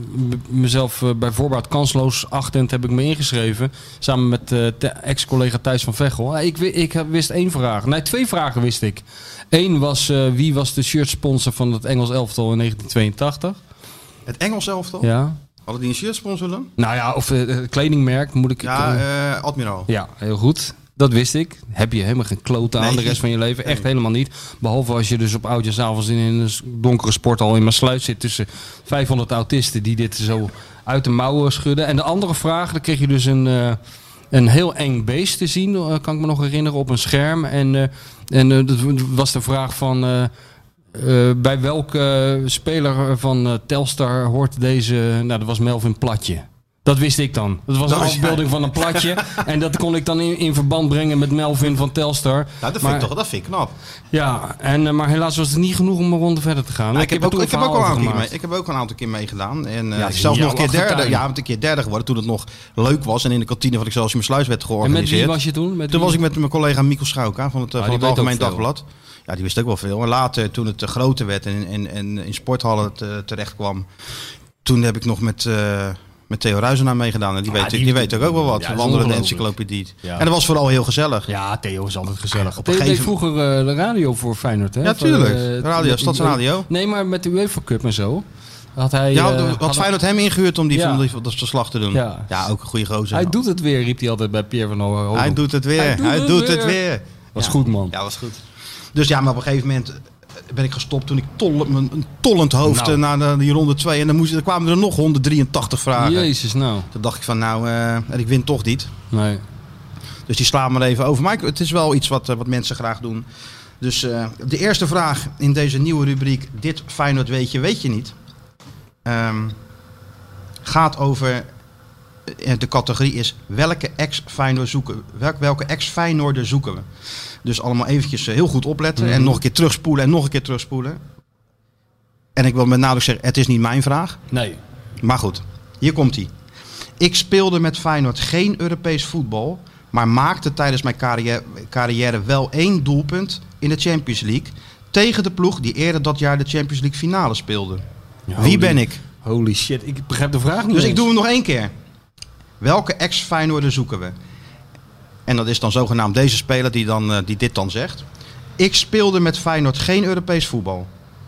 [SPEAKER 5] mezelf uh, bij voorbaat kansloos achtend heb ik me ingeschreven. Samen met uh, ex-collega Thijs van Veghel. Uh, ik, ik wist één vraag. Nee, twee vragen wist ik. Eén was, uh, wie was de shirtsponsor van het Engels elftal in negentien tweeëntachtig?
[SPEAKER 4] Het Engels elftal?
[SPEAKER 5] Ja.
[SPEAKER 4] Hadden die een shirtsponsor dan?
[SPEAKER 5] Nou ja, of uh, kledingmerk moet ik...
[SPEAKER 4] Ja, uh, Admiraal.
[SPEAKER 5] Ja, heel goed. Dat wist ik. Heb je helemaal geen klote aan nee. de rest van je leven. Echt nee. helemaal niet. Behalve als je dus op oudjaarsavonds in een donkere sporthal in Maassluis zit tussen vijfhonderd autisten die dit zo uit de mouwen schudden. En de andere vraag, dan kreeg je dus een... Uh, Een heel eng beest te zien, kan ik me nog herinneren, op een scherm. En, uh, en uh, dat was de vraag van... Uh, uh, bij welke speler van uh, Telstar hoort deze... Nou, dat was Melvin Platje. Dat wist ik dan. Dat was een afbeelding van een platje. En dat kon ik dan in, in verband brengen met Melvin van Telstar.
[SPEAKER 4] Nou, dat,
[SPEAKER 5] maar,
[SPEAKER 4] vind ik toch, dat vind ik knap.
[SPEAKER 5] Ja, en, uh, maar helaas was het niet genoeg om een ronde verder te gaan.
[SPEAKER 4] Nou,
[SPEAKER 5] ik,
[SPEAKER 4] ik,
[SPEAKER 5] heb
[SPEAKER 4] heb ook, ik, heb ook al een keer mee,
[SPEAKER 5] ik
[SPEAKER 4] heb ook een aantal keer meegedaan. En uh,
[SPEAKER 5] ja,
[SPEAKER 4] ik zelfs nog een keer derde.
[SPEAKER 5] tuin.
[SPEAKER 4] Ja, een keer derde geworden toen het nog leuk was. En in de kantine van Excelsior Sluis werd georganiseerd.
[SPEAKER 5] En met wie was je toen? Met
[SPEAKER 4] toen
[SPEAKER 5] wie?
[SPEAKER 4] was ik met mijn collega Mikkel Schouka van het, uh,
[SPEAKER 5] ah,
[SPEAKER 4] van het Algemeen Dagblad. Ja, die wist ook wel veel. En later, toen het uh, groter werd en, en, en in sporthallen te, terecht kwam... Toen heb ik nog met... Uh, Met Theo Ruizenaar meegedaan. En die, ja, weet, die, die weet ook wel wat. Ja, wandelende encyclopedie. Ja. En dat was vooral heel gezellig.
[SPEAKER 5] Ja, Theo is altijd gezellig.
[SPEAKER 4] Op
[SPEAKER 5] Theo
[SPEAKER 4] gegeven...
[SPEAKER 5] deed vroeger uh, de radio voor Feyenoord. Hè?
[SPEAKER 4] Ja, tuurlijk.
[SPEAKER 5] Uh,
[SPEAKER 4] radio, Stadsradio.
[SPEAKER 5] Nee, maar met de UEFA Cup en zo. Had hij,
[SPEAKER 4] ja,
[SPEAKER 5] uh,
[SPEAKER 4] had, had Feyenoord hem ingehuurd om die,
[SPEAKER 5] ja.
[SPEAKER 4] om die, dat verslag te doen. Ja, ja ook een goede gozer.
[SPEAKER 5] Hij doet het weer, riep hij altijd bij Pierre van Hoogem.
[SPEAKER 4] Hij doet het weer. Hij doet, hij het, doet weer. het weer.
[SPEAKER 5] Was
[SPEAKER 4] ja.
[SPEAKER 5] goed, man.
[SPEAKER 4] Ja, was goed. Dus ja, maar op een gegeven moment... ben ik gestopt toen ik tol, een tollend hoofd nou. naar de, die ronde twee. En dan, moest, dan kwamen er nog honderddrieëntachtig vragen.
[SPEAKER 5] Jezus, nou.
[SPEAKER 4] Toen dacht ik van nou, uh, en ik win toch niet.
[SPEAKER 5] Nee.
[SPEAKER 4] Dus die slaan maar even over. Maar ik, het is wel iets wat, uh, wat mensen graag doen. Dus uh, de eerste vraag in deze nieuwe rubriek, dit Feyenoord weet je, weet je niet. Um, gaat over, uh, de categorie is welke ex-Feyenoord zoeken welk, welke ex-Feyenoorder zoeken we. Dus allemaal eventjes heel goed opletten. Mm. En nog een keer terugspoelen en nog een keer terugspoelen. En ik wil met nadruk zeggen, het is niet mijn vraag.
[SPEAKER 5] Nee.
[SPEAKER 4] Maar goed, hier komt ie. Ik speelde met Feyenoord geen Europees voetbal. Maar maakte tijdens mijn carrière, carrière wel één doelpunt in de Champions League. tegen de ploeg die eerder dat jaar de Champions League finale speelde.
[SPEAKER 5] Ja,
[SPEAKER 4] Wie ben ik?
[SPEAKER 5] Holy shit, ik begrijp de vraag niet
[SPEAKER 4] Dus
[SPEAKER 5] eens.
[SPEAKER 4] ik doe hem nog één keer. Welke ex-Feyenoorder zoeken we? En dat is dan zogenaamd deze speler die, dan, uh, die dit dan zegt. Ik speelde met Feyenoord geen Europees voetbal.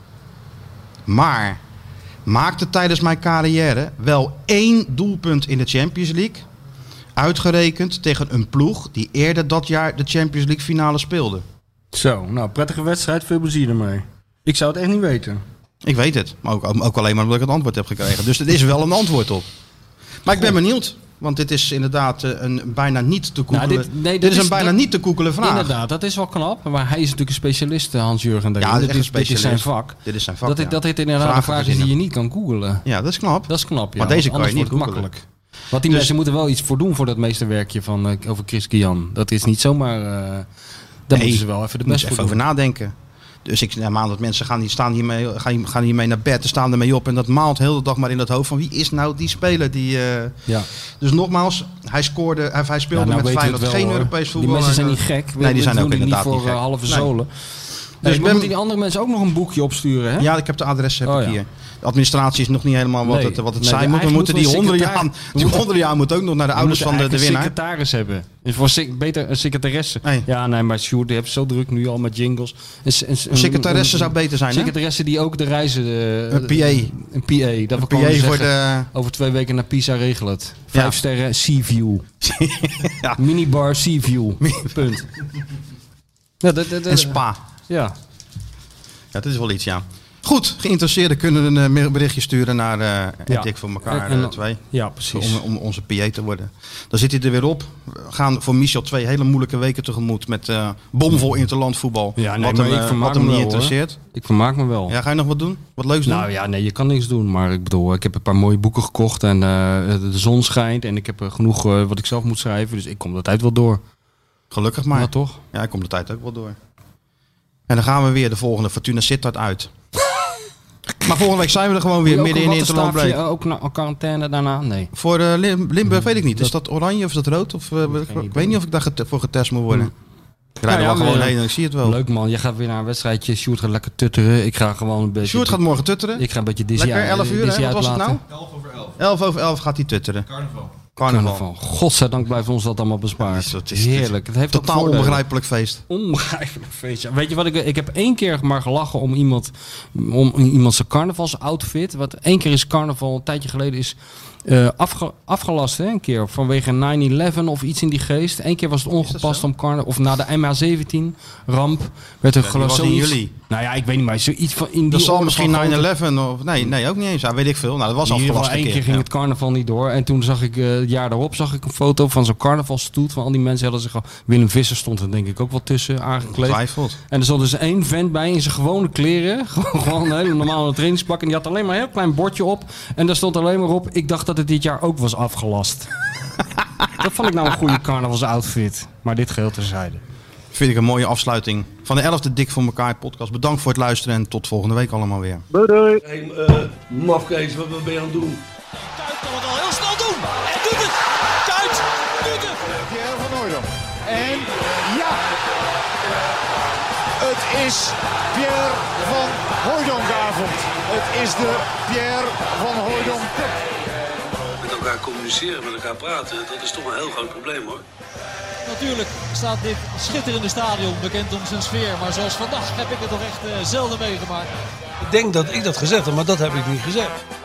[SPEAKER 4] Maar maakte tijdens mijn carrière wel één doelpunt in de Champions League. Uitgerekend tegen een ploeg die eerder dat jaar de Champions League finale speelde.
[SPEAKER 5] Zo, nou, prettige wedstrijd, veel plezier ermee. Ik zou het echt niet weten.
[SPEAKER 4] Ik weet het, maar ook, ook alleen maar omdat ik het antwoord heb gekregen. Dus er is wel een antwoord op. Maar ik ben benieuwd, want dit is inderdaad een bijna niet te koekelen.
[SPEAKER 5] Nou, dit, nee,
[SPEAKER 4] dit,
[SPEAKER 5] dit
[SPEAKER 4] is een
[SPEAKER 5] is,
[SPEAKER 4] bijna
[SPEAKER 5] dat,
[SPEAKER 4] niet te koekelen vraag.
[SPEAKER 5] Inderdaad, dat is wel knap. Maar hij is natuurlijk een specialist, Hans-Jurgen.
[SPEAKER 4] Ja,
[SPEAKER 5] dit,
[SPEAKER 4] echt een
[SPEAKER 5] dit is zijn
[SPEAKER 4] specialist.
[SPEAKER 5] vak.
[SPEAKER 4] Dit is zijn vak,
[SPEAKER 5] Dat,
[SPEAKER 4] ja.
[SPEAKER 5] dit, dat dit inderdaad
[SPEAKER 4] Vragen
[SPEAKER 5] een vraag is die
[SPEAKER 4] verzinnen.
[SPEAKER 5] je niet kan googlen.
[SPEAKER 4] Ja, dat is knap.
[SPEAKER 5] Dat is knap, ja.
[SPEAKER 4] Maar deze
[SPEAKER 5] want
[SPEAKER 4] kan je niet
[SPEAKER 5] anders wordt
[SPEAKER 4] googlen.
[SPEAKER 5] het makkelijk. Want die
[SPEAKER 4] Dus-
[SPEAKER 5] mensen moeten wel iets voor doen voor dat meesterwerkje van, uh, over Chris Guillan. Dat is niet zomaar... Uh, daar
[SPEAKER 4] Nee,
[SPEAKER 5] moeten ze wel even de
[SPEAKER 4] Moet
[SPEAKER 5] best
[SPEAKER 4] je
[SPEAKER 5] voor
[SPEAKER 4] even
[SPEAKER 5] doen.
[SPEAKER 4] over nadenken. Dus ik neem aan dat mensen gaan, die staan hiermee, gaan, gaan hiermee naar bed, staan ermee op. En dat maalt heel de dag maar in het hoofd van wie is nou die speler die... Uh...
[SPEAKER 5] Ja.
[SPEAKER 4] Dus nogmaals, hij scoorde, hij, hij speelde
[SPEAKER 5] Ja, nou
[SPEAKER 4] met
[SPEAKER 5] weten we
[SPEAKER 4] Feyenoord
[SPEAKER 5] het wel,
[SPEAKER 4] geen
[SPEAKER 5] hoor.
[SPEAKER 4] Europees voetbal.
[SPEAKER 5] Die mensen zijn
[SPEAKER 4] En,
[SPEAKER 5] niet gek.
[SPEAKER 4] Nee, die zijn
[SPEAKER 5] doen
[SPEAKER 4] ook
[SPEAKER 5] die
[SPEAKER 4] inderdaad
[SPEAKER 5] niet voor
[SPEAKER 4] niet gek.
[SPEAKER 5] uh, halve
[SPEAKER 4] Nee.
[SPEAKER 5] zolen.
[SPEAKER 4] Dus
[SPEAKER 5] Dus
[SPEAKER 4] ik
[SPEAKER 5] we
[SPEAKER 4] ben-
[SPEAKER 5] moeten die andere mensen ook nog een boekje opsturen, hè?
[SPEAKER 4] Ja, ik heb de adres heb
[SPEAKER 5] Oh,
[SPEAKER 4] ik
[SPEAKER 5] ja.
[SPEAKER 4] hier. De administratie is nog niet helemaal wat
[SPEAKER 5] Nee.
[SPEAKER 4] het, wat het
[SPEAKER 5] Nee,
[SPEAKER 4] zijn moet. We
[SPEAKER 5] eigenlijk
[SPEAKER 4] moeten die
[SPEAKER 5] moeten we een
[SPEAKER 4] honderden jaar,
[SPEAKER 5] secretaris-
[SPEAKER 4] die honderden jaar moet ook nog naar de
[SPEAKER 5] We
[SPEAKER 4] ouders van
[SPEAKER 5] moeten
[SPEAKER 4] de, de
[SPEAKER 5] eigenlijk
[SPEAKER 4] winnaar.
[SPEAKER 5] een secretaris hebben. Dus voor sec- beter een secretaresse.
[SPEAKER 4] Nee.
[SPEAKER 5] Ja, nee, maar Sjoerd, die heeft zo druk nu al met jingles. Een, een,
[SPEAKER 4] Een secretaresse
[SPEAKER 5] een-
[SPEAKER 4] zou beter zijn, hè?
[SPEAKER 5] secretaresse die ook de reizen... uh,
[SPEAKER 4] Een P A.
[SPEAKER 5] Een P A. Dat we
[SPEAKER 4] Een
[SPEAKER 5] komen
[SPEAKER 4] P A
[SPEAKER 5] zeggen,
[SPEAKER 4] voor de...
[SPEAKER 5] over twee weken naar Pisa regelen het. Vijf
[SPEAKER 4] Ja.
[SPEAKER 5] sterren Sea View.
[SPEAKER 4] Ja.
[SPEAKER 5] Minibar Sea View. Punt. Ja, dat, dat, dat-
[SPEAKER 4] En Spa.
[SPEAKER 5] Ja.
[SPEAKER 4] Ja, dat is wel iets, ja. Goed, geïnteresseerden kunnen een uh, berichtje sturen naar uh,
[SPEAKER 5] Ja.
[SPEAKER 4] Dik voor elkaar
[SPEAKER 5] En- en-
[SPEAKER 4] uh, twee.
[SPEAKER 5] Ja, precies.
[SPEAKER 4] Om, om onze P A te worden. Dan zit hij er weer op. We gaan voor Michel twee hele moeilijke weken tegemoet met uh, bomvol interlandvoetbal.
[SPEAKER 5] Ja, nee,
[SPEAKER 4] wat
[SPEAKER 5] maar
[SPEAKER 4] hem,
[SPEAKER 5] ik
[SPEAKER 4] uh,
[SPEAKER 5] vermaak
[SPEAKER 4] wat hem
[SPEAKER 5] me
[SPEAKER 4] niet
[SPEAKER 5] wel, hoor.
[SPEAKER 4] interesseert.
[SPEAKER 5] Ik vermaak me wel.
[SPEAKER 4] Ja, ga je nog wat doen? Wat leuks doen?
[SPEAKER 5] Nou ja, nee, je kan niks doen. Maar ik bedoel, ik heb een paar mooie boeken gekocht en uh, de zon schijnt. En ik heb uh, genoeg uh, wat ik zelf moet schrijven. Dus ik kom de tijd wel door.
[SPEAKER 4] Gelukkig maar.
[SPEAKER 5] Ja, toch?
[SPEAKER 4] Ja, ik kom de tijd ook wel door. En dan gaan we weer de volgende Fortuna Sittard uit. Maar volgende week zijn we er gewoon weer,
[SPEAKER 5] Ook
[SPEAKER 4] midden
[SPEAKER 5] een
[SPEAKER 4] in Interland
[SPEAKER 5] wattenstaafje,
[SPEAKER 4] break.
[SPEAKER 5] uh, ook naar quarantaine daarna? Nee.
[SPEAKER 4] Voor uh, Lim- Limburg weet ik niet. Is dat oranje of is dat rood? Of, uh, ik, ik weet niet of ik daar get- voor getest moet worden. Ik rijd er
[SPEAKER 5] Nou
[SPEAKER 4] wel
[SPEAKER 5] ja,
[SPEAKER 4] gewoon
[SPEAKER 5] we-
[SPEAKER 4] heen en ik zie het wel.
[SPEAKER 5] Leuk man, je gaat weer naar een wedstrijdje. Sjoerd gaat lekker tutteren. Ik ga gewoon een beetje...
[SPEAKER 4] Sjoerd gaat morgen tutteren.
[SPEAKER 5] Ik ga een beetje Dizzy
[SPEAKER 4] Lekker,
[SPEAKER 5] uit-
[SPEAKER 4] elf uur,
[SPEAKER 5] Dizzy
[SPEAKER 4] hè? Wat was het
[SPEAKER 5] uitlaten.
[SPEAKER 4] nou?
[SPEAKER 9] elf over elf.
[SPEAKER 4] elf over elf gaat hij tutteren.
[SPEAKER 9] Carnaval.
[SPEAKER 4] Carnaval.
[SPEAKER 5] Carnaval. Godzijdank blijft ons dat allemaal bespaard.
[SPEAKER 4] Dat is-
[SPEAKER 5] Heerlijk. Het heeft ook
[SPEAKER 4] Totaal
[SPEAKER 5] voordelen.
[SPEAKER 4] onbegrijpelijk feest.
[SPEAKER 5] Onbegrijpelijk feestje. Weet je wat ik... Ik heb één keer maar gelachen om iemand... Om iemand zijn carnavalsoutfit. Wat één keer is carnaval, een tijdje geleden is... Uh, afge, afgelast hè, een keer vanwege nine eleven of iets in die geest. Eén keer was het ongepast om carnaval. Of na de M H zeventien ramp werd er
[SPEAKER 4] Ja, die was in
[SPEAKER 5] zoiets-
[SPEAKER 4] juli.
[SPEAKER 5] Nou ja, ik weet niet, maar zoiets van in die
[SPEAKER 4] Dat zal
[SPEAKER 5] orde
[SPEAKER 4] misschien
[SPEAKER 5] van
[SPEAKER 4] nine
[SPEAKER 5] grote-
[SPEAKER 4] eleven of... Nee, nee, ook niet eens. Ja, weet ik veel. Nou, dat was
[SPEAKER 5] in ieder
[SPEAKER 4] afgelast
[SPEAKER 5] geval
[SPEAKER 4] een
[SPEAKER 5] één
[SPEAKER 4] keer.
[SPEAKER 5] keer ging
[SPEAKER 4] Ja.
[SPEAKER 5] het carnaval niet door. En toen zag ik, uh, het jaar daarop zag ik een foto van zo'n carnavalstoet. Van al die mensen hadden zich al... Willem Visser stond er denk ik ook wel tussen aangekleed.
[SPEAKER 4] Twijfelt.
[SPEAKER 5] En er zat dus één vent bij in zijn gewone kleren. Gewoon een hele normale trainingspak. En die had alleen maar een heel klein bordje op. En daar stond alleen maar op... Ik dacht dat het dit jaar ook was afgelast. Dat vond ik nou een goede carnavalsoutfit. Maar dit geheel terzijde.
[SPEAKER 4] Vind ik een mooie afsluiting van de elfde Dik voor elkaar podcast. Bedankt voor het luisteren en tot volgende week allemaal weer.
[SPEAKER 8] Doei doei.
[SPEAKER 1] Hey, uh, mafkees, wat, wat ben je aan het doen?
[SPEAKER 2] Kuit kan het al heel snel doen. En doet het. Kuit doet het.
[SPEAKER 3] Pierre van Hooijdonk. En ja! Het is Pierre van Hooijdonkavond. Het is de Pierre van Hooijdonk Cup.
[SPEAKER 1] Met elkaar communiceren, met elkaar praten, dat is toch een heel groot probleem hoor.
[SPEAKER 2] Natuurlijk staat dit schitterende stadion bekend om zijn sfeer. Maar zoals vandaag heb ik het nog echt uh, zelden meegemaakt.
[SPEAKER 1] Ik denk dat ik dat gezegd heb, maar dat heb ik niet gezegd.